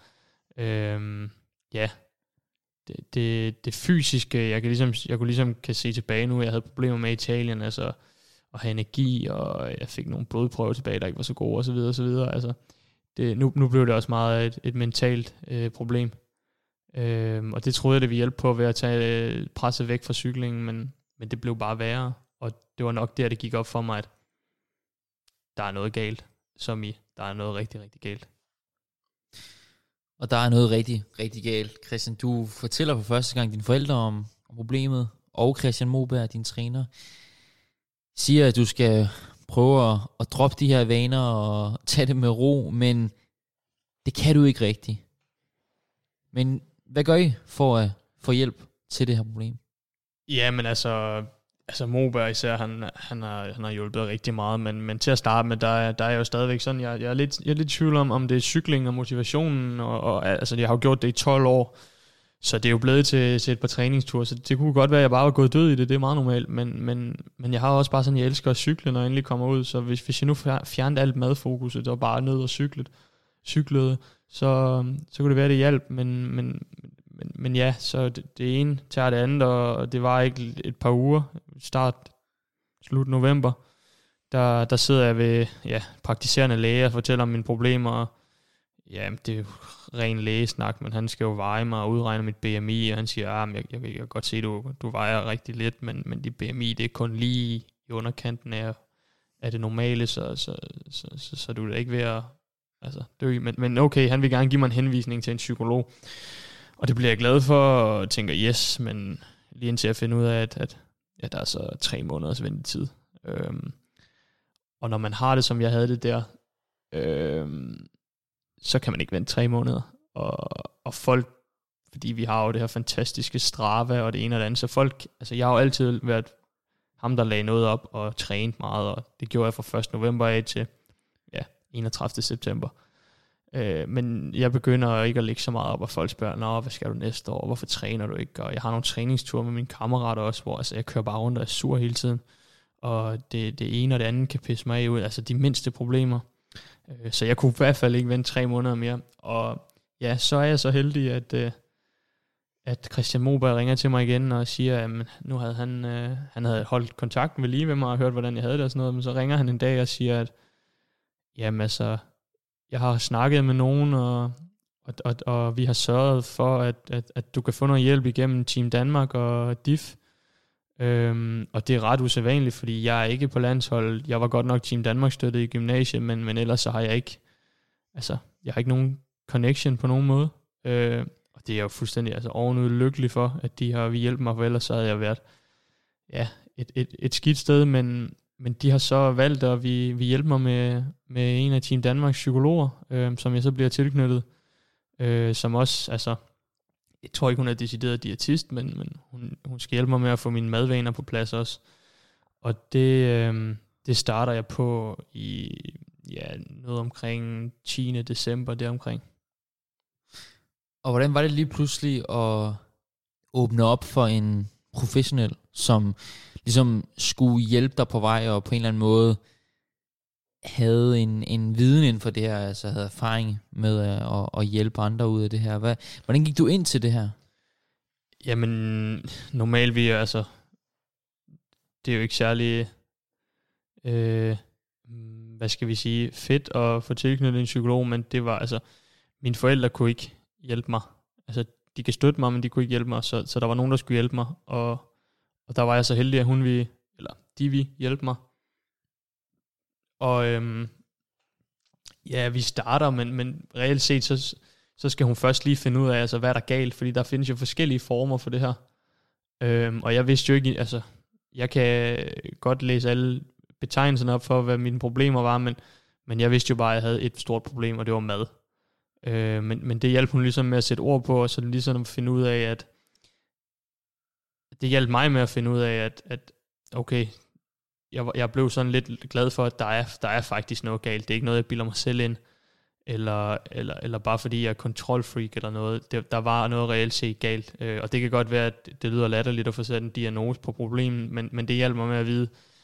B: det fysiske, jeg kunne ligesom kan se tilbage nu, jeg havde problemer med Italien, altså at have energi, og jeg fik nogle blodprøver tilbage, der ikke var så gode, og så videre, og så videre. Altså, nu blev det også meget et mentalt problem. Og det troede jeg, det ville hjælpe på ved at tage presset væk fra cyklingen, men det blev bare værre, og det var nok der, det gik op for mig, at der er noget galt, der er noget rigtig, rigtig galt.
C: Og der er noget rigtig, rigtig galt. Christian, du fortæller for første gang dine forældre om problemet, og Christian Moberg, din træner, siger, at du skal prøve at droppe de her vaner og tage det med ro, men det kan du ikke rigtigt. Men hvad gør I for at få hjælp til det her problem?
B: Ja, men altså Moberg især, han har hjulpet rigtig meget, men til at starte med, der er jeg jo stadigvæk sådan, jeg er lidt i tvivl om det er cykling og motivationen, og altså jeg har jo gjort det i 12 år, så det er jo blevet til et par træningsture, så det kunne godt være, at jeg bare var gået død i det er meget normalt, men jeg har også bare sådan, jeg elsker at cykle, når jeg endelig kommer ud, så hvis jeg nu fjernede alt madfokuset, og bare ned og cyklede, så kunne det være, det hjalp, men ja, så det ene tager det andet, og det var ikke et par uger, slut november, der sidder jeg ved praktiserende læge og fortæller om mine problemer, og ja, det er jo ren lægesnak, men han skal jo veje mig og udregne mit BMI, og han siger, jeg kan godt se, du vejer rigtig lidt, men dit BMI, det er kun lige i underkanten af det normale, så du er da ikke ved at dø, men okay, han vil gerne give mig en henvisning til en psykolog, og det bliver jeg glad for, og tænker yes, men lige indtil jeg finder ud af, at der er så 3 måneders ventetid. Og når man har det, som jeg havde det der, så kan man ikke vente 3 måneder. Og folk, fordi vi har jo det her fantastiske Strava og det ene og det andet, så folk, altså jeg har jo altid været ham, der lagde noget op og trænet meget, og det gjorde jeg fra 1. november af til 31. september. Men jeg begynder ikke at lægge så meget op, og folk spørger, hvad skal du næste år, hvorfor træner du ikke? Og jeg har nogle træningsture med mine kammerater også, hvor jeg kører bare rundt og er sur hele tiden, og det ene og det andet kan pisse mig af ud, altså de mindste problemer. Så jeg kunne i hvert fald ikke vente 3 måneder mere, og ja, så er jeg så heldig, at Christian Moberg ringer til mig igen og siger, at nu havde han havde holdt kontakten ved lige ved mig og hørt, hvordan jeg havde det og sådan noget, men så ringer han en dag og siger, at jamen altså, jeg har snakket med nogen, og vi har sørget for, at du kan få noget hjælp igennem Team Danmark og DIF. Og det er ret usædvanligt, fordi jeg er ikke på landshold. Jeg var godt nok Team Danmark støttet i gymnasiet, men ellers så har jeg ikke, jeg har ikke nogen connection på nogen måde. Og det er jeg jo fuldstændig ovenud lykkelig for, at de har hjulpet mig, for ellers så havde jeg været et skidt sted, men de har så valgt, at vi hjælper mig med en af Team Danmarks psykologer, som jeg så bliver tilknyttet, som også, jeg tror ikke, hun er decideret diætist, men hun skal hjælpe mig med at få mine madvaner på plads også. Og det starter jeg på i noget omkring 10. december deromkring.
C: Og hvordan var det lige pludselig at åbne op for en professionel, som ligesom skulle hjælpe dig på vej, og på en eller anden måde havde en viden inden for det her, altså havde erfaring med at hjælpe andre ud af det her. Hvordan gik du ind til det her?
B: Jamen, normalt det er jo ikke særlig, fedt at få tilknyttet en psykolog, men det var mine forældre kunne ikke hjælpe mig. Altså, de kan støtte mig, men de kunne ikke hjælpe mig, så der var nogen, der skulle hjælpe mig, og der var jeg så heldig, at de ville hjælpe mig. Og vi starter, men reelt set, så skal hun først lige finde ud af, hvad er der galt, fordi der findes jo forskellige former for det her. Og jeg vidste jo ikke, jeg kan godt læse alle betegnelserne op for, hvad mine problemer var, men jeg vidste jo bare, at jeg havde et stort problem, og det var mad. Men det hjalp hun ligesom med at sætte ord på, og så ligesom at finde ud af, at det hjalp mig med at finde ud af, at okay, jeg blev sådan lidt glad for, at der er faktisk noget galt. Det er ikke noget, jeg bilder mig selv ind, eller bare fordi jeg er kontrolfreak eller noget. Der var noget reelt set galt, og det kan godt være, at det lyder latterligt at få sat en diagnose på problemet, men det hjalp mig med at vide,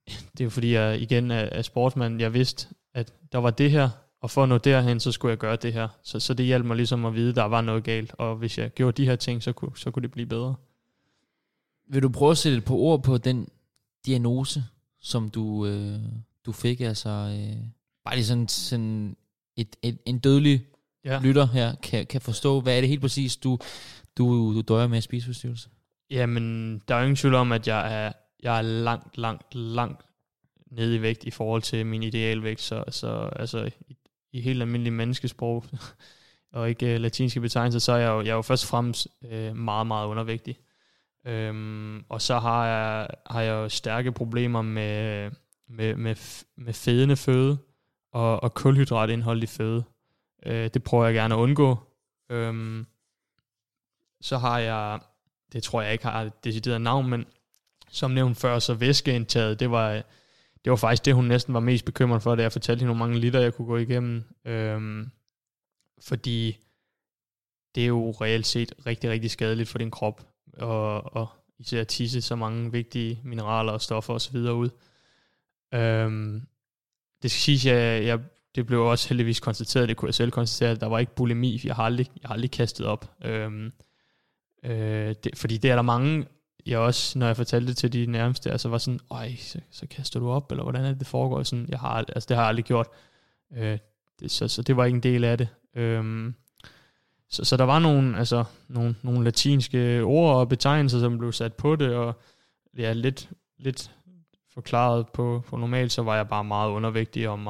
B: det er jo fordi, jeg igen er sportsmand. Jeg vidste, at der var det her, og for at nå derhen, så skulle jeg gøre det her. Så det hjalp mig ligesom at vide, at der var noget galt, og hvis jeg gjorde de her ting, så kunne det blive bedre.
C: Vil du prøve at sætte et par ord på den diagnose, som du fik? Altså, bare lige sådan en dødelig lytter her kan forstå, hvad er det helt præcis, du døjer med spiseforstyrrelse?
B: Jamen, der er jo ingen tvivl om, at jeg er langt nede i vægt i forhold til min idealvægt, så altså i helt almindelig menneskesprog og ikke latinske betegnelser, så er jeg jo først og fremmest meget, meget undervægtig. Og så har jeg jo stærke problemer med fedende føde og kulhydratindhold i føde. Det prøver jeg gerne at undgå. Så har jeg, det tror jeg ikke har et decideret navn, men som nævnt før, så væskeindtaget, det var faktisk det, hun næsten var mest bekymret for, da jeg fortalte hende, hvor mange liter jeg kunne gå igennem. Fordi det er jo reelt set rigtig, rigtig skadeligt for din krop, og især at tisse så mange vigtige mineraler og stoffer osv. ud. Det skal siges, det blev også heldigvis konstateret, det kunne jeg selv konstatere, at der var ikke bulimi, jeg har aldrig kastet op. Fordi det er der mange, jeg også, når jeg fortalte det til de nærmeste, altså var sådan, så kaster du op, eller hvordan er det foregår? Sådan, det har jeg aldrig gjort. Så det var ikke en del af det. Så der var nogle latinske ord og betegnelser, som blev sat på det, og ja, lidt forklaret på normalt, så var jeg bare meget undervægtig og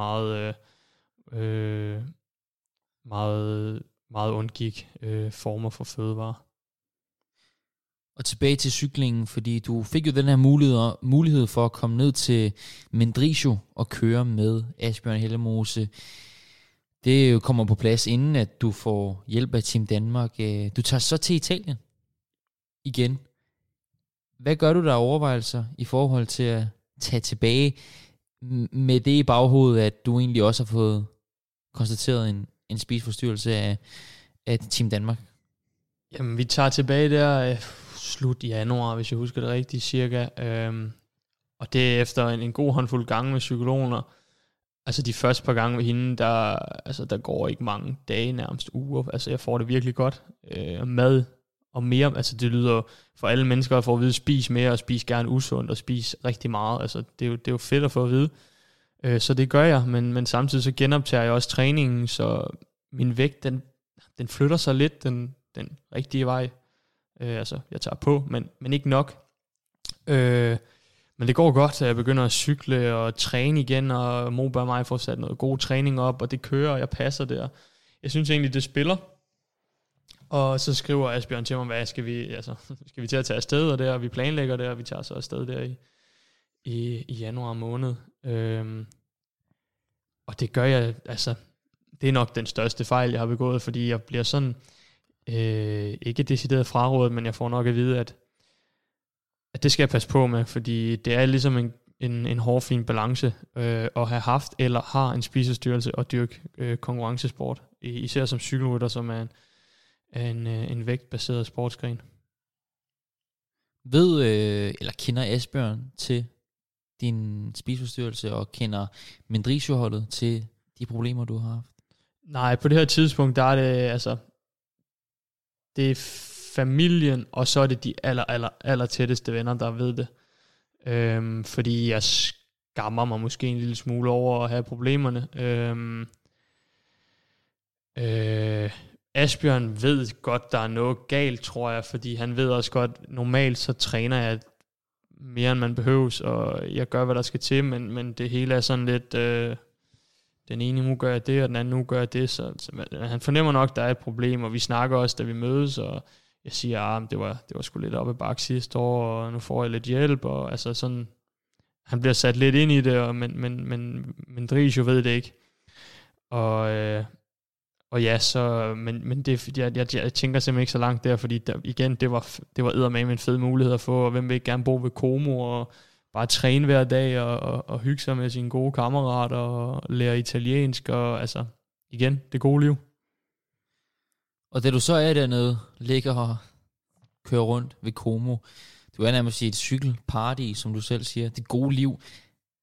B: meget undgik former for fødevarer.
C: Og tilbage til cyklingen, fordi du fik jo den her mulighed for at komme ned til Mendrisio og køre med Asbjørn Hellemose. Det jo kommer på plads, inden at du får hjælp af Team Danmark. Du tager så til Italien igen. Hvad gør du der overvejelser i forhold til at tage tilbage med det i baghovedet, at du egentlig også har fået konstateret en spiseforstyrrelse af Team Danmark?
B: Jamen, vi tager tilbage der slut januar, hvis jeg husker det rigtigt, cirka. Og det er efter en god håndfuld gange med psykologer. Altså de første par gange med hende, der går ikke mange dage, nærmest uger. Altså jeg får det virkelig godt. Mad og mere, altså det lyder for alle mennesker at få at vide, spis mere og spis gerne usundt og spis rigtig meget. Altså det er jo fedt at få at vide. Så det gør jeg, men samtidig så genoptager jeg også træningen, så min vægt, den flytter sig lidt den rigtige vej. Altså jeg tager på, men ikke nok. Men det går godt, at jeg begynder at cykle og træne igen, og Moberg og mig får sat noget god træning op, og det kører, og jeg passer der. Jeg synes egentlig, det spiller. Og så skriver Asbjørn til mig, hvad skal vi til at tage afsted, og der, vi planlægger det, og vi tager så afsted der i januar måned. Og det gør jeg, altså, det er nok den største fejl, jeg har begået, fordi jeg bliver sådan, ikke decideret frarådet, men jeg får nok at vide, at det skal jeg passe på med, fordi det er ligesom en hårfin balance at have haft eller har en spiseforstyrrelse og dyrke konkurrencesport, især som cykelrytter, som er en vægtbaseret sportsgren.
C: Eller kender Asbjørn til din spiseforstyrrelse og kender Mendrisio-holdet til de problemer, du har haft?
B: Nej, på det her tidspunkt, der er det det er familien, og så er det de aller tætteste venner, der ved det. Fordi jeg skammer mig måske en lille smule over at have problemerne. Asbjørn ved godt, der er noget galt, tror jeg, fordi han ved også godt, normalt så træner jeg mere, end man behøves, og jeg gør, hvad der skal til, men det hele er sådan lidt, den ene uge gør jeg det, og den anden uge gør jeg det, så han fornemmer nok, der er et problem, og vi snakker også, da vi mødes, og jeg siger, det var sgu lidt op ad bakke sidste år, og nu får jeg lidt hjælp, og altså sådan, han bliver sat lidt ind i det, men Drisio ved det ikke. Og ja, så, men det, jeg tænker simpelthen ikke så langt der, fordi igen, det var eddermame en fed mulighed at få, og hvem vil ikke gerne bo ved Como, og bare træne hver dag, og hygge sig med sine gode kammerater, og lære italiensk, og altså, igen, det gode liv.
C: Og da du så er dernede, ligger og kører rundt ved Como, du er nærmest i et cykelparty, som du selv siger, det gode liv.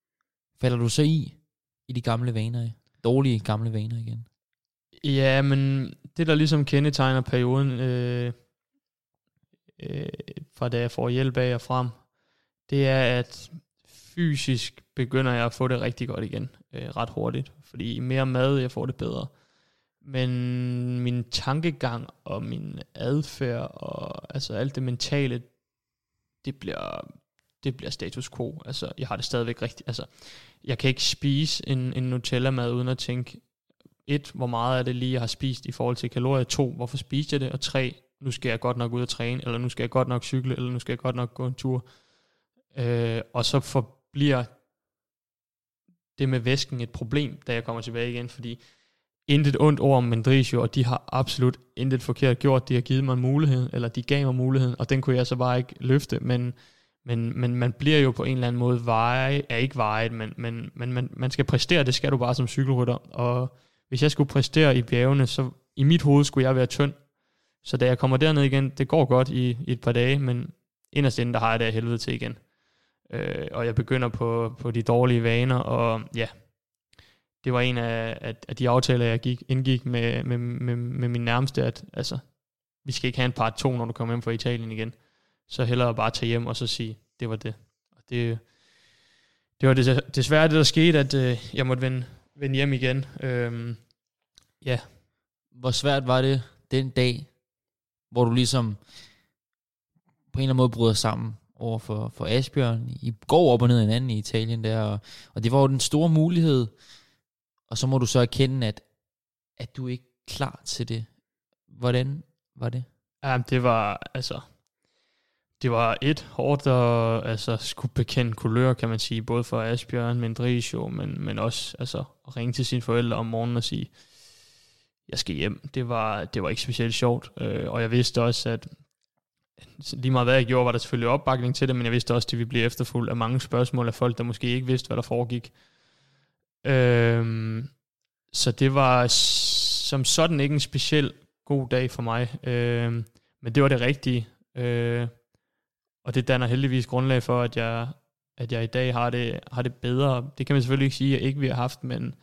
C: falder du så i de gamle vaner, dårlige gamle vaner igen?
B: Ja, men det, der ligesom kendetegner perioden, fra da jeg får hjælp af og frem, det er, at fysisk begynder jeg at få det rigtig godt igen, ret hurtigt. Fordi mere mad, jeg får det bedre. Men min tankegang og min adfærd og altså alt det mentale, det bliver status quo. Altså, jeg har det stadigvæk rigtigt. Altså, jeg kan ikke spise en Nutella-mad uden at tænke, 1, hvor meget er det lige, jeg har spist i forhold til kalorier. 2, hvorfor spiste jeg det? Og 3, nu skal jeg godt nok ud og træne, eller nu skal jeg godt nok cykle, eller nu skal jeg godt nok gå en tur. Og så forbliver det med væsken et problem, da jeg kommer tilbage igen, fordi intet ondt ord om Mendrisio, og de har absolut intet forkert gjort. De har givet mig en mulighed, eller de gav mig muligheden, og den kunne jeg så bare ikke løfte, men man bliver jo på en eller anden måde ikke vejet, men man skal præstere, det skal du bare som cykelrytter, og hvis jeg skulle præstere i bjergene, så i mit hoved skulle jeg være tynd, så da jeg kommer derned igen, det går godt i et par dage, men inderst inde, der har jeg det af helvede til igen. Og jeg begynder på de dårlige vaner, og ja, det var en af de aftaler, jeg indgik med min nærmeste, at altså, vi skal ikke have en part 2, når du kommer hjem fra Italien igen. Så hellere bare tage hjem og så sige, det var det. Og det var desværre det, der skete, at jeg måtte vende hjem igen. Ja.
C: Hvor svært var det den dag, hvor du ligesom på en eller anden måde bryder sammen over for Asbjørn? I går op og ned hinanden i Italien der, og det var jo den store mulighed, og så må du så erkende, at du ikke er klar til det. Hvordan var det?
B: Ja, det var hårdt at skulle bekende kulør, kan man sige, både for Asbjørn, Mendrisio, men også at ringe til sine forældre om morgenen og sige, jeg skal hjem. Det var ikke specielt sjovt, og jeg vidste også, at lige meget hvad jeg gjorde, var der selvfølgelig opbakning til det, men jeg vidste også, at det ville blive efterfulgt af mange spørgsmål af folk, der måske ikke vidste, hvad der foregik. Så det var som sådan ikke en speciel god dag for mig, men det var det rigtige, og det danner heldigvis grundlag for, at jeg i dag har det bedre. Det kan man selvfølgelig ikke sige, at jeg ikke vi har haft, men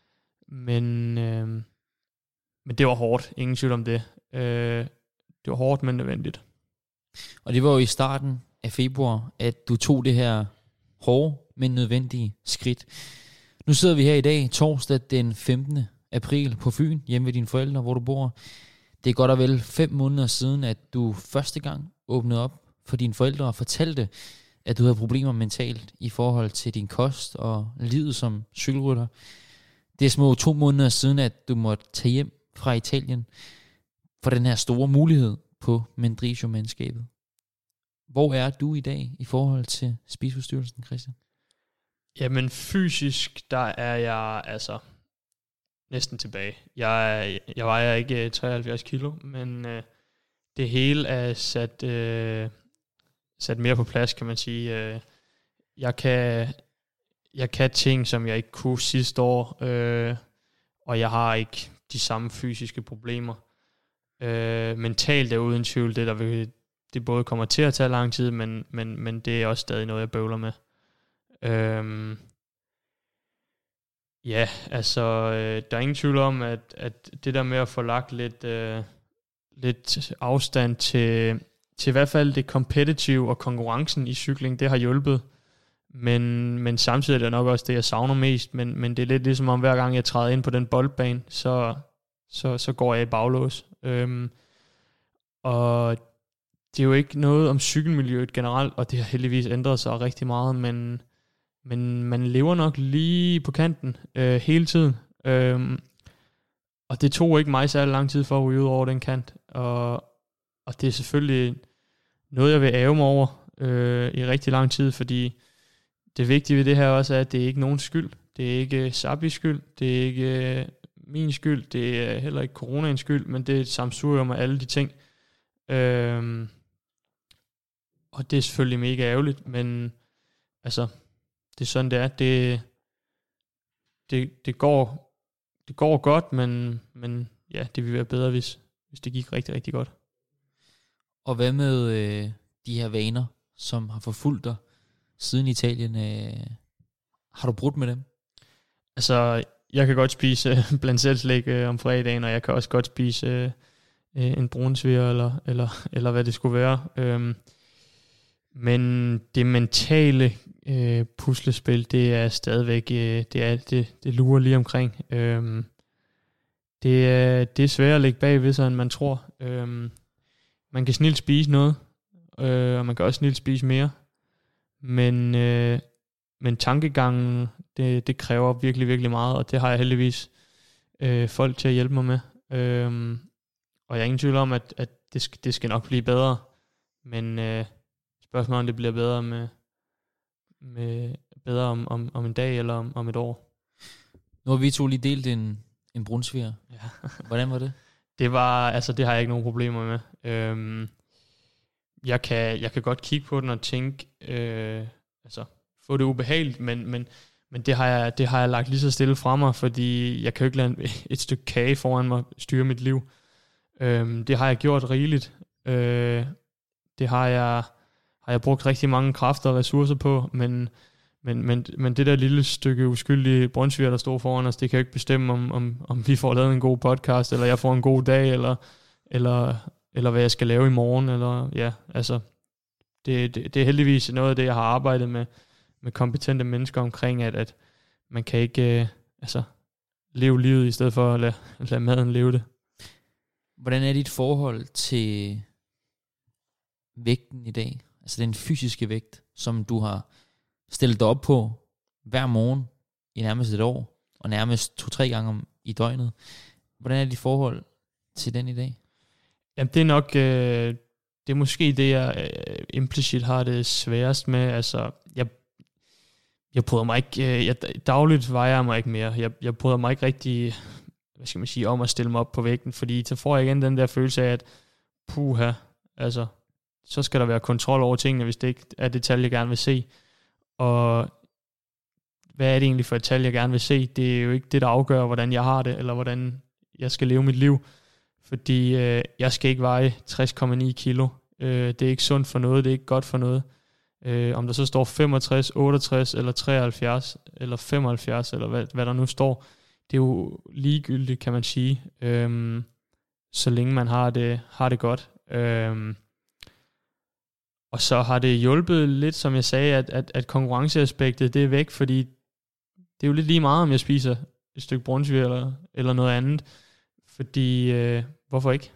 B: det var hårdt, ingen tvivl om det. Det var hårdt, men nødvendigt.
C: Og det var jo i starten af februar, at du tog det her hårde, men nødvendige skridt. Nu sidder vi her i dag, torsdag den 15. april på Fyn, hjemme ved dine forældre, hvor du bor. Det er godt og vel 5 måneder siden, at du første gang åbnede op for dine forældre og fortalte, at du havde problemer mentalt i forhold til din kost og livet som cykelrytter. Det er små 2 måneder siden, at du måtte tage hjem fra Italien for den her store mulighed på Mendrisio-mandskabet. Hvor er du i dag i forhold til spiseforstyrrelsen, Christian?
B: Jamen fysisk, der er jeg næsten tilbage. Jeg vejer ikke 73 kilo, men det hele er sat mere på plads, kan man sige. Jeg kan ting, som jeg ikke kunne sidste år, og jeg har ikke de samme fysiske problemer. Mentalt er uden tvivl det både kommer til at tage lang tid, men det er også stadig noget, jeg bøvler med. Der er ingen tvivl om, at det der med at få lagt lidt afstand til i hvert fald det competitive og konkurrencen i cykling, det har hjulpet. Men samtidig er det nok også det, jeg savner mest. Men det er lidt ligesom om, hver gang jeg træder ind på den boldbane, så går jeg i baglås. Og det er jo ikke noget om cykelmiljøet generelt, og det har heldigvis ændret sig rigtig meget, men man lever nok lige på kanten hele tiden. Og det tog ikke mig særlig lang tid for at ryge ud over den kant. Og det er selvfølgelig noget, jeg vil ærge mig over i rigtig lang tid, fordi det vigtige ved det her også er, at det er ikke nogens skyld. Det er ikke Sabis skyld, det er ikke min skyld, det er heller ikke coronaens skyld, men det er et sammensurium af alle de ting. Og det er selvfølgelig mega ærgerligt, men det er sådan, det er. Det går godt, men ja, det ville være bedre, hvis det gik rigtig, rigtig godt.
C: Og hvad med de her vaner, som har forfulgt dig siden Italien? Har du brudt med dem?
B: Altså, jeg kan godt spise blandt selv slik om fredagen, og jeg kan også godt spise en brunsviger, eller hvad det skulle være. Men det mentale puslespil, det er stadigvæk, det lurer lige omkring. Det er svært at lægge bagved sig, end man tror. Man kan snilt spise noget, og man kan også snilt spise mere. Men tankegangen, det kræver virkelig, virkelig meget, og det har jeg heldigvis folk til at hjælpe mig med. Og jeg er ingen tvivl om, at det skal nok blive bedre. Men spørgsmålet om det bliver bedre med bedre om en dag eller om et år.
C: Nu har vi to lige delt en brunsviger.
B: Ja.
C: Hvordan var det?
B: Det har jeg ikke nogen problemer med. Jeg kan godt kigge på den og tænke, få det ubehageligt, men det har jeg lagt lige så stille fra mig, fordi jeg kan jo ikke lade et stykke kage foran mig styre mit liv. Det har jeg gjort rigeligt. Det har jeg brugt rigtig mange kræfter og ressourcer på, men det der lille stykke uskyldige brunsviger, der står foran os, det kan jo ikke bestemme, om vi får lavet en god podcast, eller jeg får en god dag, eller hvad jeg skal lave i morgen, eller ja, altså, det er heldigvis noget af det, jeg har arbejdet med kompetente mennesker omkring, at man kan ikke leve livet, i stedet for at lade maden leve det.
C: Hvordan er dit forhold til vægten i dag? Altså den fysiske vægt, som du har stillet dig op på hver morgen i nærmest et år, og nærmest 2-3 gange i døgnet. Hvordan er dit forhold til den i dag?
B: Jamen, det er nok, det er måske det, jeg implicit har det sværest med. Altså, jeg bryder mig ikke, dagligt vejer jeg mig ikke mere. Jeg bryder mig ikke rigtig, hvad skal man sige, om at stille mig op på vægten, fordi så får jeg igen den der følelse af, at puha, altså, så skal der være kontrol over tingene, hvis det ikke er det tal, jeg gerne vil se. Og hvad er det egentlig for et tal, jeg gerne vil se? Det er jo ikke det, der afgør, hvordan jeg har det, eller hvordan jeg skal leve mit liv. Fordi jeg skal ikke veje 60,9 kilo. Det er ikke sundt for noget, det er ikke godt for noget. Om der så står 65, 68, eller 73, eller 75, eller hvad der nu står, det er jo ligegyldigt, kan man sige. Så længe man har det godt. Og så har det hjulpet lidt, som jeg sagde, at konkurrenceaspektet, det er væk, fordi det er jo lidt lige meget, om jeg spiser et stykke brunsviger eller noget andet. Fordi, hvorfor ikke?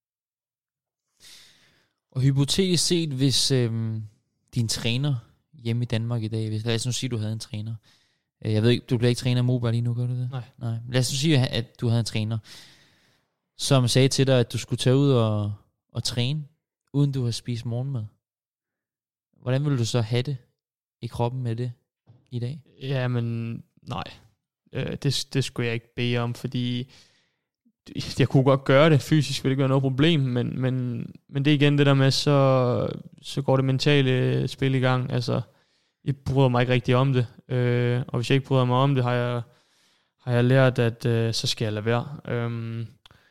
C: Og hypotetisk set, hvis din træner hjemme i Danmark i dag, lad os nu sige, du havde en træner. Jeg ved ikke, du bliver ikke træner af Moberg lige nu, gør du det? Nej. Lad os nu sige, at du havde en træner, som sagde til dig, at du skulle tage ud og træne, uden du har spist morgenmad. Hvordan ville du så have det i kroppen med det i dag?
B: Jamen, nej. Det skulle jeg ikke bede om, fordi jeg kunne godt gøre det. Fysisk ville det ikke være noget problem, men det er igen det der med, så går det mentale spil i gang. Altså, jeg bryder mig ikke rigtig om det. Og hvis jeg ikke bryder mig om det, har jeg lært, at så skal jeg lade være.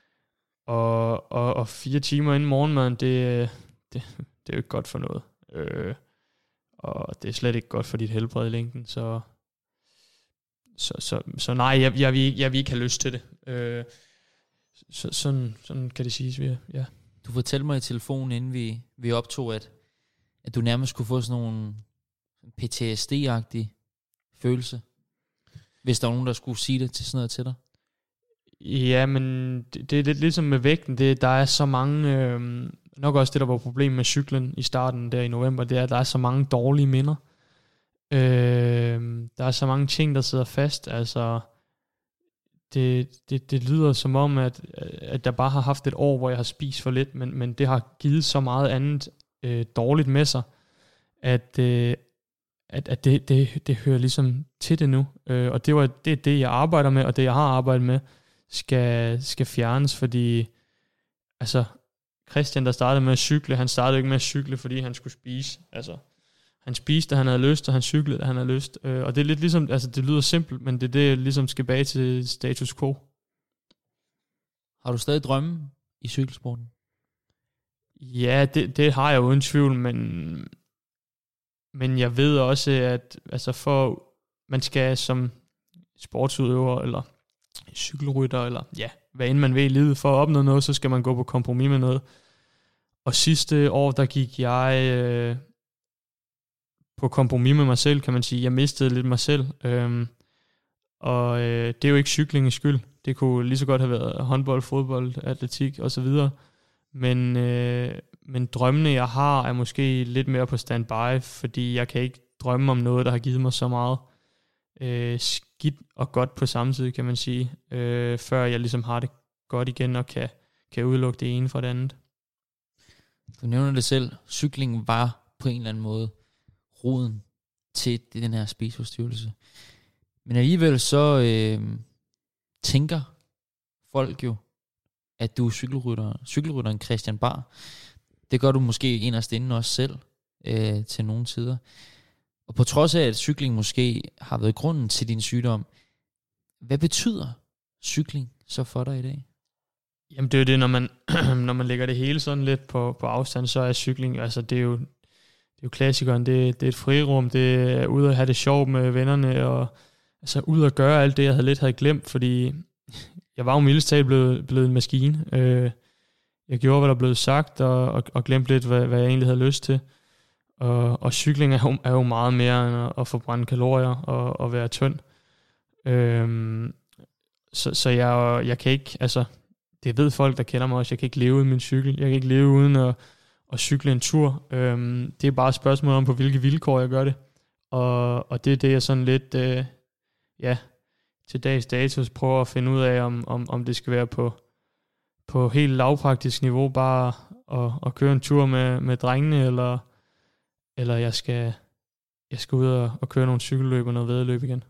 B: Og 4 timer inden morgenmaden, det er jo ikke godt for noget. Og det er slet ikke godt for dit helbred i længden, så nej, jeg vil ikke have lyst til det. Sådan kan det siges, ja.
C: Du fortalte mig i telefonen, inden vi optog, at du nærmest kunne få sådan nogle PTSD-agtige følelse, hvis der var nogen, der skulle sige det til sådan noget til dig.
B: Ja, men det er lidt ligesom med vægten. Der er så mange, nok også det, der var problemet med cyklen i starten der i november, det er, at der er så mange dårlige minder. Der er så mange ting, der sidder fast. Altså, det lyder som om, at jeg bare har haft et år, hvor jeg har spist for lidt, men det har givet så meget andet dårligt med sig, at det hører ligesom til det nu. Og det er det, jeg arbejder med, og det, jeg har arbejdet med, skal fjernes, fordi altså Christian, der startede med at cykle, han startede ikke med at cykle, fordi han skulle spise. Altså, han spiste, da han havde lyst, og han cyklede, da han havde lyst. Og det er lidt ligesom, altså det lyder simpelt, men det er det, ligesom skal bag til status quo.
C: Har du stadig drømme i cykelsporten?
B: Ja, det har jeg uden tvivl, men jeg ved også, at altså for man skal som sportsudøver, eller cykelrytter, eller ja, hvad end man vil i livet, for at opnå noget, så skal man gå på kompromis med noget. Og sidste år, der gik jeg på kompromis med mig selv, kan man sige. Jeg mistede lidt mig selv. Og det er jo ikke cyklingens skyld. Det kunne lige så godt have været håndbold, fodbold, atletik osv. Men drømmene, jeg har, er måske lidt mere på standby, fordi jeg kan ikke drømme om noget, der har givet mig så meget skidt og godt på samme tid, kan man sige, før jeg ligesom har det godt igen og kan udelukke det ene fra det andet.
C: Du nævner det selv. Cykling var på en eller anden måde roden til den her spiseforstyrrelse. Men alligevel så tænker folk jo, at du er cykelrytteren Christian Bahr. Det gør du måske inderst inden også selv til nogle tider. Og på trods af, at cykling måske har været grunden til din sygdom, hvad betyder cykling så for dig i dag?
B: Jamen det er jo det, når man lægger det hele sådan lidt på afstand, så er cykling, altså det er jo klassikeren, det er et frirum, det er ude at have det sjovt med vennerne, og altså ud at gøre alt det, jeg havde glemt, fordi jeg var jo mildest talt blevet en maskine. Jeg gjorde, hvad der blev sagt, og glemte lidt, hvad jeg egentlig havde lyst til. Og cykling er jo meget mere end at forbrænde kalorier og være tynd. Så jeg kan ikke, altså det ved folk, der kender mig også, jeg kan ikke leve uden min cykel. Jeg kan ikke leve uden at cykle en tur. Det er bare et spørgsmål om, på hvilke vilkår jeg gør det. Og det er det, jeg sådan lidt, til dags dato prøver at finde ud af, om det skal være på helt lavpraktisk niveau, bare at køre en tur med drengene, eller jeg skal ud og køre nogle cykelløb og noget væddeløb igen.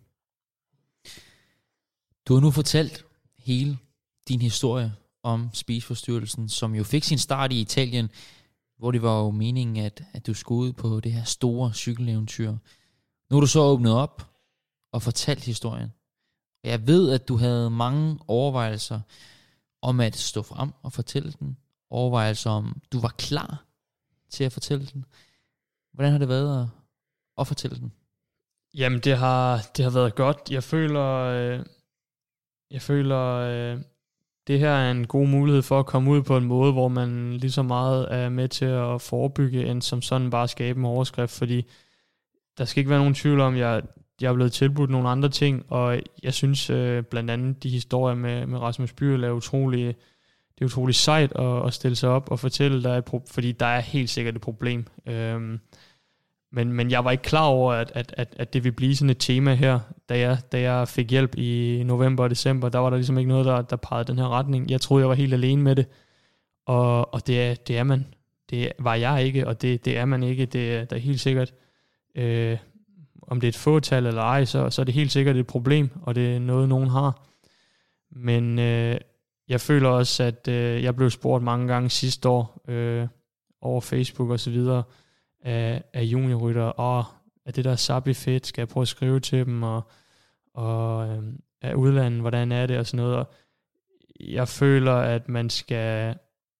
C: Du har nu fortalt hele din historie om spiseforstyrrelsen, som jo fik sin start i Italien, hvor det var jo meningen, at du skulle ud på det her store cykeleventyr. Nu er du så åbnet op og fortalt historien. Jeg ved, at du havde mange overvejelser om at stå frem og fortælle den. Overvejelser om, du var klar til at fortælle den. Hvordan har det været at fortælle den?
B: Jamen, det har været godt. Jeg føler det her er en god mulighed for at komme ud på en måde, hvor man lige så meget er med til at forebygge, end som sådan bare skabe en overskrift, fordi der skal ikke være nogen tvivl om, jeg er blevet tilbudt nogle andre ting, og jeg synes blandt andet de historier med Rasmus Byrl er utrolig sejt at stille sig op og fortælle, fordi der er helt sikkert et problem. Men jeg var ikke klar over, at det ville blive sådan et tema her, da jeg fik hjælp i november og december. Der var der ligesom ikke noget, der pegede den her retning. Jeg troede, jeg var helt alene med det, og det er man. Det var jeg ikke, og det er man ikke. Det er helt sikkert, om det er et fåtal eller ej, så er det helt sikkert et problem, og det er noget, nogen har. Men jeg føler også, at jeg blev spurgt mange gange sidste år over Facebook og så videre af juniorrytter, er det der Sabi fedt, skal jeg prøve at skrive til dem, og af udlandet, hvordan er det og sådan noget. Og jeg føler, at man skal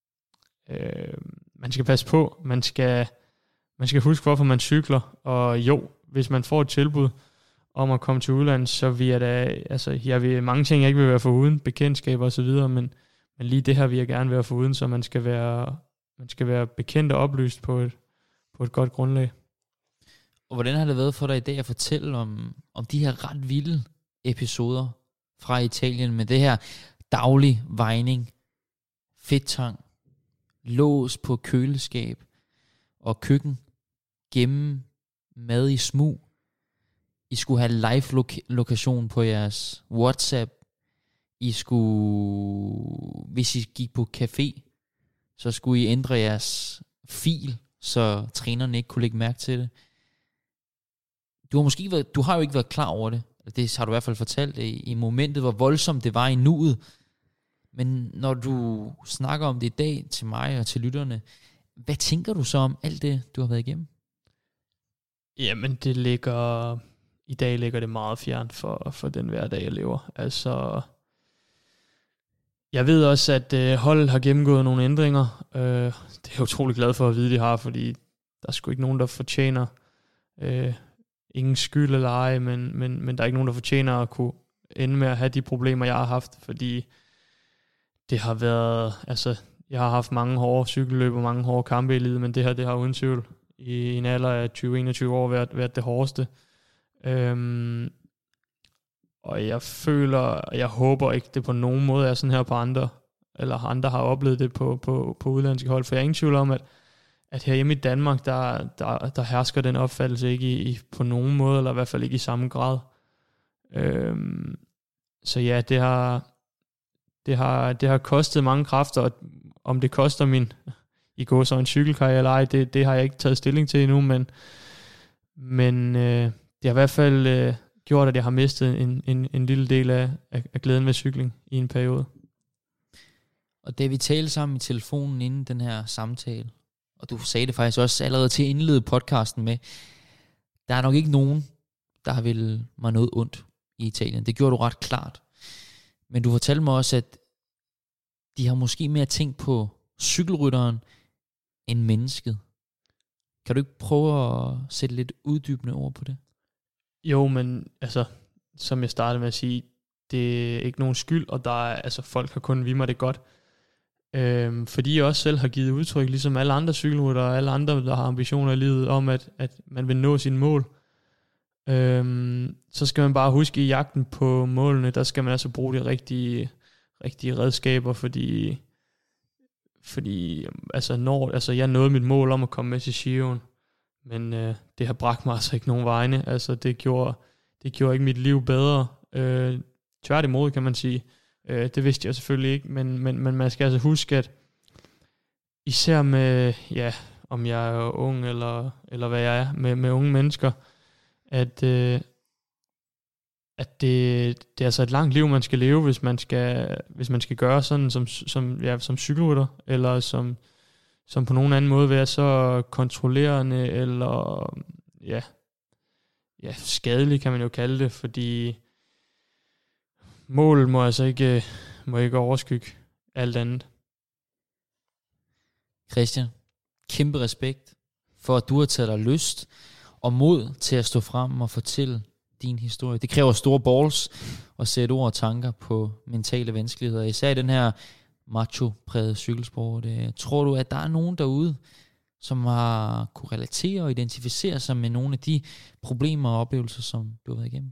B: passe på, man skal huske, hvorfor man cykler, og jo, hvis man får et tilbud om at komme til udlandet, så vil jeg vil mange ting, jeg ikke vil være foruden, bekendtskaber og så videre, men lige det her vil jeg gerne være foruden, så man skal være bekendt og oplyst på et godt grundlag.
C: Og hvordan har det været for dig i dag at fortælle om de her ret vilde episoder fra Italien, med det her daglig vejning, fedtang, lås på køleskab og køkken, gemme mad i smug. I skulle have live-lokation på jeres WhatsApp. I skulle, hvis I gik på café, så skulle I ændre jeres fil, så trænerne ikke kunne lægge mærke til det. Du har jo ikke været klar over det. Det har du i hvert fald fortalt i momentet, hvor voldsomt det var i nuet. Men når du snakker om det i dag til mig og til lytterne, hvad tænker du så om alt det, du har været igennem?
B: Jamen, i dag ligger det meget fjernt for den hverdag, jeg lever. Altså, jeg ved også, at holdet har gennemgået nogle ændringer. Det er jeg utrolig glad for at vide, de har, fordi der er sgu ikke nogen, der fortjener ingen skyld eller ej, men der er ikke nogen, der fortjener at kunne ende med at have de problemer, jeg har haft, fordi det har været, altså, jeg har haft mange hårde cykelløb og mange hårde kampe i livet, men det her, det har uden tvivl i en alder af 20-21 år været det hårdeste. Og jeg føler, jeg håber ikke, det på nogen måde er sådan her på andre, eller andre har oplevet det på udlandske hold, for jeg er ingen tvivl om, at herhjemme i Danmark, der hersker den opfattelse ikke på nogen måde, eller i hvert fald ikke i samme grad. Så ja, det har kostet mange kræfter, og om det koster min i går så en cykelkarriere eller ej, det har jeg ikke taget stilling til endnu, men det har i hvert fald gjort, at jeg har mistet en lille del af glæden ved cykling i en periode.
C: Og da vi talte sammen i telefonen inden den her samtale, og du sagde det faktisk også allerede til at indlede podcasten med, der er nok ikke nogen, der har ville mig noget ondt i Italien. Det gjorde du ret klart. Men du fortalte mig også, at de har måske mere tænkt på cykelrytteren end mennesket. Kan du ikke prøve at sætte lidt uddybende ord på det?
B: Jo, men altså, som jeg startede med at sige, det er ikke nogen skyld, og der er, altså, folk har kun vist mig det godt. Fordi jeg også selv har givet udtryk, ligesom alle andre cykelryttere og alle andre, der har ambitioner i livet, om at man vil nå sine mål. Så skal man bare huske, i jagten på målene, der skal man altså bruge de rigtige redskaber, fordi altså jeg nåede mit mål om at komme med til Giroen, men det har bragt mig altså ikke nogen vegne. Altså det gjorde ikke mit liv bedre. Tværtimod, kan man sige. Det vidste jeg selvfølgelig ikke, men man skal altså huske, at især med, ja, om jeg er ung eller hvad jeg er, med unge mennesker, at det er altså et langt liv, man skal leve, hvis man skal gøre sådan som cykelrytter, eller som på nogen anden måde være så kontrollerende, eller ja, skadelig kan man jo kalde det, fordi målet må altså ikke overskygge alt andet.
C: Christian, kæmpe respekt for, at du har taget dig lyst og mod til at stå frem og fortælle din historie. Det kræver store balls at sætte ord og tanker på mentale vanskeligheder, især i den her macho-prægede cykelsport. Tror du, at der er nogen derude, som har kunne relatere og identificere sig med nogle af de problemer og oplevelser, som du har været igennem?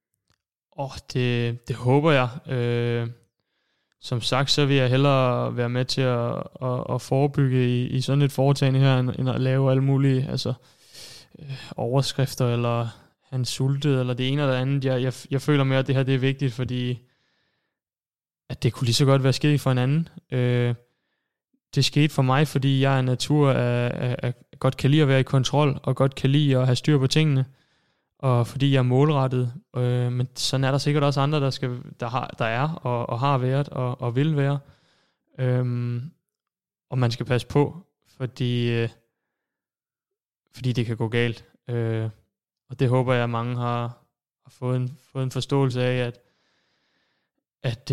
B: Det håber jeg. Som sagt, så vil jeg hellere være med til at forebygge i sådan et foretagende her, end at lave alle mulige overskrifter, eller han sultede, eller det ene eller det andet. Jeg føler mere, at det her det er vigtigt, fordi at det kunne lige så godt være sket for en anden. Det skete for mig, fordi jeg er en natur af godt kan lide at være i kontrol, og godt kan lide at have styr på tingene, og fordi jeg er målrettet. Men sådan er der sikkert også andre, der er og har været og vil være. Og man skal passe på, fordi det kan gå galt. Og det håber jeg, at mange har fået en forståelse af, at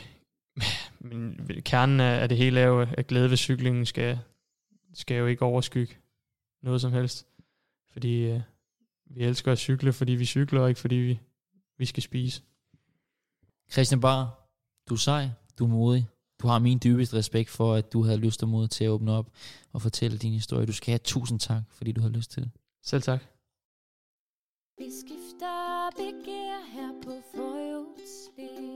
B: kernen af det hele er jo, at glæde ved cyklingen skal jo ikke overskygge noget som helst. Fordi vi elsker at cykle, fordi vi cykler, og ikke fordi vi skal spise.
C: Christian Bahr, du er sej, du er modig. Du har min dybeste respekt for, at du havde lyst og mod til at åbne op og fortælle din historie. Du skal have 1000 tak, fordi du havde lyst til det.
B: Selv tak.
E: Vi skifter begær her på forhjulsliv.